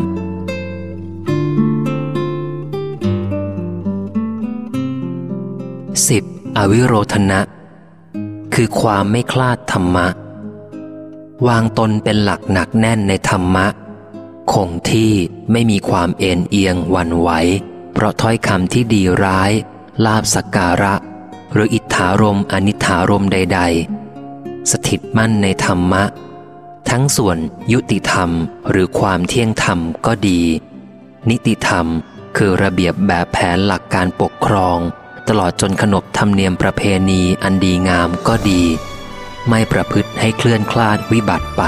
สิบอวิโรธนะคือความไม่คลาดธรรมะวางตนเป็นหลักหนักแน่นในธรรมะคงที่ไม่มีความเอ็นเอียงหวั่นไหวเพราะถ้อยคำที่ดีร้ายลาภสักการะหรืออิทธารมอนิธารมใดๆสถิตมั่นในธรรมะทั้งส่วนยุติธรรมหรือความเที่ยงธรรมก็ดีนิติธรรมคือระเบียบแบบแผนหลักการปกครองตลอดจนขนบธรรมเนียมประเพณีอันดีงามก็ดีไม่ประพฤติให้เคลื่อนคลาดวิบัติไป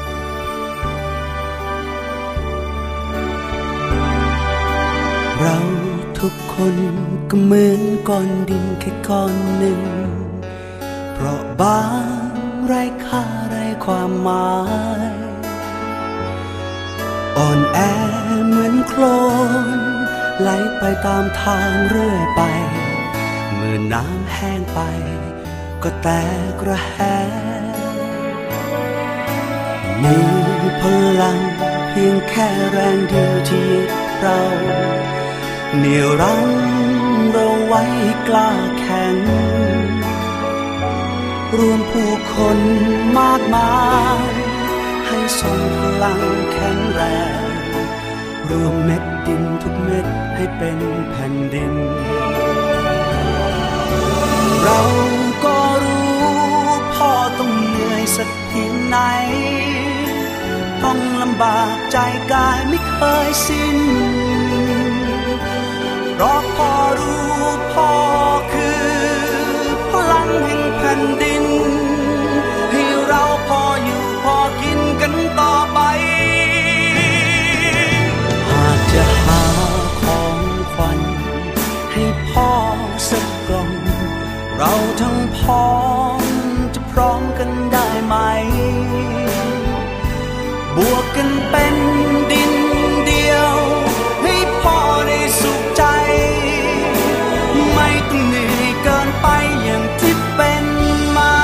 เราทุกคนก็เหมือนก้อนดินแค่ก้อนหนึ่งเพราะบางไร้ค่าไร้ความหมายอ่อนแอเหมือนโคลนไหลไปตามทางเรื่อยไปเมื่อน้ำแห้งไปก็แตกระแหงมีพลังเพียงแค่แรงเดียวที่เราเหนี่ยวรั้งเราไว้กล้าแข็งรวมผู้คนมากมายให้ทรงพลังแข็งแรงรวมเม็ดดินทุกเม็ดให้เป็นแผ่นดินเราก็รู้พ่อต้องเหนื่อยสักเพียงไหนต้องลำบากใจกายไม่เคยสิ้นเพราะพ่อรู้พ่อคือพลังแห่งแผ่นดินให้เราพออยู่พอกินกันต่อไปหากจะหาของขวัญให้พ่อสักกล่องเราทั้งพ้องจะพร้อมกันได้ไหมบวกกันเป็นดินเดียวให้พ่อได้สุขใจไม่ต้องเหนื่อยเกินไปอย่างที่เป็นมา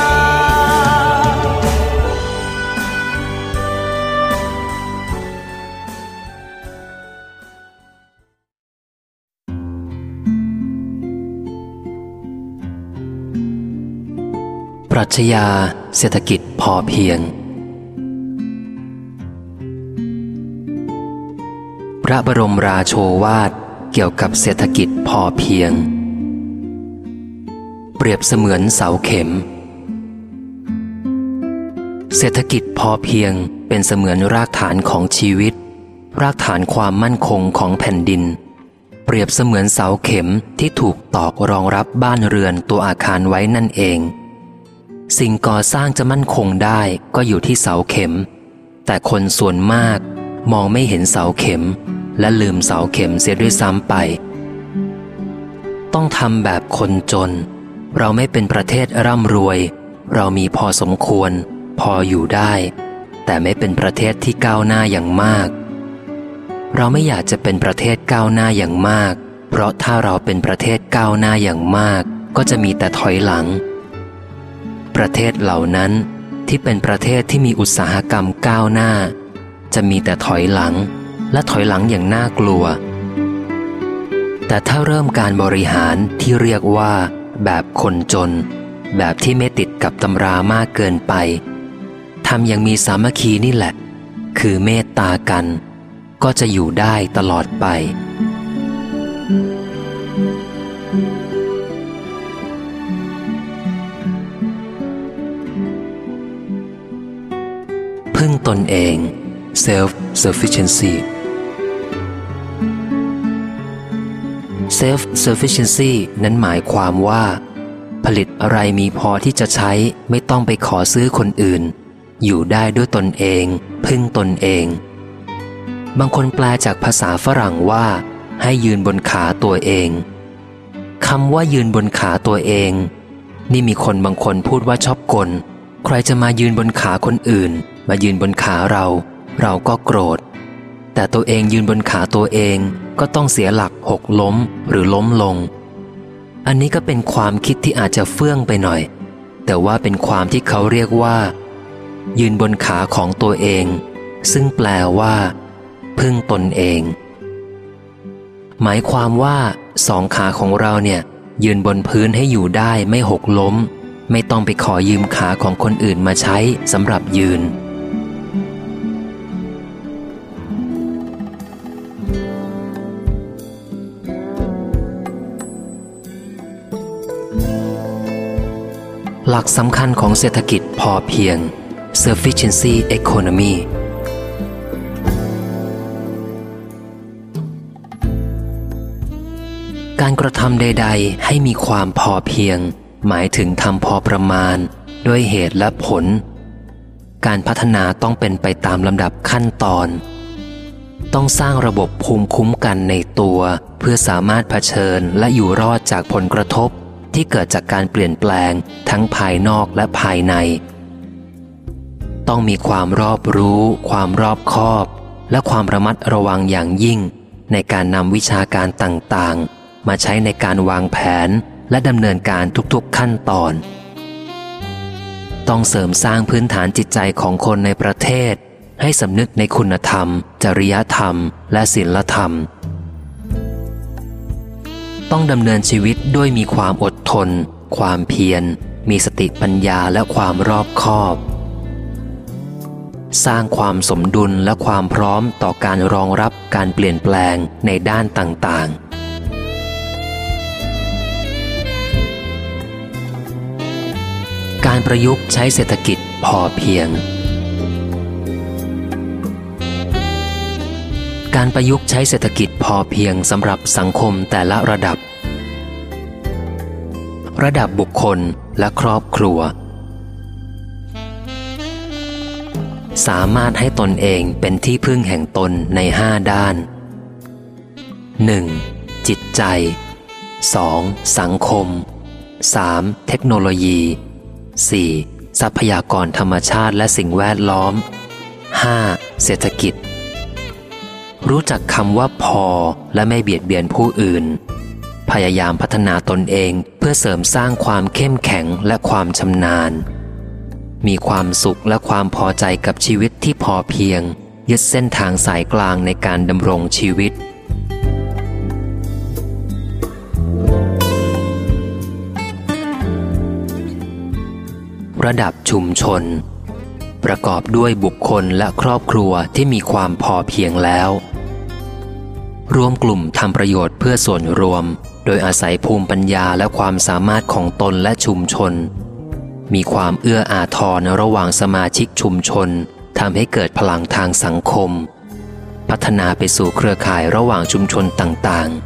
ปรัชญาเศรษฐกิจพอเพียงพระบรมราโชวาทเกี่ยวกับเศรษฐกิจพอเพียงเปรียบเสมือนเสาเข็มเศรษฐกิจพอเพียงเป็นเสมือนรากฐานของชีวิตรากฐานความมั่นคงของแผ่นดินเปรียบเสมือนเสาเข็มที่ถูกตอกรองรับบ้านเรือนตัวอาคารไว้นั่นเองสิ่งก่อสร้างจะมั่นคงได้ก็อยู่ที่เสาเข็มแต่คนส่วนมากมองไม่เห็นเสาเข็มและลืมเสาเข็มเสียด้วยซ้ำไปต้องทำแบบคนจนเราไม่เป็นประเทศร่ำรวยเรามีพอสมควรพออยู่ได้แต่ไม่เป็นประเทศที่ก้าวหน้าอย่างมากเราไม่อยากจะเป็นประเทศก้าวหน้าอย่างมากเพราะถ้าเราเป็นประเทศก้าวหน้าอย่างมากก็จะมีแต่ถอยหลังประเทศเหล่านั้นที่เป็นประเทศที่มีอุตสาหกรรมก้าวหน้าจะมีแต่ถอยหลังและถอยหลังอย่างน่ากลัวแต่ถ้าเริ่มการบริหารที่เรียกว่าแบบคนจนแบบที่ไม่ติดกับตำรามากเกินไปทำอย่างมีสามัคคีนี่แหละคือเมตตากันก็จะอยู่ได้ตลอดไปพึ่งตนเอง self sufficiency self sufficiency นั้นหมายความว่าผลิตอะไรมีพอที่จะใช้ไม่ต้องไปขอซื้อคนอื่นอยู่ได้ด้วยตนเองพึ่งตนเองบางคนแปลจากภาษาฝรั่งว่าให้ยืนบนขาตัวเองคำว่ายืนบนขาตัวเองนี่มีคนบางคนพูดว่าชอบกลใครจะมายืนบนขาคนอื่นมายืนบนขาเราเราก็โกรธแต่ตัวเองยืนบนขาตัวเองก็ต้องเสียหลักหกล้มหรือล้มลงอันนี้ก็เป็นความคิดที่อาจจะเฟื่องไปหน่อยแต่ว่าเป็นความที่เขาเรียกว่ายืนบนขาของตัวเองซึ่งแปลว่าพึ่งตนเองหมายความว่าสองขาของเราเนี่ยยืนบนพื้นให้อยู่ได้ไม่หกล้มไม่ต้องไปขอยืมขาของคนอื่นมาใช้สำหรับยืนหลักสำคัญของเศรษฐกิจพอเพียง sufficiency economy การกระทำใดๆให้มีความพอเพียงหมายถึงทำพอประมาณด้วยเหตุและผลการพัฒนาต้องเป็นไปตามลำดับขั้นตอนต้องสร้างระบบภูมิคุ้มกันในตัวเพื่อสามารถเผชิญและอยู่รอดจากผลกระทบที่เกิดจากการเปลี่ยนแปลงทั้งภายนอกและภายในต้องมีความรอบรู้ความรอบคอบและความระมัดระวังอย่างยิ่งในการนำวิชาการต่างๆมาใช้ในการวางแผนและดำเนินการทุกๆขั้นตอนต้องเสริมสร้างพื้นฐานจิตใจของคนในประเทศให้สำนึกในคุณธรรมจริยธรรมและศีลธรรมต้องดำเนินชีวิตด้วยมีความอดทนความเพียรมีสติปัญญาและความรอบคอบสร้างความสมดุลและความพร้อมต่อการรองรับการเปลี่ยนแปลงในด้านต่างๆการประยุกต์ใช้เศรษฐกิจพอเพียงการประยุกต์ใช้เศรษฐกิจพอเพียงสำหรับสังคมแต่ละระดับระดับบุคคลและครอบครัวสามารถให้ตนเองเป็นที่พึ่งแห่งตนในห้าด้าน หนึ่ง. จิตใจ สอง. สังคม สาม. เทคโนโลยี สี่. ทรัพยากรธรรมชาติและสิ่งแวดล้อม ห้า. เศรษฐกิจรู้จักคำว่าพอและไม่เบียดเบียนผู้อื่นพยายามพัฒนาตนเองเพื่อเสริมสร้างความเข้มแข็งและความชำนาญมีความสุขและความพอใจกับชีวิตที่พอเพียงยึดเส้นทางสายกลางในการดำรงชีวิตระดับชุมชนประกอบด้วยบุคคลและครอบครัวที่มีความพอเพียงแล้วรวมกลุ่มทำประโยชน์เพื่อส่วนรวมโดยอาศัยภูมิปัญญาและความสามารถของตนและชุมชนมีความเอื้ออาทรระหว่างสมาชิกชุมชนทำให้เกิดพลังทางสังคมพัฒนาไปสู่เครือข่ายระหว่างชุมชนต่าง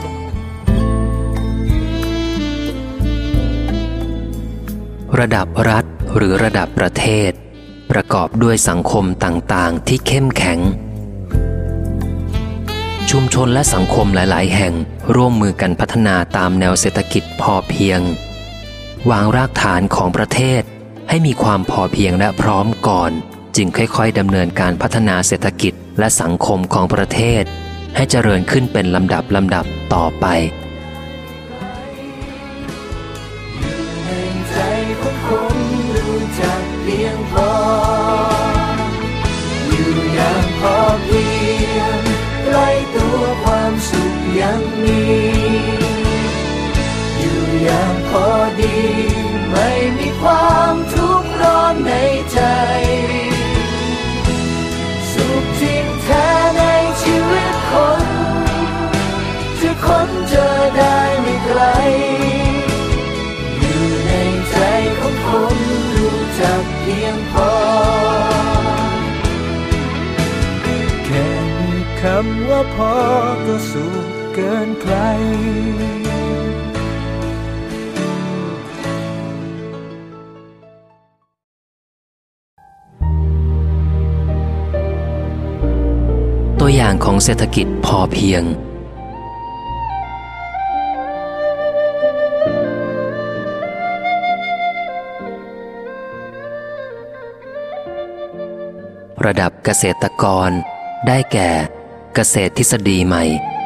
ๆระดับรัฐหรือระดับประเทศประกอบด้วยสังคมต่างๆที่เข้มแข็งชุมชนและสังคมหลายๆแห่งร่วมมือกันพัฒนาตามแนวเศรษฐกิจพอเพียงวางรากฐานของประเทศให้มีความพอเพียงและพร้อมก่อนจึงค่อยๆดำเนินการพัฒนาเศรษฐกิจและสังคมของประเทศให้เจริญขึ้นเป็นลำดับลำดับต่อไปอยู่ในใจของคนรู้จักเพียงพออยู่อย่างพอเพียงใกล้ตัวความสุขยังมีอยู่อย่างพอดีไม่มีความทุกข์ร้อนในใจสุขจริงแท้ในชีวิตคนที่คนเจอได้ไม่ไกลอยู่ในใจของคนรู้จักเพียงพอแค่มีคำว่าพอก็สุขเกินใครตัวอย่างของเศรษฐกิจพอเพียงระดับเกษตรกรได้แก่เกษตรทฤษฎีใหม่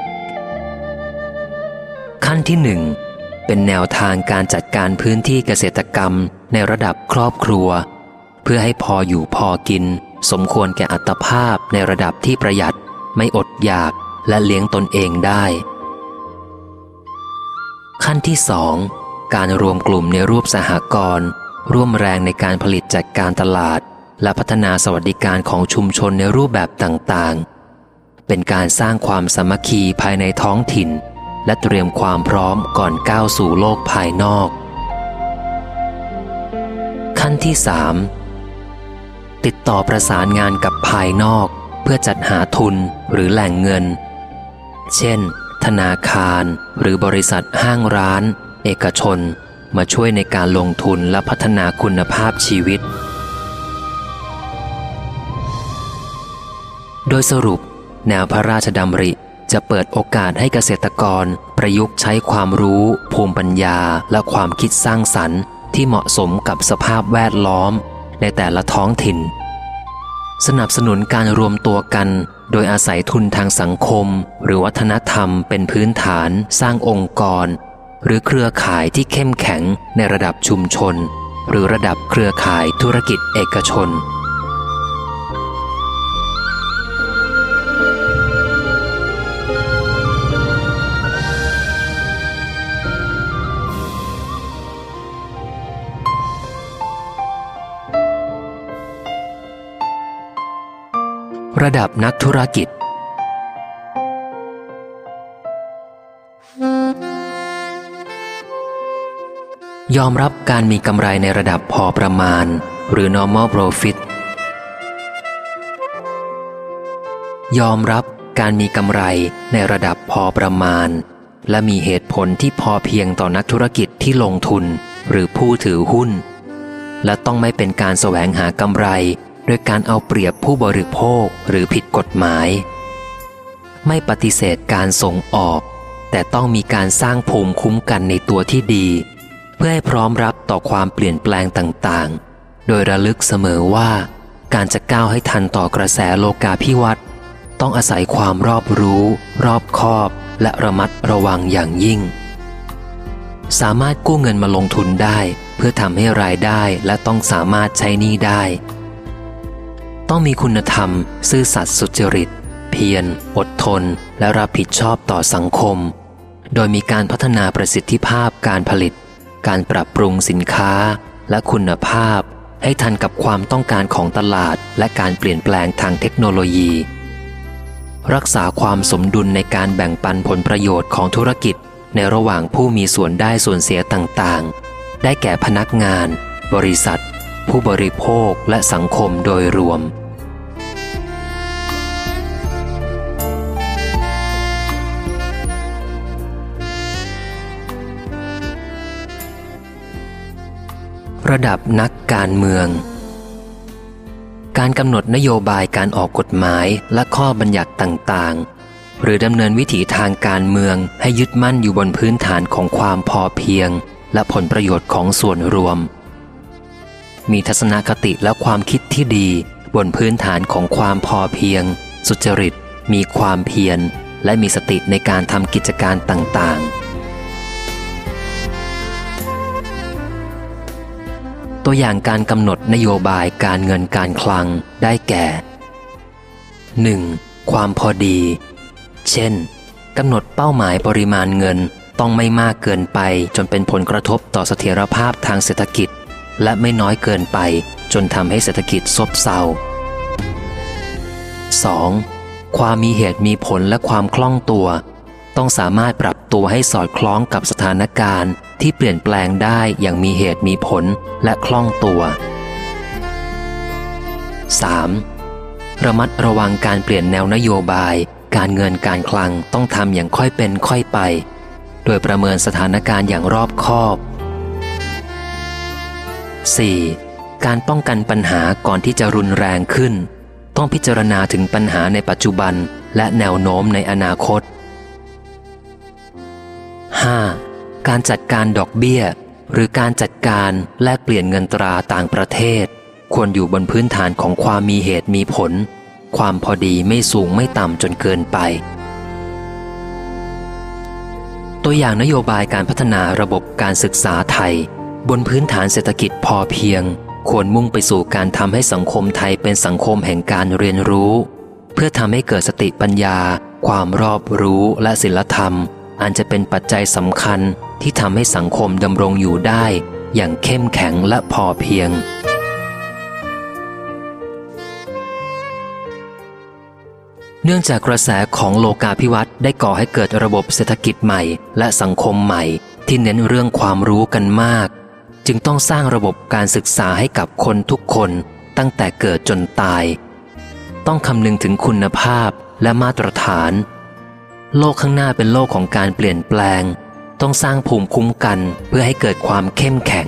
ขั้นที่หนึ่งเป็นแนวทางการจัดการพื้นที่เกษตรกรรมในระดับครอบครัวเพื่อให้พออยู่พอกินสมควรแก่อัตภาพในระดับที่ประหยัดไม่อดอยากและเลี้ยงตนเองได้ขั้นที่สองการรวมกลุ่มในรูปสหกรณ์ร่วมแรงในการผลิตจัดการตลาดและพัฒนาสวัสดิการของชุมชนในรูปแบบต่างๆเป็นการสร้างความสามัคคีภายในท้องถิ่นและเตรียมความพร้อมก่อนก้าวสู่โลกภายนอกขั้นที่สามติดต่อประสานงานกับภายนอกเพื่อจัดหาทุนหรือแหล่งเงินเช่นธนาคารหรือบริษัทห้างร้านเอกชนมาช่วยในการลงทุนและพัฒนาคุณภาพชีวิตโดยสรุปแนวพระราชดำริจะเปิดโอกาสให้เกษตรกรประยุกต์ใช้ความรู้ภูมิปัญญาและความคิดสร้างสรรค์ที่เหมาะสมกับสภาพแวดล้อมในแต่ละท้องถิ่นสนับสนุนการรวมตัวกันโดยอาศัยทุนทางสังคมหรือวัฒนธรรมเป็นพื้นฐานสร้างองค์กรหรือเครือข่ายที่เข้มแข็งในระดับชุมชนหรือระดับเครือข่ายธุรกิจเอกชนระดับนักธุรกิจยอมรับการมีกำไรในระดับพอประมาณหรือ normal profit ยอมรับการมีกำไรในระดับพอประมาณและมีเหตุผลที่พอเพียงต่อนักธุรกิจที่ลงทุนหรือผู้ถือหุ้นและต้องไม่เป็นการแสวงหากำไรโดยการเอาเปรียบผู้บริโภคหรือผิดกฎหมายไม่ปฏิเสธการส่งออกแต่ต้องมีการสร้างภูมิคุ้มกันในตัวที่ดีเพื่อให้พร้อมรับต่อความเปลี่ยนแปลงต่างๆโดยระลึกเสมอว่าการจะก้าวให้ทันต่อกระแสโลกาภิวัตน์ต้องอาศัยความรอบรู้รอบคอบและระมัดระวังอย่างยิ่งสามารถกู้เงินมาลงทุนได้เพื่อทำให้รายได้และต้องสามารถใช้หนี้ได้ต้องมีคุณธรรมซื่อสัตย์สุจริตเพียรอดทนและรับผิดชอบต่อสังคมโดยมีการพัฒนาประสิทธิภาพการผลิตการปรับปรุงสินค้าและคุณภาพให้ทันกับความต้องการของตลาดและการเปลี่ยนแปลงทางเทคโนโลยีรักษาความสมดุลในการแบ่งปันผลประโยชน์ของธุรกิจในระหว่างผู้มีส่วนได้ส่วนเสียต่างๆได้แก่พนักงานบริษัทผู้บริโภคและสังคมโดยรวมระดับนักการเมืองการกำหนดนโยบายการออกกฎหมายและข้อบัญญัติต่างๆหรือดำเนินวิถีทางการเมืองให้ยึดมั่นอยู่บนพื้นฐานของความพอเพียงและผลประโยชน์ของส่วนรวมมีทัศนคติและความคิดที่ดีบนพื้นฐานของความพอเพียงสุจริตมีความเพียรและมีสติในการทำกิจการต่างๆตัวอย่างการกำหนดนโยบายการเงินการคลังได้แก่ หนึ่ง. ความพอดีเช่นกำหนดเป้าหมายปริมาณเงินต้องไม่มากเกินไปจนเป็นผลกระทบต่อเสถียรภาพทางเศรษฐกิจและไม่น้อยเกินไปจนทำให้เศรษฐกิจซบเซา สอง. ความมีเหตุมีผลและความคล่องตัวต้องสามารถปรับตัวให้สอดคล้องกับสถานการณ์ที่เปลี่ยนแปลงได้อย่างมีเหตุมีผลและคล่องตัว สาม. ระมัดระวังการเปลี่ยนแนวนโยบายการเงินการคลังต้องทำอย่างค่อยเป็นค่อยไปโดยประเมินสถานการณ์อย่างรอบคอบ สี่. การป้องกันปัญหาก่อนที่จะรุนแรงขึ้นต้องพิจารณาถึงปัญหาในปัจจุบันและแนวโน้มในอนาคต ห้า. การจัดการดอกเบี้ยหรือการจัดการแลกเปลี่ยนเงินตราต่างประเทศควรอยู่บนพื้นฐานของความมีเหตุมีผลความพอดีไม่สูงไม่ต่ำจนเกินไปตัวอย่างนโยบายการพัฒนาระบบการศึกษาไทยบนพื้นฐานเศรษฐกิจพอเพียงควรมุ่งไปสู่การทำให้สังคมไทยเป็นสังคมแห่งการเรียนรู้เพื่อทำให้เกิดสติปัญญาความรอบรู้และศีลธรรมอันจะเป็นปัจจัยสำคัญที่ทำให้สังคมดำรงอยู่ได้อย่างเข้มแข็งและพอเพียงเนื่องจากกระแสของโลกาภิวัตน์ได้ก่อให้เกิดระบบเศรษฐกิจใหม่และสังคมใหม่ที่เน้นเรื่องความรู้กันมากจึงต้องสร้างระบบการศึกษาให้กับคนทุกคนตั้งแต่เกิดจนตายต้องคำนึงถึงคุณภาพและมาตรฐานโลกข้างหน้าเป็นโลกของการเปลี่ยนแปลงต้องสร้างภูมิคุ้มกันเพื่อให้เกิดความเข้มแข็ง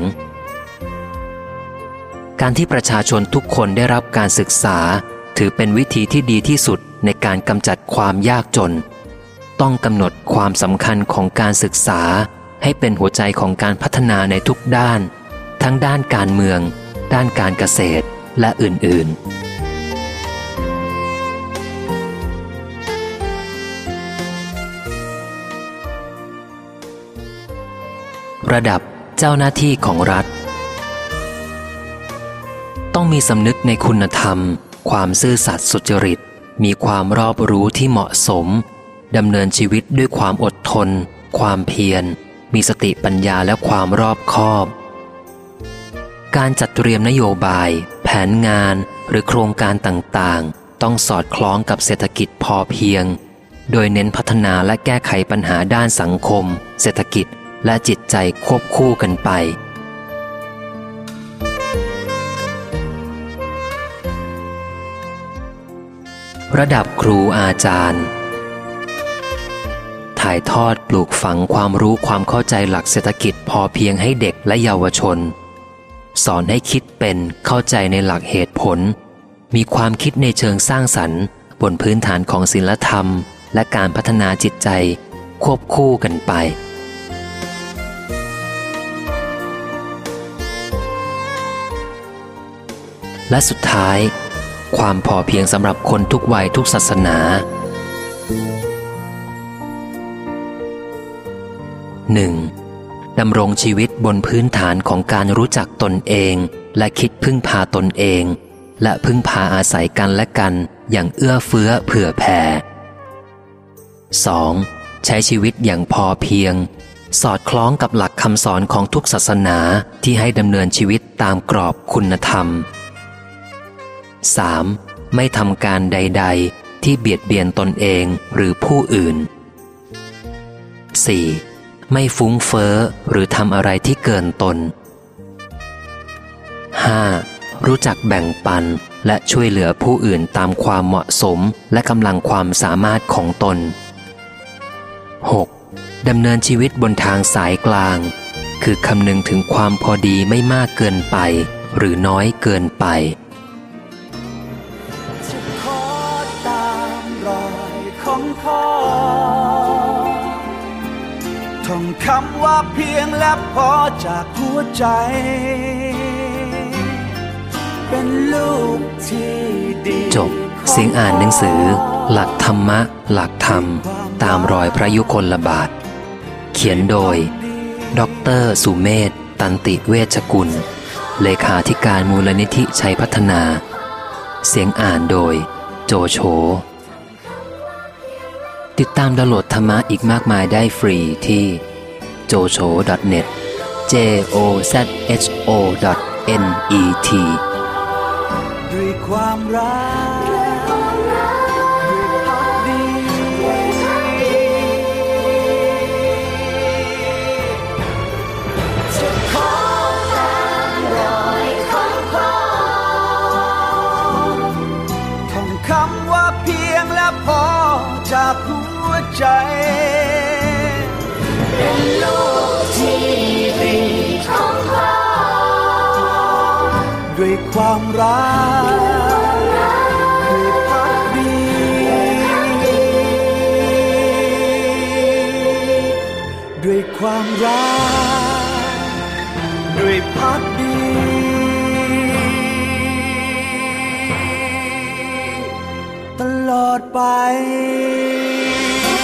การที่ประชาชนทุกคนได้รับการศึกษาถือเป็นวิธีที่ดีที่สุดในการกำจัดความยากจนต้องกำหนดความสำคัญของการศึกษาให้เป็นหัวใจของการพัฒนาในทุกด้านทั้งด้านการเมืองด้านการเกษตรและอื่นๆระดับเจ้าหน้าที่ของรัฐต้องมีสำนึกในคุณธรรมความซื่อสัตย์สุจริตมีความรอบรู้ที่เหมาะสมดำเนินชีวิตด้วยความอดทนความเพียรมีสติปัญญาและความรอบคอบการจัดเตรียมนโยบายแผนงานหรือโครงการต่างๆต้องสอดคล้องกับเศรษฐกิจพอเพียงโดยเน้นพัฒนาและแก้ไขปัญหาด้านสังคมเศรษฐกิจและจิตใจควบคู่กันไประดับครูอาจารย์ถ่ายทอดปลูกฝังความรู้ความเข้าใจหลักเศรษฐกิจพอเพียงให้เด็กและเยาวชนสอนให้คิดเป็นเข้าใจในหลักเหตุผลมีความคิดในเชิงสร้างสรรค์บนพื้นฐานของศีลธรรมและการพัฒนาจิตใจควบคู่กันไปและสุดท้ายความพอเพียงสำหรับคนทุกวัยทุกศาสนา หนึ่ง. ดำรงชีวิตบนพื้นฐานของการรู้จักตนเองและคิดพึ่งพาตนเองและพึ่งพาอาศัยกันและกันอย่างเอื้อเฟื้อเผื่อแผ่ สอง. ใช้ชีวิตอย่างพอเพียงสอดคล้องกับหลักคำสอนของทุกศาสนาที่ให้ดำเนินชีวิตตามกรอบคุณธรรม สาม. ไม่ทำการใดๆที่เบียดเบียนตนเองหรือผู้อื่น สี่. ไม่ฟุ้งเฟ้อหรือทำอะไรที่เกินตน ห้า. รู้จักแบ่งปันและช่วยเหลือผู้อื่นตามความเหมาะสมและกำลังความสามารถของตน หก. ดำเนินชีวิตบนทางสายกลางคือคำนึงถึงความพอดีไม่มากเกินไปหรือน้อยเกินไปขอตามรอยคของพ่อท่องคำว่าเพียงและพอจากหัวใจเป็นลูกที่ดีจบเสียงอ่านหนังสือหลักธรรมะหลักธรรมตามรอยพระยุคลบาทเขียนโดยดร.สุเมธ ตันติเวชกุลเลขาธิการมูลนิธิชัยพัฒนาเสียงอ่านโดยโจโฉติดตามดาวน์โหลดธรรมะอีกมากมายได้ฟรีที่ โจโฉ ดอท เน็ต เจ โอ แซด เอช โอ ดอท เอ็น อี ทีด้วยความรักด้วยพักดีจะขอตามรอยของพ่อท่องคำว่าเพียงและพอจากหัวใจเป็นลูกที่ดีของพ่อด้วยความรักด้วยพักดีด้วยความรักด้วยพักดีตลอดไป